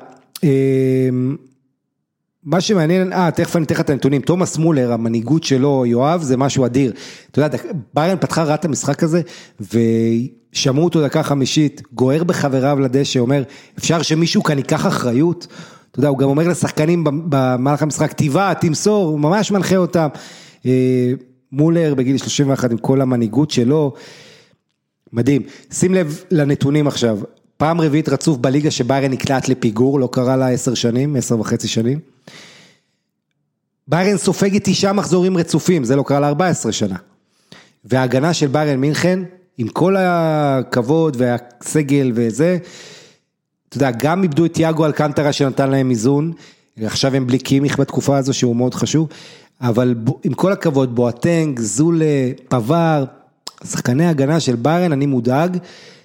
מה שמעניין, אה, תכף אני אתן לך את הנתונים, תומאס מולר, המנהיגות שלו, יואב, זה משהו אדיר, אתה יודע, ביירן פתחה רעת המשחק הזה, ושמעו אותו דקה חמישית, גוער בחבריו לדשא, אומר, אפשר שמישהו כאן ייקח אחריות, אתה יודע, הוא גם אומר לשחקנים במהלך המשחק, טבעה, תמסור, הוא ממש מנחה אותם, מולר בגיל שלושים ואחת עם כל המנהיגות שלו, מדהים, שים לב לנתונים עכשיו, פעם רביעית רצוף בליגה שביירן נקלט לפיגור, לא קרה לה עשר שנים, עשר וחצי שנים, ביירן סופגת תשעה מחזורים רצופים, זה לא קרה לה ארבע עשרה שנה, וההגנה של ביירן מינכן, עם כל הכבוד והסגל וזה, אתה יודע, גם איבדו את יאגו אלקנטרה שנתן להם איזון, עכשיו הם בלי קימיך בתקופה הזו שהוא מאוד חשוב, אבל עם כל הכבוד, בואטנג, זולה, פבר, שחקני ההגנה של ביירן, אני מודאג,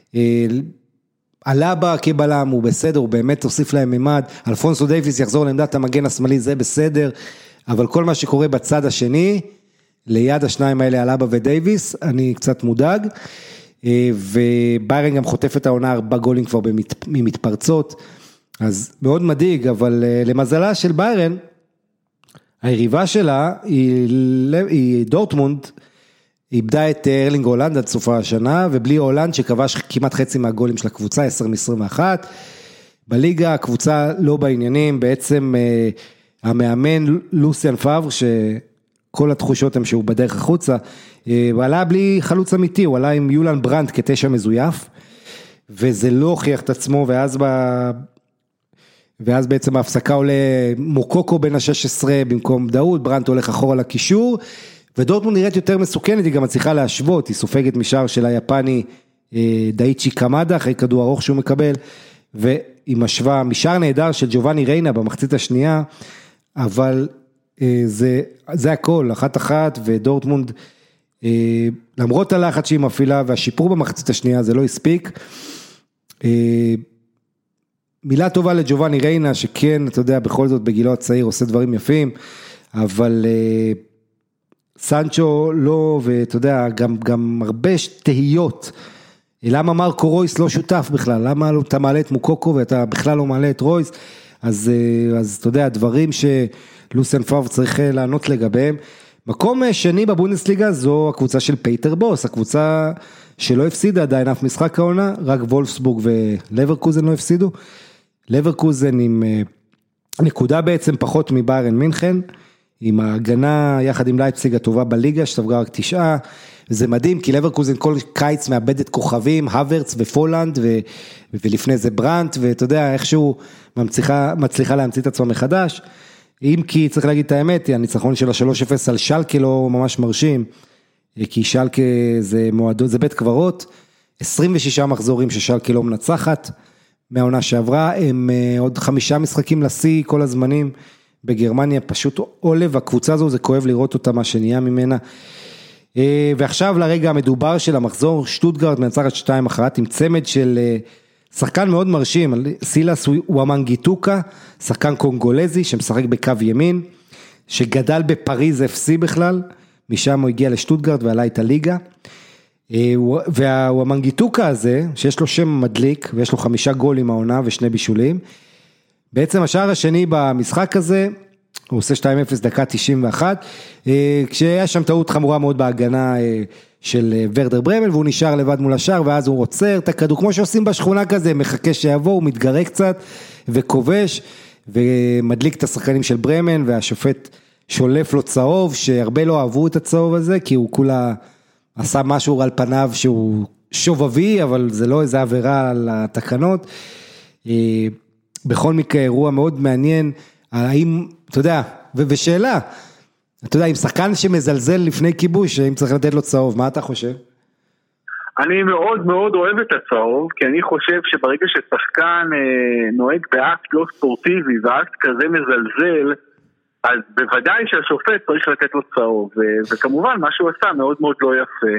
אלאבה כבלם, הוא בסדר, הוא באמת הוסיף להם ממד, אלפונסו דייביס יחזור לעמדת המגן השמאלי, זה בסדר, אבל כל מה שקורה בצד השני, ליד השניים האלה, אלאבה ודייביס, אני קצת מודאג, וביירן גם חוטף את העונה ארבע גולים כבר ממתפרצות, אז מאוד מדאיג, אבל למזלה של ביירן, היריבה שלה היא, היא דורטמונד, איבדה את ארלינג הולנד עד סופה השנה, ובלי הולנד שכבש כמעט חצי מהגולים של הקבוצה, עשר מ-עשרים ואחת, בליגה הקבוצה לא בעניינים, בעצם אה, המאמן לוסיאן פאבר, שכל התחושות הם שהוא בדרך החוצה, אה, הוא עלה בלי חלוץ אמיתי, הוא עלה עם יולן ברנד כתשע מזויף, וזה לא הוכיח את עצמו, ואז ב... ואז בעצם ההפסקה עולה מוקוקו בין ה-שש עשרה במקום דאוד, ברנט הולך אחורה לקישור, ודורטמונד נראית יותר מסוכנת, היא גם מצליחה להשוות, היא סופגת משאר של היפני דאיצ'י קמדה, אחרי כדור ארוך שהוא מקבל, והיא משווה משאר נהדר של ג'ובאני ריינה במחצית השנייה, אבל זה, זה הכל, אחת אחת, ודורטמונד, למרות הלחץ שהיא מפעילה, והשיפור במחצית השנייה, זה לא הספיק. מילה טובה לג'ובאני ריינה, שכן, אתה יודע, בכל זאת בגילו הצעיר, עושה דברים יפים, אבל סנצ'ו לא, ואתה יודע, גם, גם הרבה תהיות, למה מרקו רויס לא שותף בכלל, למה אתה מעלה את מוקוקו, ואתה בכלל לא מעלה את רויס, אז, אז אתה יודע, דברים שלוסיאן פאבר צריך לענות לגביהם. מקום שני בבונדסליגה זו הקבוצה של פייטר בוס, הקבוצה שלא הפסידה עדיין אף משחק העונה, רק וולפסבורג ולברקוזן לא הפסידו, לברקוזן עם נקודה בעצם פחות מביירן מינכן, עם ההגנה יחד עם לייפציג הטובה בליגה, שספגה רק תשעה, וזה מדהים, כי לברקוזן כל קיץ מאבדת כוכבים, הוורץ ופולנד, ו, ולפני זה ברנט, ואתה יודע, איכשהו מצליחה, מצליחה להמציא את עצמה מחדש, אם כי צריך להגיד את האמת, הניצחון של ה-שלוש אפס על שלקה לא ממש מרשים, כי שלקה זה מועדון, זה בית קברות, עשרים ושישה מחזורים ששלקה לא מנצחת, מהעונה שעברה, הם עוד חמישה משחקים לשיא כל הזמנים, בגרמניה פשוט עולב, הקבוצה הזו זה כואב לראות אותה מה שנהיה ממנה, ועכשיו לרגע המדובר של המחזור, שטוטגרד מנצחת שתיים אחת, עם צמד של שחקן מאוד מרשים, סילס וואמנגיטוקה, שחקן קונגולזי שמשחק בקו ימין, שגדל בפריז אף סי בכלל, משם הוא הגיע לשטוטגרד ועלה את הליגה, והוואמנגיטוקה הזה, שיש לו שם מדליק, ויש לו חמישה גולים העונה ושני בישולים, בעצם השער השני במשחק הזה, הוא עושה שתיים אפס דקה תשעים ואחת, כשהיה שם טעות חמורה מאוד בהגנה של ורדר ברמל, והוא נשאר לבד מול השער, ואז הוא עוצר את הכדור, כמו שעושים בשכונה כזה, מחכה שיבוא, הוא מתגרה קצת, וכובש, ומדליק את השחקנים של ברמן, והשופט שולף לו צהוב, שהרבה לא אהבו את הצהוב הזה, כי הוא כולה עשה משהו על פניו שהוא שובבי, אבל זה לא איזה עבירה על התקנות. בכל מקרה, אירוע מאוד מעניין, האם, אתה יודע, ושאלה, אתה יודע, אם שחקן שמזלזל לפני כיבוש, אם צריך לתת לו צהוב, מה אתה חושב? אני מאוד מאוד אוהב את הצהוב, כי אני חושב שברגע ששחקן אה, נוהג באקט לא ספורטיבי, ואקט כזה מזלזל, אז בוודאי שהשופט צריך לתת לו צהוב, ו- וכמובן מה שהוא עשה מאוד מאוד לא יפה,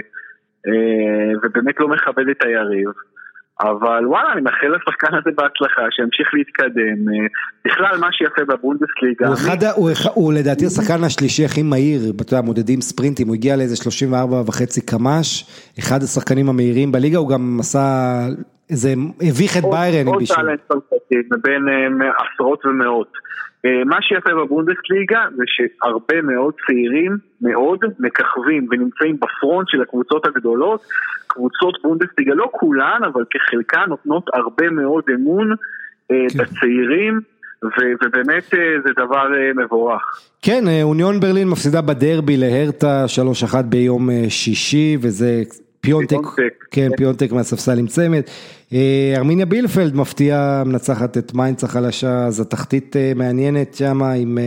אה, ובאמת לא מכבד את היריב, אבל וואלה, אני מאחל לשחקן הזה בהצלחה, שימשיך להתקדם, בכלל מה שיפה בבונדסליגה. הוא, אחד, הוא, הוא לדעתי השחקן השלישי הכי מהיר, אתה יודע, מודדים ספרינטים, הוא הגיע לאיזה שלושים וארבע וחצי קמ"ש, אחד השחקנים המהירים בליגה, הוא גם עשה, איזה, הביך את ביירן. עוד טלנט פלסטי, בין עשרות ומאות. מה שיפה בבונדסליגה זה שהרבה מאוד צעירים מאוד מככבים ונמצאים בפרונט של הקבוצות הגדולות, קבוצות בונדסליגה לא כולן אבל כחלקן נותנות הרבה מאוד אמון כן. בצעירים ו- ובאמת זה דבר מבורך. כן, אוניון ברלין מפסידה בדרבי להרטה שלוש אחת ביום שישי וזה פיונטק, כן, פיונטק מהספסל עם צמד. ארמיניה בילפלד מפתיעה, מנצחת את מיינץ החלשה, אז התחתית מעניינת שם, עם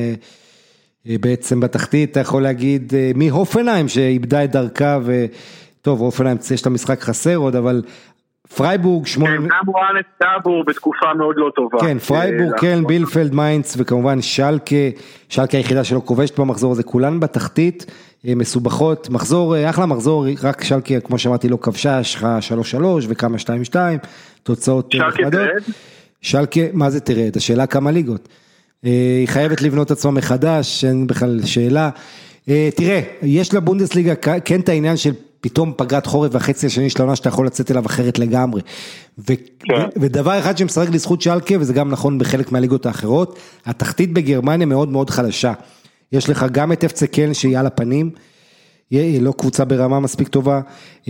בעצם בתחתית, אתה יכול להגיד, מהופנהיים שאיבדה את דרכה, וטוב, הופנהיים יש לה משחק חסר עוד, אבל פרייבורג, שמונה... כן, גם רואנט טאבור בתקופה מאוד לא טובה. כן, פרייבורג, כן, בילפלד, מיינץ, וכמובן שלקה, שלקה היחידה שלא כובשת במחזור הזה, כולן בתחתית, מסובכות, מחזור, אחלה מחזור, רק שלקה, כמו שאמרתי, לא כבשה, שכה שלוש שלוש וכמה שתיים שתיים, תוצאות שלקה תרד? שלקה, מה זה תרד? השאלה כמה ליגות. היא חייבת לבנות עצמה מחדש, אין בכלל שאלה. תראה, יש לבונדסליגה כן את העניין של פתאום פגרת חורף והחצי השני של העונה שאתה יכול לצאת אליו אחרת לגמרי. ו- כן. ודבר אחד שמשחק לזכות שלקה, וזה גם נכון בחלק מהליגות האחרות, התחתית בגרמניה מאוד מאוד חלשה. יש לך גם את אפצה קלן שהיא על הפנים, היא לא קבוצה ברמה מספיק טובה,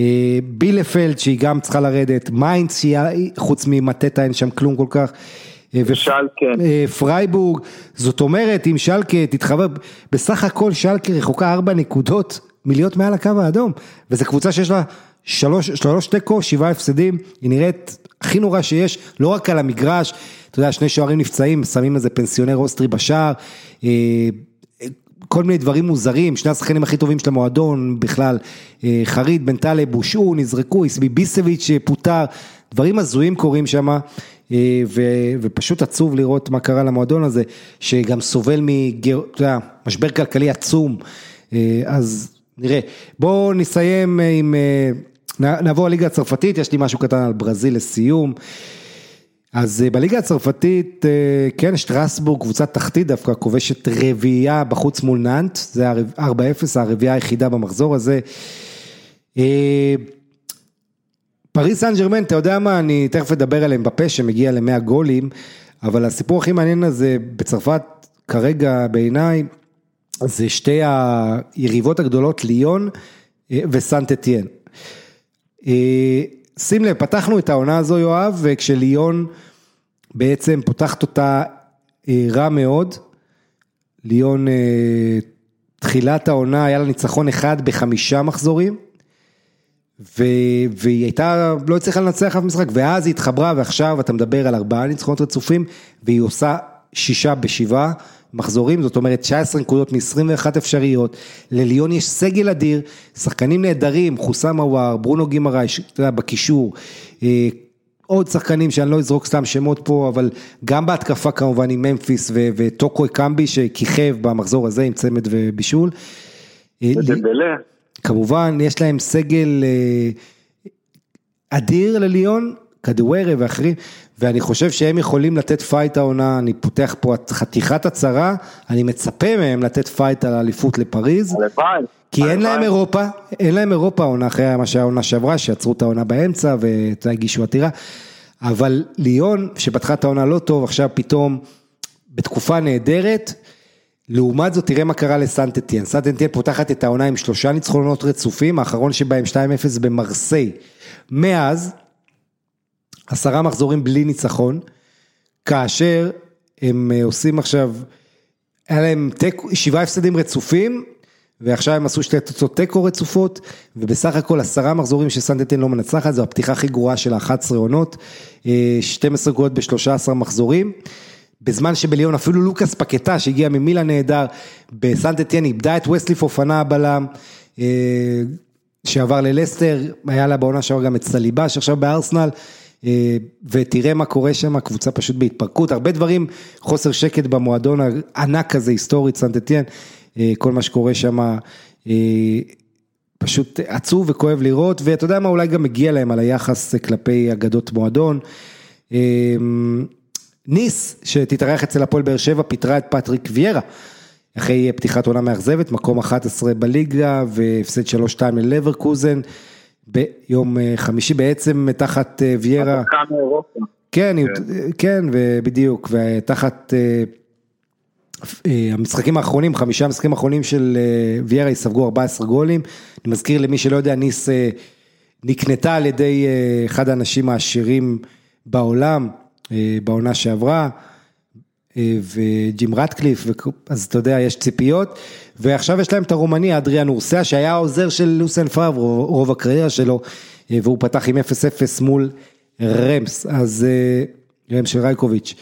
בילפלד שהיא גם צריכה לרדת, מיינץ שהיא חוץ ממטטה אין שם כלום כל כך, ושלקה. פרייבורג, זאת אומרת אם שלקה תתחבר, בסך הכל שלקה רחוקה ארבע נקודות מלהיות מעל הקו האדום, וזו קבוצה שיש לה שלוש, שלוש תיקו, שבעה הפסדים, היא נראית הכי נורא שיש, לא רק על המגרש, אתה יודע, שני שוערים נפצעים, שמים איזה פנסיונר אוסטרי בשער, כל מיני דברים מוזרים, שני השחקנים הכי טובים של המועדון, בכלל, חריד, בנטלה, בושעו, נזרקו, ביסביץ' פוטר, דברים הזויים קורים שם, ופשוט עצוב לראות מה קרה למועדון הזה, שגם סובל ממשבר כלכלי עצום, אז נראה. בואו נסיים עם, נעבור לליגה הצרפתית, יש לי משהו קטן על ברזיל לסיום, אז בליגה הצרפתית, כן, שטרסבורג, קבוצת תחתית דווקא, כובשת רביעייה בחוץ מול נאנט, זה ארבע אפס, הרביעייה היחידה במחזור הזה. פריז סן ז'רמן, אתה יודע מה, אני תכף אדבר עליהם בפה, שמגיע ל-מאה גולים, אבל הסיפור הכי מעניין הזה בצרפת, כרגע בעיניי, זה שתי היריבות הגדולות, ליון וסנט אתיין. שים לב, פתחנו את העונה הזו יואב, וכשליון בעצם פותחת אותה רע מאוד, ליון תחילת העונה היה לה ניצחון אחד בחמישה מחזורים, והיא הייתה, לא הצליחה לנצח אף משחק, ואז היא התחברה, ועכשיו אתה מדבר על ארבעה ניצחונות רצופים, והיא עושה שישה בשבעה מחזורים, זאת אומרת תשע עשרה נקודות מ-עשרים ואחת אפשריות, לליון יש סגל אדיר, שחקנים נהדרים, חוסם אוואר, ברונו גימרייש, אתה יודע, בקישור, עוד שחקנים שאני לא אזרוק סתם שמות פה, אבל גם בהתקפה כמובן עם ממפיס וטוקו קמבי, שכיכב במחזור הזה עם צמד ובישול. ודמבלה. כמובן, יש להם סגל אדיר לליון, כדווארה ואחרים, ואני חושב שהם יכולים לתת פייט העונה, אני פותח פה חתיכת הצרה, אני מצפה מהם לתת פייט על האליפות לפריז, כי אין להם אירופה, אין להם אירופה העונה אחרי מה שהעונה שעברה, שיצרו את העונה באמצע, והגישו עתירה, אבל ליון, שפתחה את העונה לא טוב, עכשיו פתאום, בתקופה נהדרת, לעומת זאת, תראה מה קרה לסנט אתיין. סנט אתיין פותחת את העונה עם שלושה ניצחונות רצופים, האחרון שבהם שתיים אפס במרסיי. מאז, עשרה מחזורים בלי ניצחון, כאשר הם עושים עכשיו, היה להם שבעה הפסדים רצופים, ועכשיו הם עשו שתי תוצאות תיקו רצופות, ובסך הכל עשרה מחזורים שסנט אתיין לא מנצחת, זו הפתיחה הכי גרועה של ה-אחת עשרה עונות, שתים עשרה גרועות ב-שלושה עשר מחזורים, בזמן שבליון אפילו לוקאס פקטה שהגיע ממילה נהדר, בסנט אתיין איבדה את וסלי פופנה הבלם, שעבר ללסטר, היה לה בעונה שעבר גם את סליבה, שעכשיו בארסנל, ותראה מה קורה שם, הקבוצה פשוט בהתפרקות, הרבה דברים, חוסר שקט במועדון הענק הזה, היסטורית, סנט אתיין, כל מה שקורה שם, פשוט עצוב וכואב לראות, ואתה יודע מה, אולי גם מגיע להם על היחס כלפי אגדות מועדון, ניס, שתתארח אצל הפועל באר שבע, פיתרה את פטריק ויירה, אחרי פתיחת עונה מאכזבת, מקום אחת עשרה בליגה, והפסד שלוש שתיים ללברקוזן, ביום חמישי בעצם, תחת ויירה, כן, כן, ובדיוק, ותחת המשחקים האחרונים, חמישה המשחקים האחרונים של ויירה, יספגו ארבעה עשר גולים, אני מזכיר למי שלא יודע, ניס נקנתה על ידי אחד האנשים העשירים בעולם, בעונה שעברה, וג'ים רטקליף, אז אתה יודע, יש ציפיות, ועכשיו יש להם את הרומני, אדריאן אורסיה, שהיה העוזר של לוסן פאבר, רוב הקריירה שלו, והוא פתח עם אפס אפס מול רמס, אז רמס של רייקוביץ'.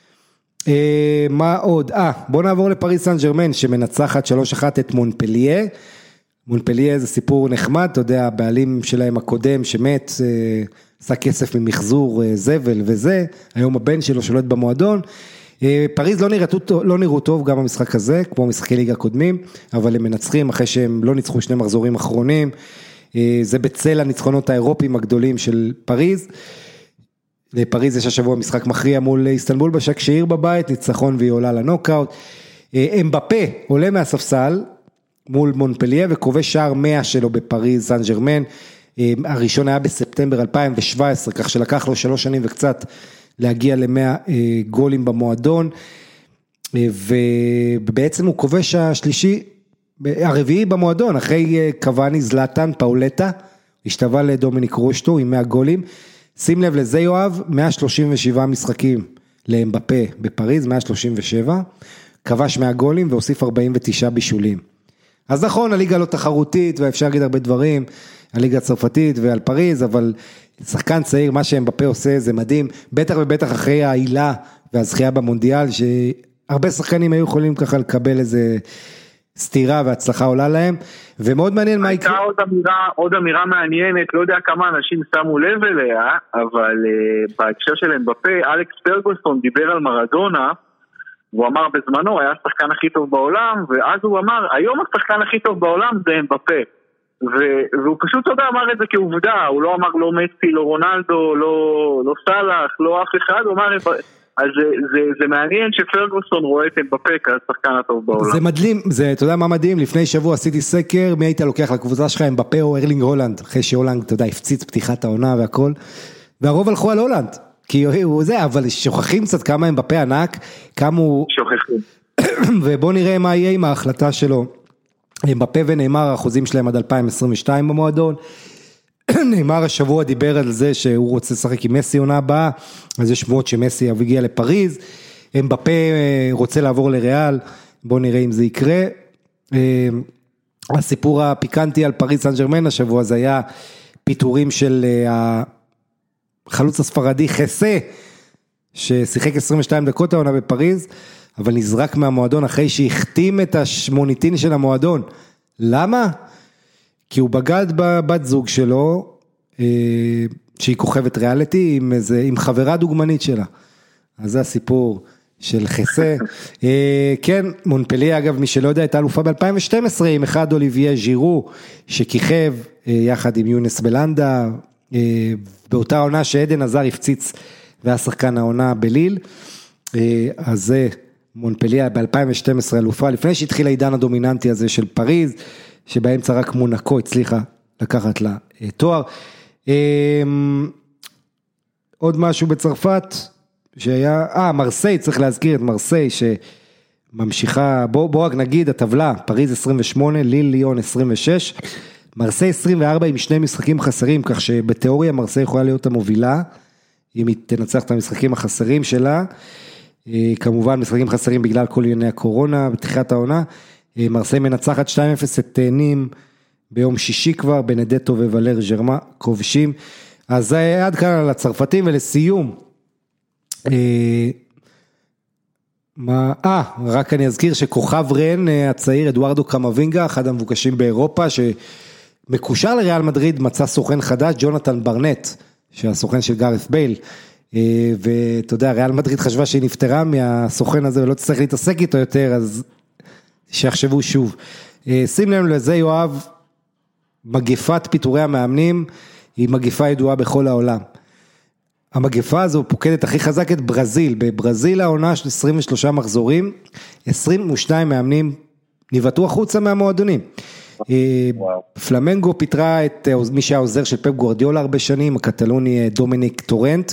מה עוד? אה, בוא נעבור לפריז סן ז'רמן, שמנצחת שלוש אחת את מונפליה, מונפליה זה סיפור נחמד, אתה יודע, הבעלים שלהם הקודם שמת, עשה כסף ממחזור זבל וזה, היום הבן שלו שולט במועדון, פריז לא נראו, לא נראו טוב גם במשחק הזה, כמו משחקי ליגה קודמים, אבל הם מנצחים אחרי שהם לא ניצחו שני מחזורים אחרונים, זה בצל הניצחונות האירופיים הגדולים של פריז, לפריז יש השבוע משחק מכריע מול איסטנבול בשקשיר בבית, ניצחון והיא עולה לנוקאוט, אמבפה עולה מהספסל, מול מונפליה וכובש שער מאה שלו בפריז סן ז'רמן, הראשון היה בספטמבר אלפיים שבע עשרה, כך שלקח לו שלוש שנים וקצת להגיע למאה גולים במועדון, ובעצם הוא כובש השלישי, הרביעי במועדון, אחרי קוואני, זלטן, פאולטה, השתווה לדומיניק רושטו עם מאה גולים, שים לב לזה יואב, מאה שלושים ושבעה משחקים לאמבפה בפריז, מאה שלושים ושבע, כבש מאה גולים והוסיף ארבעים ותשעה בישולים. אז נכון, הליגה לא תחרותית, ואפשר להגיד הרבה דברים, הליגה הצרפתית ועל פריז, אבל שחקן צעיר, מה שאמבפה עושה זה מדהים, בטח ובטח אחרי העילה והזכייה במונדיאל, שהרבה שחקנים היו יכולים ככה לקבל איזה, סתירה והצלחה עולה להם, ומאוד מעניין מה יקרה. הייתה עוד אמירה, עוד אמירה מעניינת, לא יודע כמה אנשים שמו לב אליה, אבל uh, בהקשר שלהם בפה, אלכס פרגוסון דיבר על מרדונה, הוא אמר בזמנו, היה השחקן הכי טוב בעולם, ואז הוא אמר, היום השחקן הכי טוב בעולם זה בפה. והוא פשוט עוד אמר את זה כעובדה, הוא לא אמר לא מסי, לא רונלדו, לא, לא סלאח, לא אף אחד, הוא אמר, אז זה, זה, זה מעניין שפרגוסון רואה את בפה כשחקן הטוב בעולם. זה מדהים, זה, אתה יודע מה מדהים, לפני שבוע עשיתי סקר, מי היית לוקח לקבוצה שלך, בפה או ארלינג הולנד, אחרי שהולנד, אתה יודע, הפציץ פתיחת העונה והכל, והרוב הלכו על הולנד, כי הוא זה, אבל שוכחים קצת כמה הם בפה ענק, כמה הוא... שוכחים. ובוא נראה מה יהיה עם ההחלטה שלו. בפה ונאמר האחוזים שלהם עד אלפיים עשרים ושתיים במועדון, נאמר השבוע דיבר על זה שהוא רוצה לשחק עם מסי עונה הבאה, אז יש שמועות שמסי הגיע לפריז, בפה רוצה לעבור לריאל, בואו נראה אם זה יקרה. הסיפור הפיקנטי על פריז סן ז'רמן השבוע, זה היה פיטורים של החלוץ הספרדי חסה, ששיחק עשרים ושתיים דקות העונה בפריז, אבל נזרק מהמועדון אחרי שהחתים את השמוניטין של המועדון. למה? כי הוא בגד בבת זוג שלו, שהיא כוכבת ריאליטי, עם, איזה, עם חברה דוגמנית שלה. אז זה הסיפור של חסה. כן, מונפליה, אגב, מי שלא יודע, הייתה אלופה ב-אלפיים ושתים עשרה, עם אחד אוליביה ז'ירו, שכיכב יחד עם יונס בלנדה, באותה עונה שעדן עזר הפציץ, והיה שחקן העונה בליל. אז זה... מונפליה ב-אלפיים ושתים עשרה אלופה, לפני שהתחיל העידן הדומיננטי הזה של פריז, שבאמצע רק מונקו הצליחה לקחת לה תואר. עוד משהו בצרפת, שהיה, אה, מרסיי, צריך להזכיר את מרסיי, שממשיכה, בוא, בוא רק נגיד, הטבלה, פריז עשרים ושמונה, ליל ליון עשרים ושש, מרסיי עשרים וארבע עם שני משחקים חסרים, כך שבתיאוריה מרסיי יכולה להיות המובילה, אם היא תנצח את המשחקים החסרים שלה, כמובן משחקים חסרים בגלל כל ענייני הקורונה, בתחילת העונה, מרסיי מנצחת שתיים אפס את נים ביום שישי כבר, בנדטו וולר ז'רמה כובשים, אז זה עד כאן על הצרפתים, ולסיום, מה, אה, רק אני אזכיר שכוכב רן הצעיר, אדוארדו קמבינגה, אחד המבוקשים באירופה, שמקושר לריאל מדריד, מצא סוכן חדש, ג'ונתן ברנט, שהסוכן של גארת' בייל, ואתה יודע, ריאל מדריד חשבה שהיא נפטרה מהסוכן הזה, ולא תצטרך להתעסק איתו יותר, אז שיחשבו שוב. שים לב לזה, יואב, מגפת פיטורי המאמנים, היא מגפה ידועה בכל העולם. המגפה הזו פוקדת הכי חזק את ברזיל, בברזיל העונה של עשרים ושלושה מחזורים, עשרים ושניים מאמנים נבטו החוצה מהמועדונים. וואו. פלמנגו פיטרה את מי שהעוזר של פפ גוארדיולה הרבה שנים, הקטלוני דומיניק טורנט,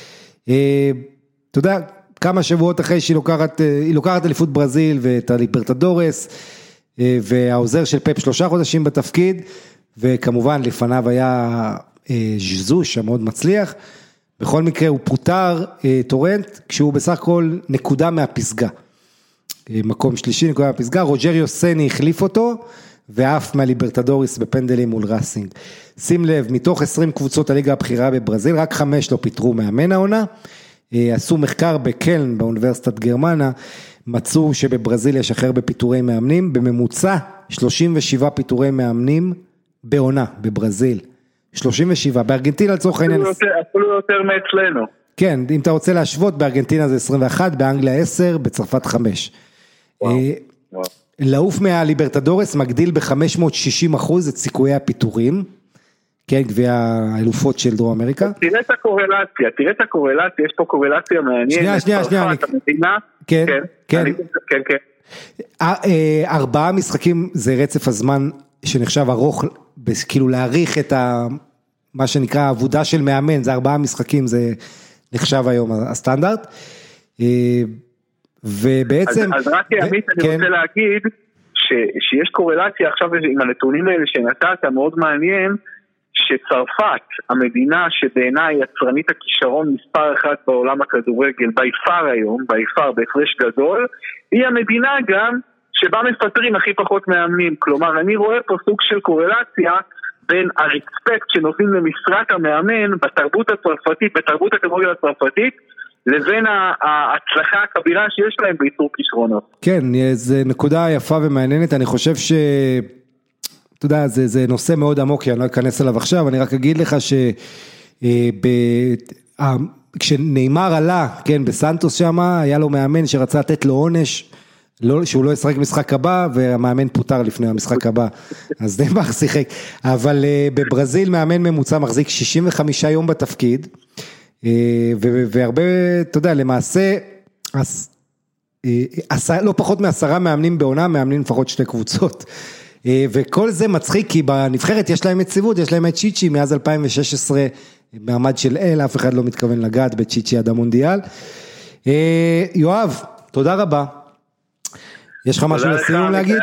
אתה יודע, כמה שבועות אחרי שהיא לוקחת, היא לוקחת אליפות ברזיל ואת הליברטדורס, והעוזר של פפ שלושה חודשים בתפקיד, וכמובן לפניו היה ז'זוש המאוד מצליח, בכל מקרה הוא פוטר טורנט, כשהוא בסך הכל נקודה מהפסגה, מקום שלישי נקודה מהפסגה, רוג'ריו סני החליף אותו, ואף מהליברטדוריס בפנדלים מול רסינג. שים לב, מתוך עשרים קבוצות הליגה הבכירה בברזיל, רק חמש לא פיטרו מאמן העונה, עשו מחקר בקלן, באוניברסיטת גרמנה, מצאו שבברזיל יש אחר בפיטורי מאמנים, בממוצע שלושים ושבעה פיטורי מאמנים בעונה בברזיל, שלושים ושבעה, בארגנטינה לצורך העניין, אפילו יותר מאצלנו. כן, אם אתה רוצה להשוות, בארגנטינה זה עשרים ואחת, באנגליה עשר, בצרפת חמש. וואו, וואו. לעוף מהליברטדורס מגדיל ב-חמש מאות ושישים אחוז את סיכויי הפיטורים, כן, גביע האלופות של דרום אמריקה. תראה את הקורלציה, תראה את הקורלציה, יש פה קורלציה מעניינת. שנייה, שנייה, שנייה. כן, כן. כן, כן. ארבעה משחקים זה רצף הזמן שנחשב ארוך, כאילו להאריך את מה שנקרא העבודה של מאמן, זה ארבעה משחקים, זה נחשב היום הסטנדרט. ובעצם... אז, אז רק עמית, אני רוצה להגיד ש, שיש קורלציה עכשיו עם הנתונים האלה שנתת, מאוד מעניין, שצרפת, המדינה שבעיניי יצרנית הכישרון מספר אחד בעולם הכדורגל, ביפר היום, ביפר, בהפרש גדול, היא המדינה גם שבה מפטרים הכי פחות מאמנים. כלומר, אני רואה פה סוג של קורלציה בין הרספקט שנותנים למשרת המאמן בתרבות הצרפתית, בתרבות הכדורגל הצרפתית, לבין ההצלחה הכבירה שיש להם ביצור כישרונות. כן, זו נקודה יפה ומעניינת, אני חושב ש... אתה יודע, זה, זה נושא מאוד עמוק, כי אני לא אכנס אליו עכשיו, אני רק אגיד לך ש... ב... כשנאמר עלה, כן, בסנטוס שם, היה לו מאמן שרצה לתת לו עונש, לא, שהוא לא ישחק משחק הבא, והמאמן פוטר לפני המשחק הבא, אז נאמר שיחק, אבל uh, בברזיל מאמן ממוצע מחזיק שישים וחמישה יום בתפקיד, uh, והרבה, אתה יודע, למעשה, אז, uh, לא פחות מעשרה מאמנים בעונה, מאמנים לפחות שתי קבוצות, uh, וכל זה מצחיק, כי בנבחרת יש להם יציבות, יש להם את צ'יצ'י מאז אלפיים ושש עשרה, מעמד של אל, אף אחד לא מתכוון לגעת בצ'יצ'י עד המונדיאל. Uh, יואב, תודה רבה. יש לך משהו לסיום להגיד?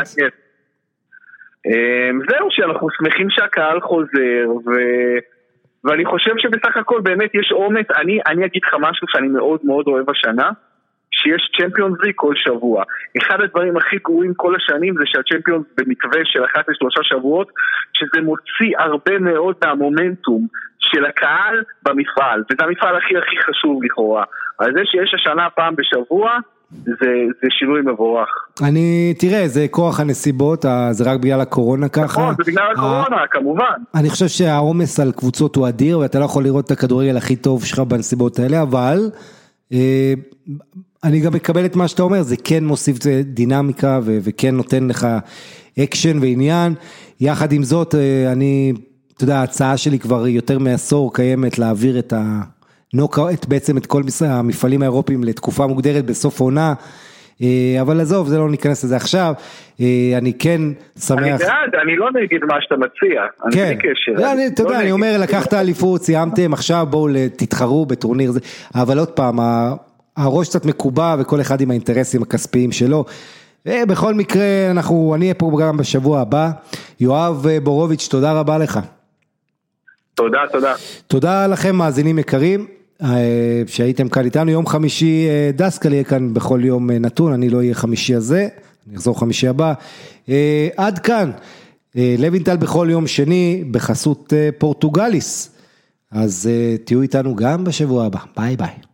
זהו, שאנחנו שמחים שהקהל חוזר, ואני חושב שבסך הכל באמת יש אומץ. אני אגיד לך משהו שאני מאוד מאוד אוהב השנה, שיש צ'מפיונס ליג כל שבוע. אחד הדברים הכי גרועים כל השנים זה שהצ'מפיונס במתווה של אחת לשלושה שבועות, שזה מוציא הרבה מאוד מהמומנטום של הקהל במפעל, וזה המפעל הכי הכי חשוב לכאורה. אז זה שיש השנה פעם בשבוע, זה, זה שינוי מבורך. אני, תראה, זה כוח הנסיבות, זה רק בגלל הקורונה ככה. נכון, זה בגלל הקורונה, כמובן. אני חושב שהעומס על קבוצות הוא אדיר, ואתה לא יכול לראות את הכדורגל הכי טוב שלך בנסיבות האלה, אבל אני גם מקבל את מה שאתה אומר, זה כן מוסיף דינמיקה, וכן נותן לך אקשן ועניין. יחד עם זאת, אני, אתה יודע, ההצעה שלי כבר יותר מעשור קיימת להעביר את ה... נוקאוט בעצם את כל המפעלים האירופיים לתקופה מוגדרת בסוף עונה, אבל עזוב, זה לא ניכנס לזה עכשיו, אני כן שמח. אני בעד, אני לא נגיד מה שאתה מציע, אני בלי קשר. אתה יודע, אני אומר, לקחת אליפות, סיימתם, עכשיו בואו תתחרו בטורניר זה, אבל עוד פעם, הראש קצת מקובע, וכל אחד עם האינטרסים הכספיים שלו, בכל מקרה, אני אהיה פה גם בשבוע הבא, יואב בורוביץ', תודה רבה לך. תודה, תודה. תודה לכם מאזינים יקרים, שהייתם כאן איתנו. יום חמישי דסקל יהיה כאן בכל יום נתון, אני לא אהיה חמישי הזה, אני אחזור חמישי הבא. עד כאן, לוינטל בכל יום שני בחסות פורטוגליס, אז תהיו איתנו גם בשבוע הבא. ביי ביי.